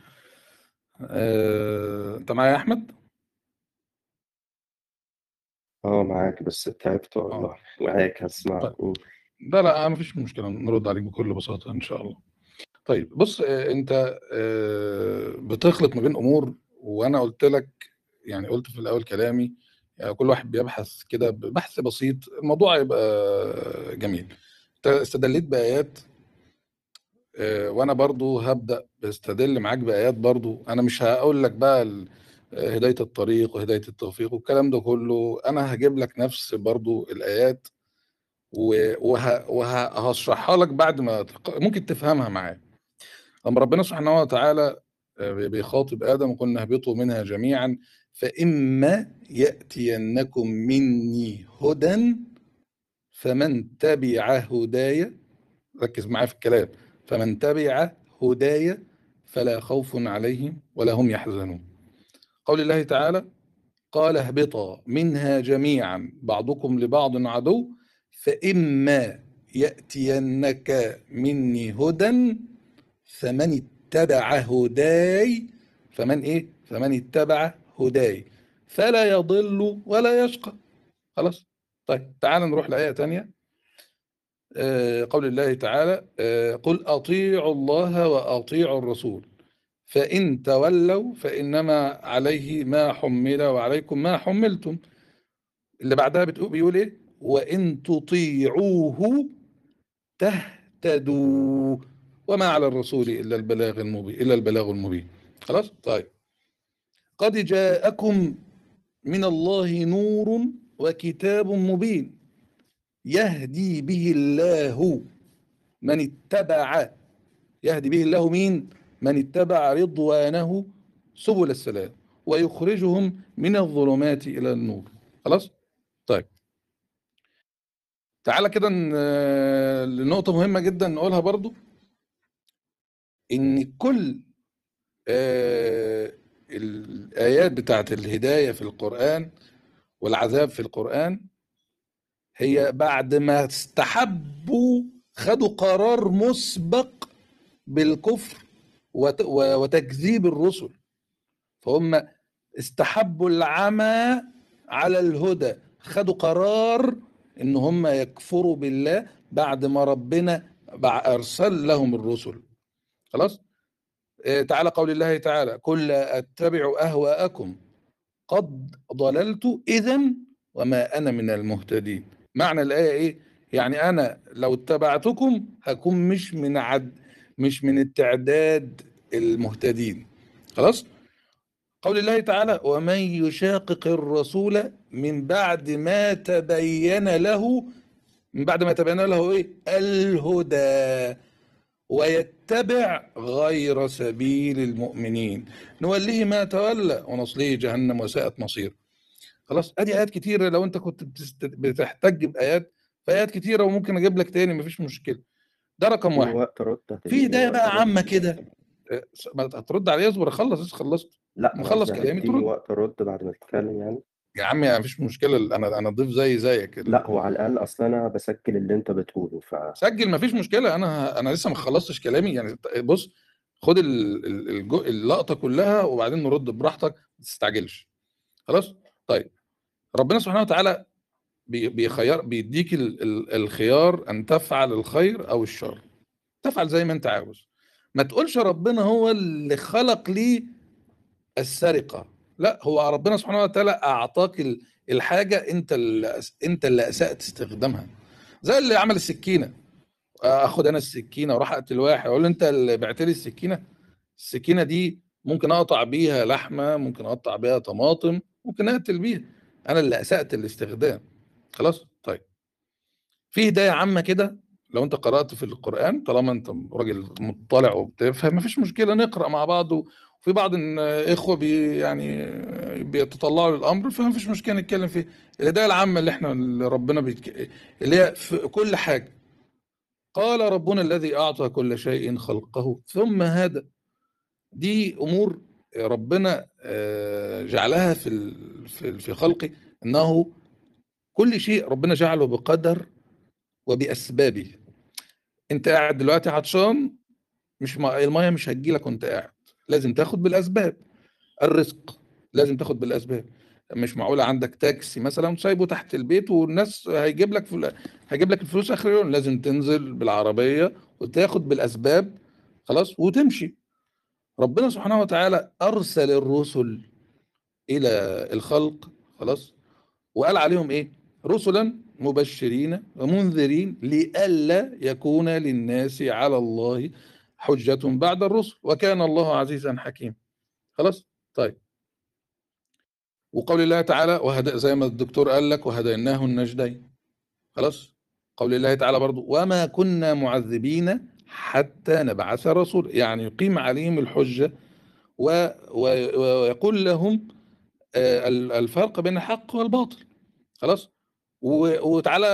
آه، انت معايا يا احمد؟ اه معاك بس تعبت اه والله. معاك هسمعك طيب. قول. لا لا ما فيش مشكله، نرد عليك بكل بساطه ان شاء الله. طيب بص، آه، انت آه، بتخلط ما بين امور، وانا قلت لك يعني قلت في الاول كلامي يعني كل واحد بيبحث كده بحث بسيط الموضوع يبقى جميل. انت استدليت بايات، آه، وانا برضو هبدا بستدل معاك بايات برضو. انا مش هقول لك بقى ال- آه، هدايه الطريق وهدايه التوفيق والكلام ده كله، انا هجيب لك نفس برضو الايات وهشرحها لك بعد ما تق- ممكن تفهمها معايا. لما ربنا سبحانه وتعالى آه، بيخاطب ادم وقلنا اهبطوا منها جميعا فاما ياتينكم مني هدى فمن تبع هداي، ركز معايا في الكلام، فمن تبع هداي فلا خوف عليهم ولا هم يحزنون. قول الله تعالى قال اهبطا منها جميعا بعضكم لبعض عدو فإما يأتينك مني هدى فمن اتبع هداي فمن إيه؟ فمن اتبع هداي فلا يضل ولا يشقى. خلاص. طيب تعال نروح لآية تانية. آه قول الله تعالى آه قل أطيعوا الله وأطيعوا الرسول فإن تولوا فإنما عليه ما حمل وعليكم ما حملتم. اللي بعدها بتقول بيقول إيه؟ وإن تطيعوه تهتدوا وما على الرسول إلا البلاغ المبين إلا البلاغ المبين. خلاص. طيب قد جاءكم من الله نور وكتاب مبين يهدي به الله من اتبع يهدي به الله مين؟ من اتبع رضوانه سبل السلام ويخرجهم من الظلمات إلى النور. خلاص. طيب تعالى كده لنقطة مهمة جدا نقولها برضو، إن كل آه الآيات بتاعت الهداية في القرآن والعذاب في القرآن هي بعد ما استحبوا خدوا قرار مسبق بالكفر وتكذيب الرسل، فهم استحبوا العمى على الهدى، خدوا قرار ان هم يكفروا بالله بعد ما ربنا ارسل لهم الرسل. خلاص. تعالى قول الله تعالى قل لا اتبع اهواءكم قد ضللت اذا وما انا من المهتدين. معنى الايه ايه؟ يعني انا لو اتبعتكم هكون مش من عد مش من التعداد المهتدين. خلاص. قول الله تعالى ومن يشاقق الرسول من بعد ما تبين له من بعد ما تبين له ايه؟ الهدى ويتبع غير سبيل المؤمنين نوليه ما تولى ونصليه جهنم وساءت مصير. خلاص. ادي ايات كتيره، لو انت كنت بتحتج بايات فايات كتيره وممكن اجيب لك تاني مفيش مشكله. ده رقم واحد. في هدايه بقى عامه كده ما هترد عليا، اصبر اخلص. خلصت؟ لا مخلص كلامي ترد وقت رد بعد ما تتكلم يعني. يا عمي مفيش مشكله، انا انا ضيف زي زيك. لا هو على الاقل اصلا انا بسجل اللي انت بتقوله ف سجل مفيش مشكله. انا انا لسه ما خلصتش كلامي يعني. بص خد اللقطه كلها وبعدين نرد براحتك ما تستعجلش. خلاص. طيب ربنا سبحانه وتعالى بيخير بيديك الخيار ان تفعل الخير او الشر، تفعل زي ما انت عاوز. ما تقولش ربنا هو اللي خلق لي السرقه، لا، هو ربنا سبحانه وتعالى اعطاك الحاجه انت اللي انت اللي اسأت استخدامها. زي اللي عمل السكينه، اخد انا السكينه واروح اقتل واحد اقول له انت اللي بعت لي السكينه. السكينه دي ممكن اقطع بيها لحمه، ممكن اقطع بيها طماطم، ممكن اقتل بيها، انا اللي اسأت الاستخدام. خلاص. طيب في هدايه عامه كده لو انت قرات في القران، طالما انت راجل مطلع وبتفهم مفيش مشكله نقرا مع بعض، وفي بعض الاخوه بي يعني بيتطلعوا للامر فمفيش مشكله نتكلم فيه. الهدايه العامه اللي احنا اللي ربنا بيتك... اللي هي في كل حاجه. قال ربنا الذي اعطى كل شيء خلقه ثم هدى. دي امور ربنا جعلها في في خلقه، انه كل شيء ربنا جعله بقدر وباسبابه. انت قاعد دلوقتي عطشان، مش الميه مش هتجيلك وانت قاعد، لازم تاخد بالاسباب. الرزق لازم تاخد بالاسباب. مش معقوله عندك تاكسي مثلا سايبه تحت البيت والناس هيجيب لك فل... هيجيب لك الفلوس اخر اليوم، لازم تنزل بالعربيه وتاخد بالاسباب. خلاص. وتمشي. ربنا سبحانه وتعالى ارسل الرسل الى الخلق. خلاص. وقال عليهم ايه؟ رسلا مبشرين ومنذرين لئلا يكون للناس على الله حجة بعد الرسل وكان الله عزيزا حكيما. خلاص. طيب وقول الله تعالى وهدى زي ما الدكتور قال لك وهديناه النجدين. خلاص. قول الله تعالى برضو وما كنا معذبين حتى نبعث رسول، يعني يقيم عليهم الحجة و... و... ويقول لهم الفرق بين الحق والباطل. خلاص. وتعالى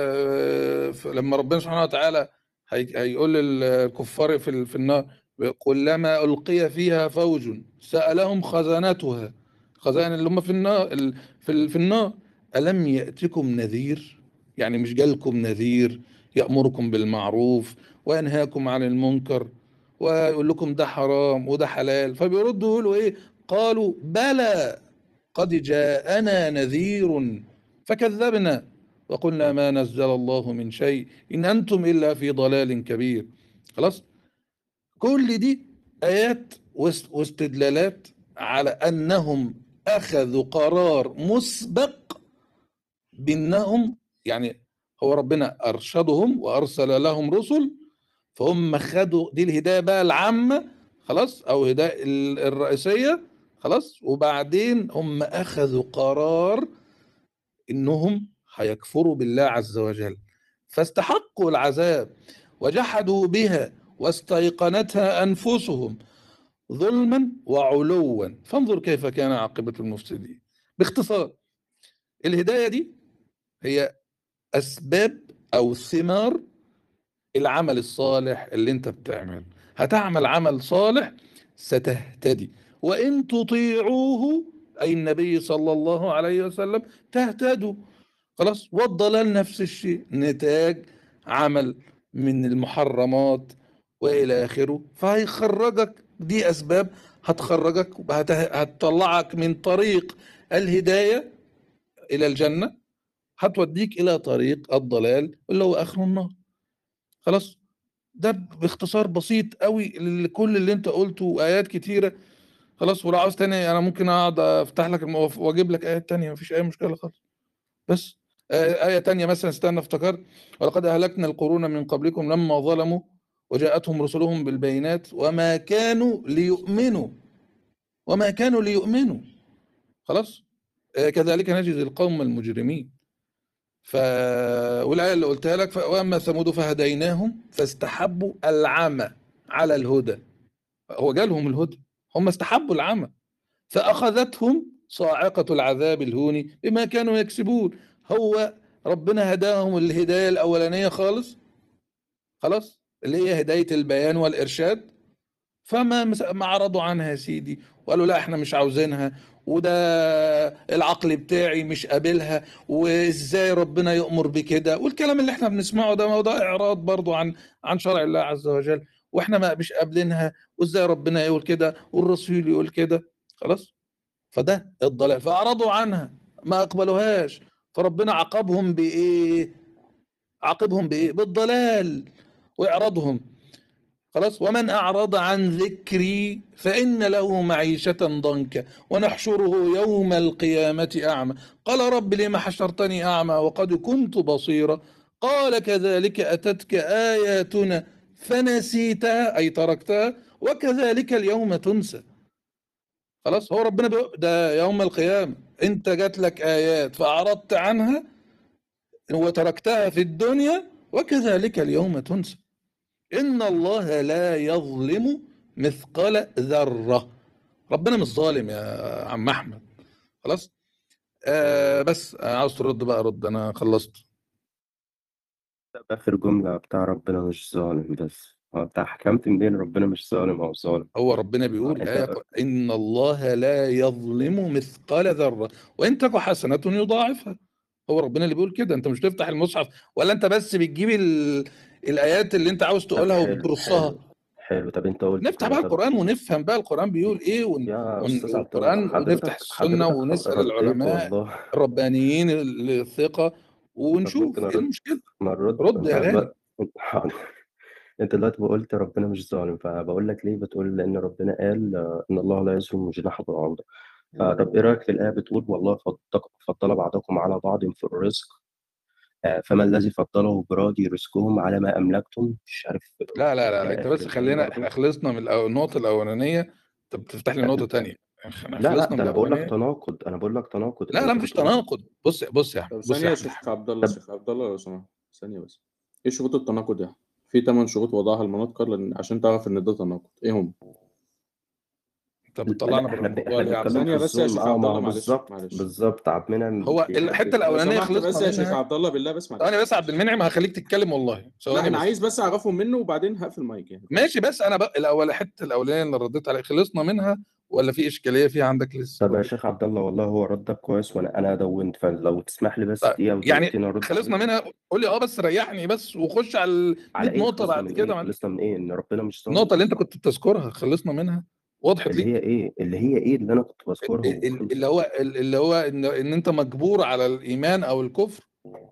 لما ربنا سبحانه وتعالى هيقول للكفار في النار كلما ألقي فيها فوج سألهم خزنتها خزائن اللي هم في النار ال- في ال- في النار. ألم يأتكم نذير؟ يعني مش جالكم نذير يأمركم بالمعروف وينهاكم عن المنكر ويقول لكم ده حرام وده حلال؟ فبيردوا يقولوا ايه؟ قالوا بلى قد جاءنا نذير فكذبنا وقلنا ما نزل الله من شيء إن أنتم إلا في ضلال كبير. خلاص، كل دي آيات واست- واستدلالات على أنهم أخذوا قرار مسبق بأنهم، يعني هو ربنا أرشدهم وأرسل لهم رسل، فهم خدوا دي الهداية بقى العامة، خلاص، أو هداية ال- الرئيسية، خلاص، وبعدين هم أخذوا قرار إنهم هيكفروا بالله عز وجل، فاستحقوا العذاب وجحدوا بها واستيقنتها أنفسهم ظلما وعلوا، فانظر كيف كان عاقبة المفسدين. باختصار، الهداية دي هي أسباب أو ثمار العمل الصالح اللي انت بتعمله. هتعمل عمل صالح ستهتدي، وإن تطيعوه أي النبي صلى الله عليه وسلم تهتدوا. خلاص، والضلال نفس الشيء، نتاج عمل من المحرمات وإلى آخره، فهيخرجك، دي أسباب هتخرجك وهتطلعك من طريق الهداية إلى الجنة، هتوديك إلى طريق الضلال اللي هو آخر النار. خلاص، ده باختصار بسيط قوي لكل اللي انت قلته وآيات كتيرة. خلاص، ولو عاوز تاني أنا ممكن أقعد أفتح لك الموف... وأجيب لك آيات تانية، مفيش أي مشكلة خالص. بس آية تانية مثلا، استنى افتكرت، ولقد أهلكنا القرون من قبلكم لما ظلموا وجاءتهم رسلهم بالبينات وما كانوا ليؤمنوا وما كانوا ليؤمنوا خلاص، آه كذلك نجزي القوم المجرمين. ف والآية اللي قلتها لك، وأما ثمود فهديناهم فاستحبوا العمى على الهدى. هو جالهم الهدى، هم استحبوا العمى فأخذتهم صاعقة العذاب الهون بما كانوا يكسبون. هو ربنا هداهم الهداية الأولانية خالص، خلاص، اللي هي هداية البيان والإرشاد، فما ما عرضوا عنها يا سيدي وقالوا لا احنا مش عاوزينها، وده العقل بتاعي مش قابلها، وازاي ربنا يؤمر بكده، والكلام اللي احنا بنسمعه ده، ما هو ده اعراض برضو عن عن شرع الله عز وجل، واحنا ما مش قابلينها، وازاي ربنا يقول كده والرسول يقول كده. خلاص، فده الضلال، فأعرضوا عنها ما أقبلوهاش، فربنا عاقبهم بإيه؟ عاقبهم بإيه؟ بالضلال وإعراضهم. خلاص، ومن أعرض عن ذكري فإن له معيشة ضنكا ونحشره يوم القيامة أعمى قال رب لما حشرتني أعمى وقد كنت بصيرا قال كذلك أتتك آياتنا فنسيتها أي تركتها وكذلك اليوم تنسى. خلاص، هو ربنا بيقول ده يوم القيامة انت جات لك آيات فأعرضت عنها وتركتها في الدنيا وكذلك اليوم تنسى. إن الله لا يظلم مثقال ذرة. ربنا مش ظالم يا عم أحمد. خلاص، آه بس آه عاوز ترد بقى رد، أنا خلصت. آخر جملة بتاع ربنا مش ظالم، بس هو بتاع حكمت منين ربنا مش ظالم أو ظالم؟ هو ربنا بيقول انت آية إن الله لا يظلم مثقال ذرة وإن تك حسنة يضاعفها. هو ربنا اللي بيقول كده، انت مش تفتح المصحف ولا انت بس بتجيب ال... الايات اللي انت عاوز تقولها حلو وبترصها. حلو حلو طب انت قلت نفتح كده، بقى طب القرآن ونفهم بقى القرآن بيقول ايه ون... يا ون... استاذ عبد الله القرآن ونفتح حضرتك السنة حضرتك ونسأل رديت العلماء والله. الربانيين الثقة طب ونشوف ممكن ايه ارد المشكلة. ما الرد رد يا انت غالي. دلوقتي حاضر. انت دلوقتي قلت ربنا مش ظالم، فبقول لك ليه بتقول لان ربنا قال آه، ان الله لا يظلم جناح بعوضة. طب ايه رايك في الايه بتقول والله فضل فضل بعضكم على بعض في الرزق، آه، فما الذي فضله برادي رزقهم على ما املكتم، مش عارف لا لا لا, لا. الى انت اخر بس الايه خلينا، برضه. احنا خلصنا من الأو- النقطة الأولانية، انت بتفتح لي نقطة تانية. احنا لا لا خلصنا من ده انا بقول لك الأولانية. تناقض، انا بقول لك تناقض لا لا انت مفيش بتقول. تناقض. بص بص يا طب احمد، بص ثانية يا يا احمد. شيخ عبد الله، شيخ عبد الله لو سمحت ثانية بس. ايه شروط التناقض يا أحمد؟ في ثمان شروط وضعها المناطق لأن- عشان تعرف ان ده تناقض، ايه هم؟ انت بتطلعنا لا بره احنا ب... الموضوع احنا ليه يا عم بنتكلم في ثانية محمد؟ بس يا الظلم. شيخ اه عبد ما الله، هو معلش بالظبط معلش. بالظبط عبد المنعم هو بيحب الحتة لو الأولانية سمحت خلصنا بس يا شيخ منها. عبد الله بالله بس معلش. ثواني بس يا عبد المنعم، هخليك تتكلم والله، لا ثواني انا بس. عايز بس اعرفهم منه وبعدين هقفل المايك يعني. ماشي، بس انا بقى الاول الحته الاولانيه اللي رديت عليها خلصنا منها ولا في اشكاليه فيها عندك لسه؟ طب يا شيخ عبد الله، والله هو ردك كويس وانا انا دونت، فلو تسمح لي بس طيب دقيقه يعني ودقيقتين ارد خلصنا عليك. منها، قول لي اه بس ريحني بس وخش على ال على مية ايه نقطه خلصنا بعد من كده. ايه؟ ما خلصنا من ايه؟ ان ربنا مش ظالم؟ النقطه اللي انت كنت بتذكرها خلصنا منها، وضحت اللي هي ليك؟ ايه؟ اللي هي ايه اللي انا كنت بذكرها ال- ال- وخلص؟ اللي هو اللي هو ان ان انت مجبور على الايمان او الكفر.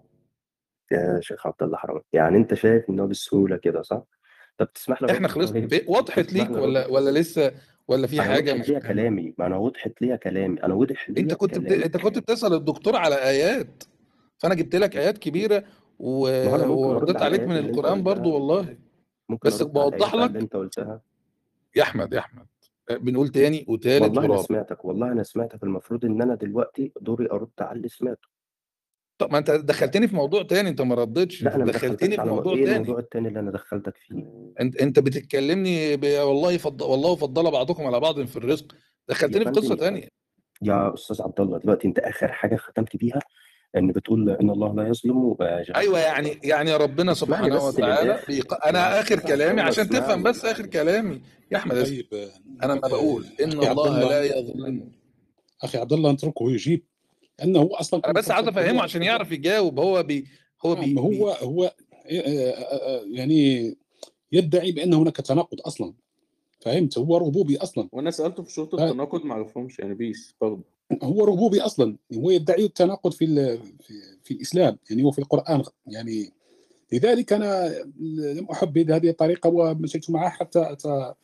يا شيخ عبد الله حرام، يعني انت شايف ان هو بالسهوله كده صح؟ طب تسمح لي احنا ارد خلصنا طيب؟ في- وضحت تسمح ليك لي ارد؟ ولا ولا لسه، ولا في انا حاجه وضحت مش ليها فاهم؟ كلامي، ما انا وضحت ليها كلامي، انا وضح انت ليا كنت بت... كلامي. انت كنت بتسال الدكتور على ايات، فانا جبت لك ايات كبيره و... ما هو انا ممكن ارد ورديت على عليك الايات من اللي انت القران برضو قلتها، والله. ممكن بس ارد على بوضح الايات اللي لك انت قلتها. يا احمد يا احمد، بنقول تاني وتالت والله انا ورابع. سمعتك، والله انا سمعتك، المفروض ان انا دلوقتي دوري ارد على اللي سمعته. طب ما انت دخلتني في موضوع تاني، انت ما ردتش، لا انت انا ما دخلتني دخلتكش في على م... موضوع ايه تاني. الموضوع التاني اللي انا دخلتك فيه؟ انت انت بتتكلمني ب... والله فض... والله فضل بعضكم على بعض في الرزق، يا دخلتني في قصه فندم، تانيه. يا استاذ عبد الله، دلوقتي انت اخر حاجه ختمت بيها ان بتقول ان الله لا يظلم جهل. ايوه يعني يعني ربنا اسمعني سبحانه بس وتعالى للاخر بيق... يا انا اخر استاذ عبد كلامي الله، عشان تفهم اسمعني. بس اخر كلامي يا احمد اسمع. طيب آه، انا ما بقول ان اخي عبد الله لا الله، يظلم. اخي عبد الله اتركه يجيب، لانه هو اصلا انا كما بس عايز تفضلت افهمه هو عشان يعرف يجاوب. هو بي هو نعم بي, هو بي هو آه، آه، آه، يعني يدعي بان هناك تناقض اصلا، فهمت؟ هو ربوبي اصلا، وانا سالته في شروط ف- التناقض ما عرفهمش يعني بيس برضه. هو ربوبي اصلا، هو يدعي التناقض في ال- في, في الاسلام، يعني هو في القران يعني. لذلك انا لم احبذ هذه الطريقه ومشيت معه حتى اتى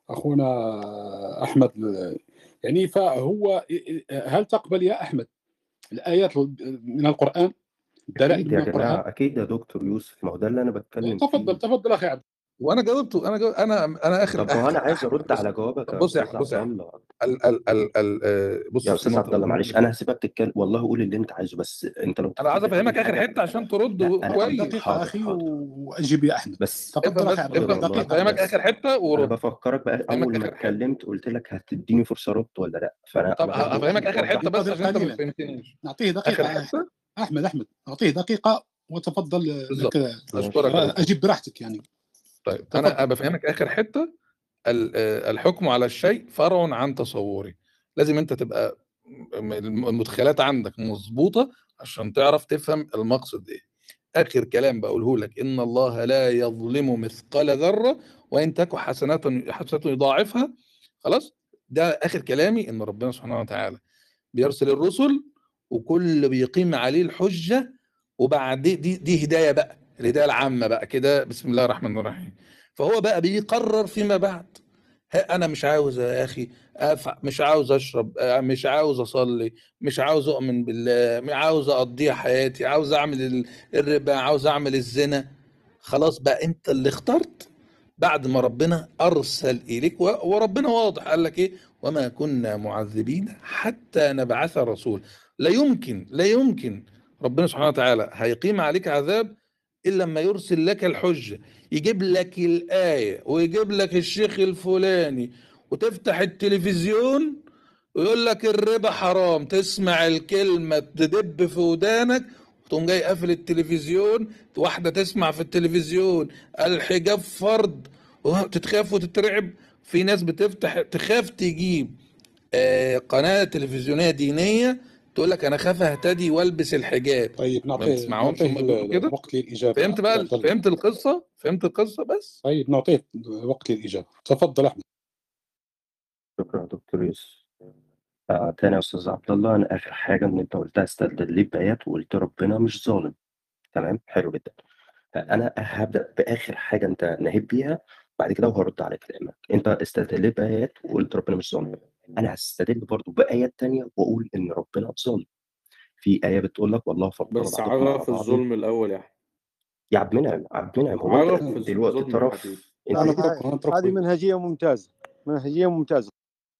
اخونا احمد. يعني فهو هل تقبل يا احمد الايات من القران، دلائل اكيد من يا القران؟ جماعه، اكيد يا دكتور يوسف، ما هو ده اللي انا بتكلم تفضل فيه. تفضل اخي عبد. وانا جاوبته. انا جاوب انا انا اخر طب ما هو انا عايز احمد ارد بص. على جوابك طب يا بص يا استاذ احمد بص عبد يا احمد الله. ال ال ال ال آه، يا بص في استاذ نقطه عبد الله مهمه معلش، جدا. انا هسيبك تتكلم، والله قول اللي انت عايزه، بس انت لو انا عايز تفتكر اول افهمك اخر حاجه. حته عشان ترد لا انا تفضل كويس. دقيقه حاضر اخي حاضر واجب يا احمد. بس افهم تفضل بس اخي عبد الله حاضر افهم والله. دقيقه افهمك بس. اخر حته انا ورد. بفكرك بقى، افهمك اول ما اخر حته. اتكلمت قلت لك هتديني فرصه رد ولا لا، فانا طب انا برضو هفهمك اخر بوضح حته لك. بس انتظر عشان انت ما قليلا، فهمتنيش. نعطيه اخر دقيقه. حته احمد احمد اعطيه دقيقه وتفضل بالظبط. لك اشكرك يا دكتور. اجيب براحتك يعني. طيب تفضل. انا بفهمك اخر حته. ال- آه، الحكم على الشيء فرع عن تصوري. لازم انت تبقى م- المدخلات عندك مظبوطه عشان تعرف تفهم المقصد ايه. اخر كلام بقوله لك ان الله لا يظلم مثقال ذره وان تك حسنات حسنات يضاعفها. خلاص، ده اخر كلامي. ان ربنا سبحانه وتعالى بيرسل الرسل وكل بيقيم عليه الحجه، وبعد دي دي, دي هدايه بقى، الهدايه العامه بقى كده. بسم الله الرحمن الرحيم. فهو بقى بيقرر فيما بعد. ها، انا مش عاوز يا اخي أفع، مش عاوز اشرب، آه، مش عاوز اصلي، مش عاوز اؤمن بالله، مش عاوز اقضيها حياتي، عاوز اعمل ال- الربا، عاوز اعمل الزنا. خلاص بقى انت اللي اخترت بعد ما ربنا ارسل اليك. و- وربنا واضح قال لك ايه؟ وما كنا معذبين حتى نبعث رسول. لا يمكن لا يمكن ربنا سبحانه وتعالى هيقيم عليك عذاب الا لما يرسل لك الحجه، يجيب لك الايه ويجيب لك الشيخ الفلاني، وتفتح التلفزيون ويقول لك الربا حرام، تسمع الكلمه تدب في ودانك، وتقوم جاي قافل التلفزيون. واحده تسمع في التلفزيون الحجاب فرض وتتخاف وتترعب. في ناس بتفتح تخاف تجيب آه، قناه تلفزيونيه دينيه تقول لك انا خاف اهتدي والبس الحجاب. طيب ما نعطيه بتسمعهمش هم نعطيه بيقولوا كده؟ الوقت للاجابه فهمت بقى عبد الله. فهمت القصه فهمت القصه بس. طيب نعطيه وقت للاجابه. تفضل احمد. شكرا يا دكتور يوسف. آه تاني يا استاذ عبد الله، انا اخر حاجه ان انت قلتها استدليت بايات وقلت ربنا مش ظالم. تمام، حلو جدا. انا هبدا باخر حاجه انت نهيت بيها، بعد كده وهرد على كلامك. انت استدليت بايات وقلت ربنا مش ظالم، انا هستدل برضو بايات تانية واقول ان ربنا ظالم. في ايه بتقول لك والله فضل بس بعضكم على عرف بعض. الظلم الاول يا احمد. يا عبد المنعم، عبد المنعم، هو عرف انت دلوقتي الظلم يا حبيبي. طرف؟ انت لا، نتركه لا، هذه نتركه منهجيه ممتازه، منهجيه ممتازه.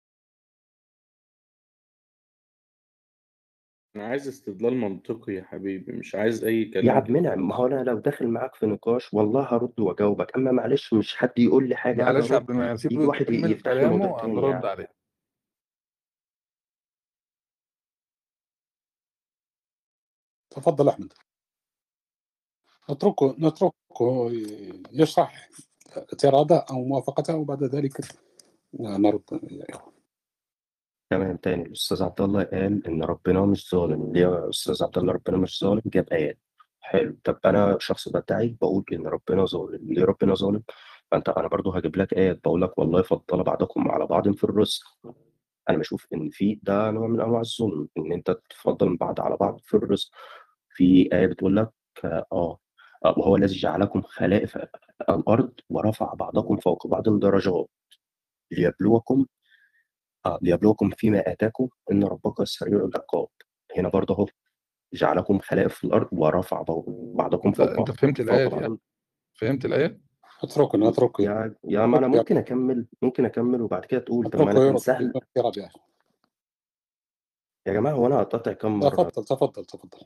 انا عايز استدلال منطقي يا حبيبي، مش عايز اي يا كلام عبد كده المنعم، ما خلاص. هو انا لو داخل معاك في نقاش والله هرد واجاوبك، اما معلش مش حد يقول لي حاجه انا معلش يا ارد، عبد المنعم يجي سيبه واحد يكمل يفتح لي موضوع كلامه تاني هنرد يعني. عليه. تفضل احمد. نتركه نتركه يشرح اعتراضه او موافقته وبعد ذلك نرد يا اخوان. تمام تاني الأستاذ عبد الله قال إن ربنا مش ظالم. ليه يا أستاذ عبد الله ربنا مش ظالم؟ جاب آيات. حلو. طب أنا شخص بدعي بقول إن ربنا ظالم. ليه ربنا ظالم؟ فأنت أنا برضو هجيب لك آيات بقول لك والله فضل بعضكم على بعض في الرزق. أنا بشوف إن في ده نوع من أنواع الظلم، إن أنت تفضل بعض على بعض في الرزق. في آية بتقول لك آه آه، وهو الذي جعلكم خلائف الأرض ورفع بعضكم فوق بعض درجات ليبلوكم آه ليبلوكم فيما آتاكم إن ربك سريع العقاب. هنا برضه أهو جعلكم خلائف في الأرض ورفع بعضكم انت فوق انت فهمت فوق الايه دي؟ بعض. فهمت الايه؟ اتركني اتركني يا يا ما أنا ممكن أكمل ممكن أكمل وبعد كده تقول طب ما اتركه أنا يرد سهل. يا ربيع. يا جماعة هو أنا هقطع كم مرة؟ تفضل تفضل تفضل.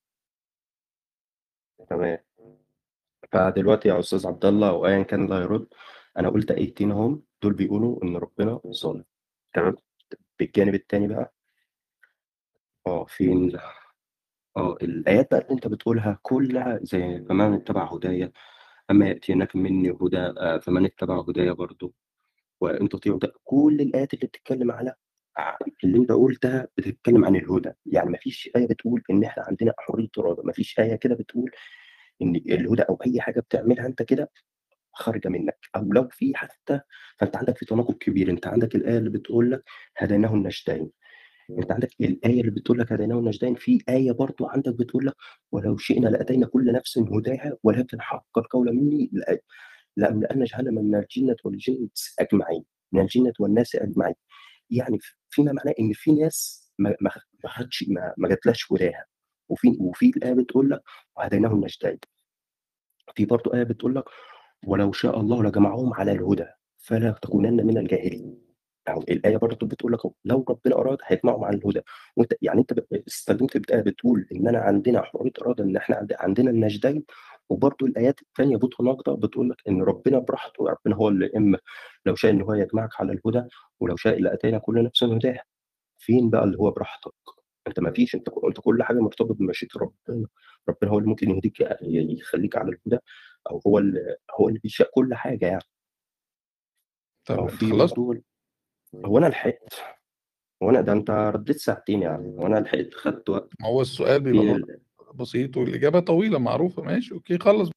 تمام. فدلوقتي يا أستاذ عبد الله أو أيا كان اللي هيرد، أنا قلت آيتين أهم دول بيقولوا إن ربنا ظالم. تمام. بالجانب التاني بقى اه فين اه الآيات بقى اللي أنت بتقولها كلها زي فمن اتبع هدايا أما يأتينك مني هدى آه، فمن اتبع هدايا برضو وإن تطيعوا ده. كل الآيات اللي بتتكلم على ع- اللي أنت قلتها بتتكلم عن الهدى. يعني مفيش آية بتقول إن إحنا عندنا حرية إرادة. مفيش آية كده بتقول إن الهدى أو أي حاجة بتعملها أنت كده خارجة منك، أو لو في حتى فأنت عندك في تناقض كبير. أنت عندك الآية اللي بتقول لك هديناه النجدين. أنت عندك الآية اللي بتقول لك هديناه النجدين، في آية برضو عندك بتقول لك ولو شئنا لأتينا كل نفس هداها ولكن حق القول مني لأ- لأملأن جهنم من الجنة والجنس أجمعين، من الجنة والناس أجمعين. يعني ف- فيما معناه إن في ناس ما ما ما خدش ما, ما جاتلاش هداها. وفي وفي الآية بتقول لك وهديناه النجدين. في برضو آية بتقول لك ولو شاء الله لجمعهم على الهدى فلا تكونن من الجاهلين. أو الآية برضه بتقول لك لو ربنا أراد هيجمعهم على الهدى. وأنت يعني أنت ب- استخدمت بآية بتقول إن أنا عندنا حرية إرادة، إن إحنا عند- عندنا النجدين. وبرضه الآيات التانية متناقضة بتقول لك إن ربنا براحته، ربنا هو اللي إما لو شاء إن هو يجمعك على الهدى ولو شاء لأتينا كل نفس هداها. فين بقى اللي هو براحتك؟ أنت ما فيش. أنت أنت كل حاجة مرتبط بمشيئة ربنا. ربنا هو اللي ممكن يهديك يخليك على الهدى، أو هو اللي هو اللي بيشاء كل حاجة يعني. طب أو انت في خلصت؟ برضه هو أنا لحقت. هو أنا ده أنت رديت ساعتين يعني وأنا لحقت خدت وقت. ما هو السؤال بيبقى في برضه ال... بسيط والاجابه طويله معروفه. ماشي اوكي خلص.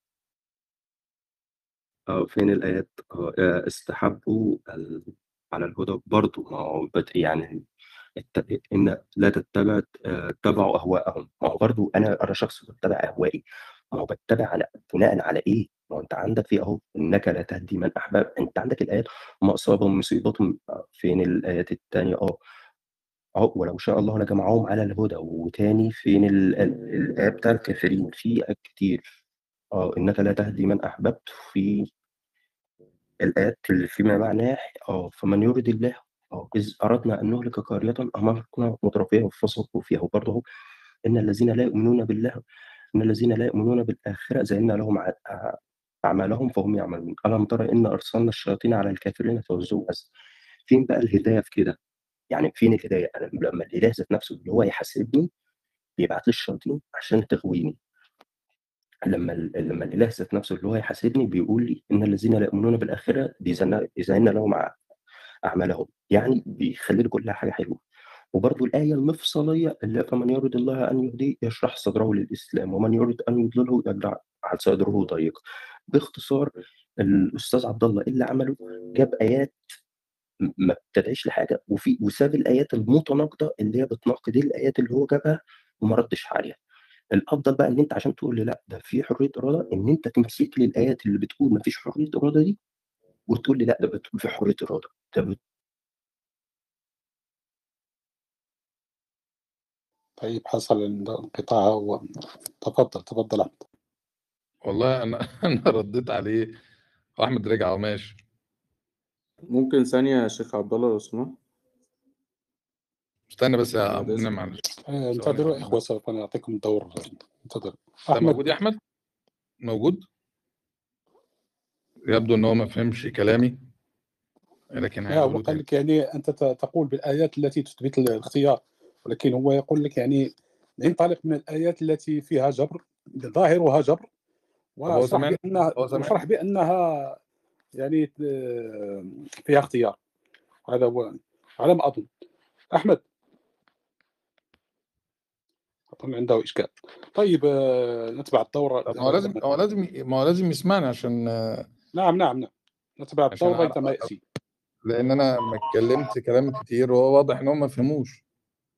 آه فين الآيات آه آه، استحبوا ال... على الهدى برضه. ما هو بت... يعني الت... إن لا تتبع آه، تتبعوا أهواءهم. ما هو برضه أنا أنا شخص بتبع أهوائي. ما هو بتبع على بناء على إيه؟ ما هو أنت عندك في أهو إنك لا تهدي من أحباب. أنت عندك الآيات وما أصابهم مصيبتهم آه، فين الآيات التانية أه أهو ولو شاء الله لجمعهم على الهدى. وتاني فين ال- ال- الآية بتاع الكافرين في آيات كتير. اه إنك لا تهدي من أحببت. في الآيات اللي فيما معناه اه فمن يرد الله اه إذ أردنا أن نهلك قرية أمرنا مترفيها فسقوا فيها. وبرضه هو إن الذين لا يؤمنون بالله إن الذين لا يؤمنون بالآخرة زينا لهم ع- ع- أعمالهم فهم يعملون. ألم ترى إن أرسلنا الشياطين على الكافرين فوزوا أز. فين بقى الهداية في كده؟ يعني فين الهداية؟ أنا لما الإله ذات نفسه اللي هو يحاسبني بيبعت لي الشياطين عشان تغويني. لما ال- لما الاله ذات نفسه اللي هو يحاسبني بيقول لي ان الذين لا يؤمنون بالاخره بيزن يزين لهم أع- اعمالهم. يعني بيخلي لي كل حاجه حلوه. وبرضه الايه المفصليه اللي هي فمن يرد الله ان يهديه يشرح صدره للاسلام ومن يرد ان يضلله يجعل على صدره ضيق. باختصار الاستاذ عبد الله إيه اللي عمله جاب ايات م- ما بتدعيش لحاجه، وفي وساب الايات المتناقضه اللي هي بتناقض الايات اللي هو جابها وما ردش عليها. الافضل بقى ان انت عشان تقول لي لا ده في حريه اراده ان انت تمسك لي الايات اللي بتقول ما فيش حريه اراده دي وتقول لي لا ده بتقول في حريه اراده. ده بت... طيب حصل انقطاع و... تفضل تفضل أحمد. والله انا انا رديت عليه واحمد رجع وماشي. ممكن ثانية يا شيخ عبد الله لو سمحت. استنى بس يا بعد ابونا إذنك. معلش. آه، ثواني انتظروا يا يا إخوة سوف نعطيكم الدور. انتظر انت أحمد. موجود يا احمد؟ موجود؟ يبدو ان هو ما فهمش كلامي لكن لا هو هيقوله قال تاني. لك يعني أنت ت- تقول بالآيات التي تثبت الاختيار، ولكن هو يقول لك يعني انطلق من الآيات التي فيها جبر ظاهرها جبر طب هو واشرح سامعني؟ بأنها هو سامعني؟ واشرح بأنها يعني آه، فيها اختيار. هذا هو على ما أظن. أحمد أظن عنده إشكال. طيب آه، نتبع الدورة. طب ما هو لازم هو لازم ما هو لازم يسمعني عشان نعم نعم نعم نتبع عشان الدور أعرف ريثما يأتي. لان انا ما اتكلمت كلام كتير وهو واضح ان هو ما فهموش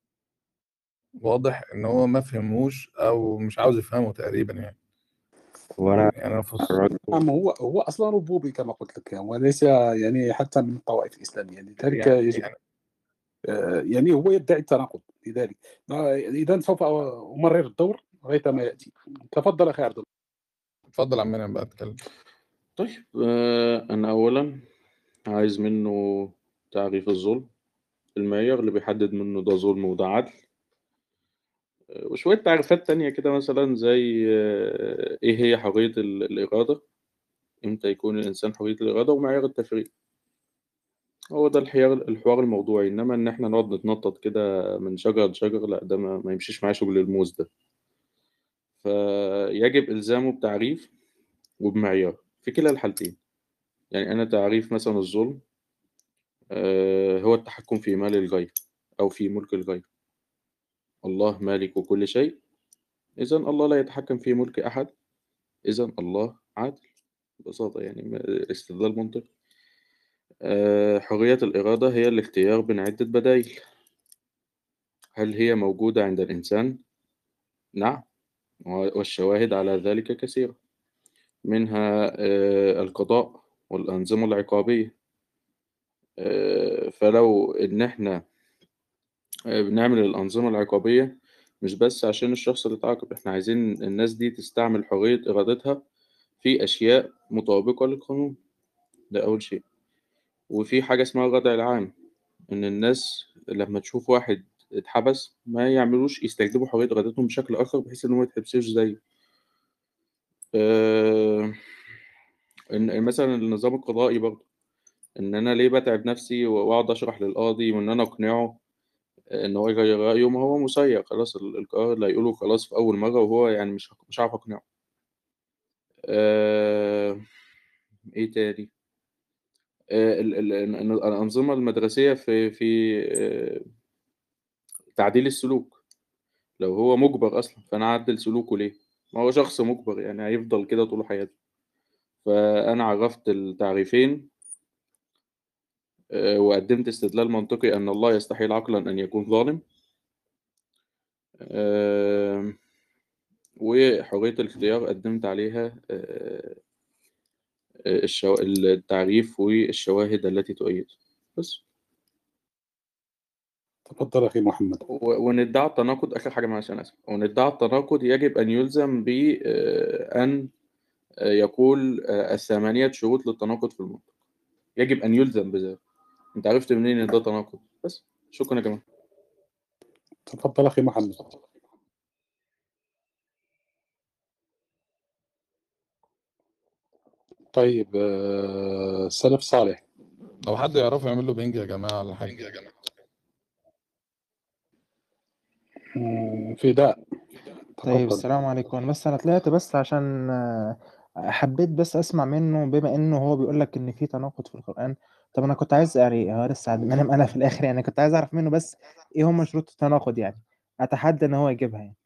واضح ان هو ما فهموش او مش عاوز يفهمه تقريبا يعني وانا يعني انا فص... الراجل نعم هو هو أصلا ربوبي كما قلت لك، وليس يعني حتى من الطوائف الإسلامية، لذلك يعني, يجب يعني آه، يعني هو يدعي التناقض. لذلك إذا سوف أمرر الدور ريثما يأتي. تفضل أخي عبد الله. اتفضل عمنا بقى اتكلم. طيب آه، أنا أولا عايز منه تعريف الظلم، المعيار اللي بيحدد منه ده ظلم وده عدل، آه، وشوية تعريفات تانية كده مثلا زي آه، إيه هي حرية ال- الإرادة، إمتى يكون الإنسان حرية الإرادة، ومعيار التفريق. هو ده الحوار الحوار الموضوعي، إنما إن إحنا نقعد نتنطط كده من شجرة لشجرة، لا ده ما ما يمشيش معاه شغل الموز ده. فيجب إلزامه بتعريف وبمعيار في كلا الحالتين. يعني أنا تعريف مثلا الظلم آه، هو التحكم في مال الغير أو في ملك الغير. الله مالك كل شيء، إذن الله لا يتحكم في ملك أحد، إذن الله عادل. ببساطة يعني م- استدلال منطقي. آه، حرية الإرادة هي الاختيار بين عدة بدائل. هل هي موجودة عند الإنسان؟ نعم، والشواهد على ذلك كثيرة، منها آه، القضاء والأنظمة العقابية. آه، فلو إن إحنا آه، بنعمل الأنظمة العقابية مش بس عشان الشخص اللي اتعاقب، إحنا عايزين الناس دي تستعمل حرية إرادتها في أشياء مطابقة للقانون. ده أول شيء. وفي حاجة اسمها الردع العام، إن الناس لما تشوف واحد اتحبس ما يعملوش يستخدموا حرية إرادتهم بشكل آخر بحيث إن هو ميتحبسوش زيه. آه، إن مثلا النظام القضائي برضه، إن أنا ليه بتعب نفسي وأقعد أشرح للقاضي وإن أنا أقنعه إن هو يغير رأيه، ما هو مسير خلاص، ال- القرار اللي هيقوله خلاص في أول مرة، وهو يعني مش مش عارف أقنعه. آه، إيه تاني؟ آه، ال- ال- ال- الأنظمة المدرسية في في آه، تعديل السلوك. لو هو مجبر أصلا فأنا أعدل سلوكه ليه؟ ما هو شخص مجبر يعني هيفضل كده طول حياته. فأنا عرفت التعريفين آه، وقدمت استدلال منطقي أن الله يستحيل عقلا أن يكون ظالم. آه، وحرية الاختيار قدمت عليها آه، الشو... التعريف والشواهد التي تؤيد. بس تفضل أخي محمد. و- وندعي التناقض آخر حاجة معلش أنا آسف، وندعي التناقض يجب أن يلزم بأن يقول آه، الثمانية شروط للتناقض في المنطق. يجب أن يلزم بذلك. أنت عرفت منين إن ده تناقض؟ بس شكرا يا جماعة. تفضل أخي محمد. طيب آه، سلف صالح. لو حد يعرف يعمل له بينج يا جماعة ولا حاجة. مم، فداء. طيب تفضل. السلام عليكم. بس انا طلعت بس عشان آه، حبيت بس اسمع منه، بما انه هو بيقول لك ان في تناقض في القرآن. طب انا كنت عايز يعني هو لسه عاد- انا انا في الاخر يعني كنت عايز اعرف منه بس ايه هم شروط التناقض يعني. اتحدى ان هو يجيبها يعني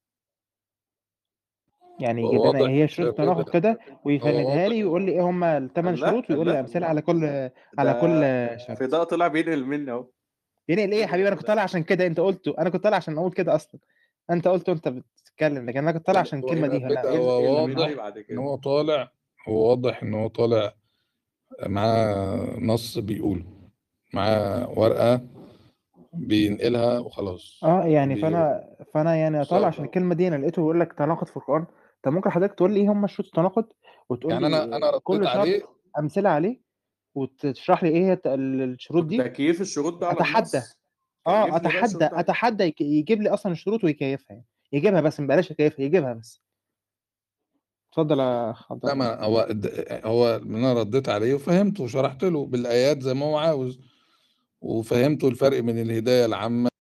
يعني يجيب لنا ايه واضح هي شروط التناقض كده هو ويفندها واضح لي ويقول لي ايه هم الثمان الله شروط ويقول لي الله امثله على كل على كل ده شرط. فداء طلع بينقل مني اهو. يعني ايه يا حبيبي؟ انا كنت طالع عشان كده، انت قلته، انا كنت طالع عشان اقول كده اصلا. انت قلته انت بتتكلم، لكن انا كنت طالع عشان الكلمه دي يبقى هنا. ايه كده ال- هو إيه اللي واضح مني بعد إن كده؟ هو طالع هو واضح إن هو طالع معاه نص بيقوله، معاه ورقة بينقلها وخلاص. اه يعني بي... فانا فانا يعني طالع عشان بالظبط. الكلمه دي انا لقيته بيقول لك تناقض في القران. طب ممكن حضرتك تقول لي ايه هم شروط التناقض وتقول يعني أنا أنا لي رديت كل عليه. شرط امثله عليه وتشرح لي ايه هي الت- الشروط دي. تكييف الشروط ده على اتحدى النص. اه كيف لي بقى الشروط اتحدى بتاعته. اتحدى يك- يجيب لي اصلا الشروط ويكيفها يعني. يجيبها بس ما بلاش يكيفها، يجيبها بس. اتفضل يا أخ عبد لا الله. ما هو د- هو أنا رديت عليه وفهمته وشرحت له بالآيات زي ما هو عاوز، وفهمته الفرق بين الهداية العامة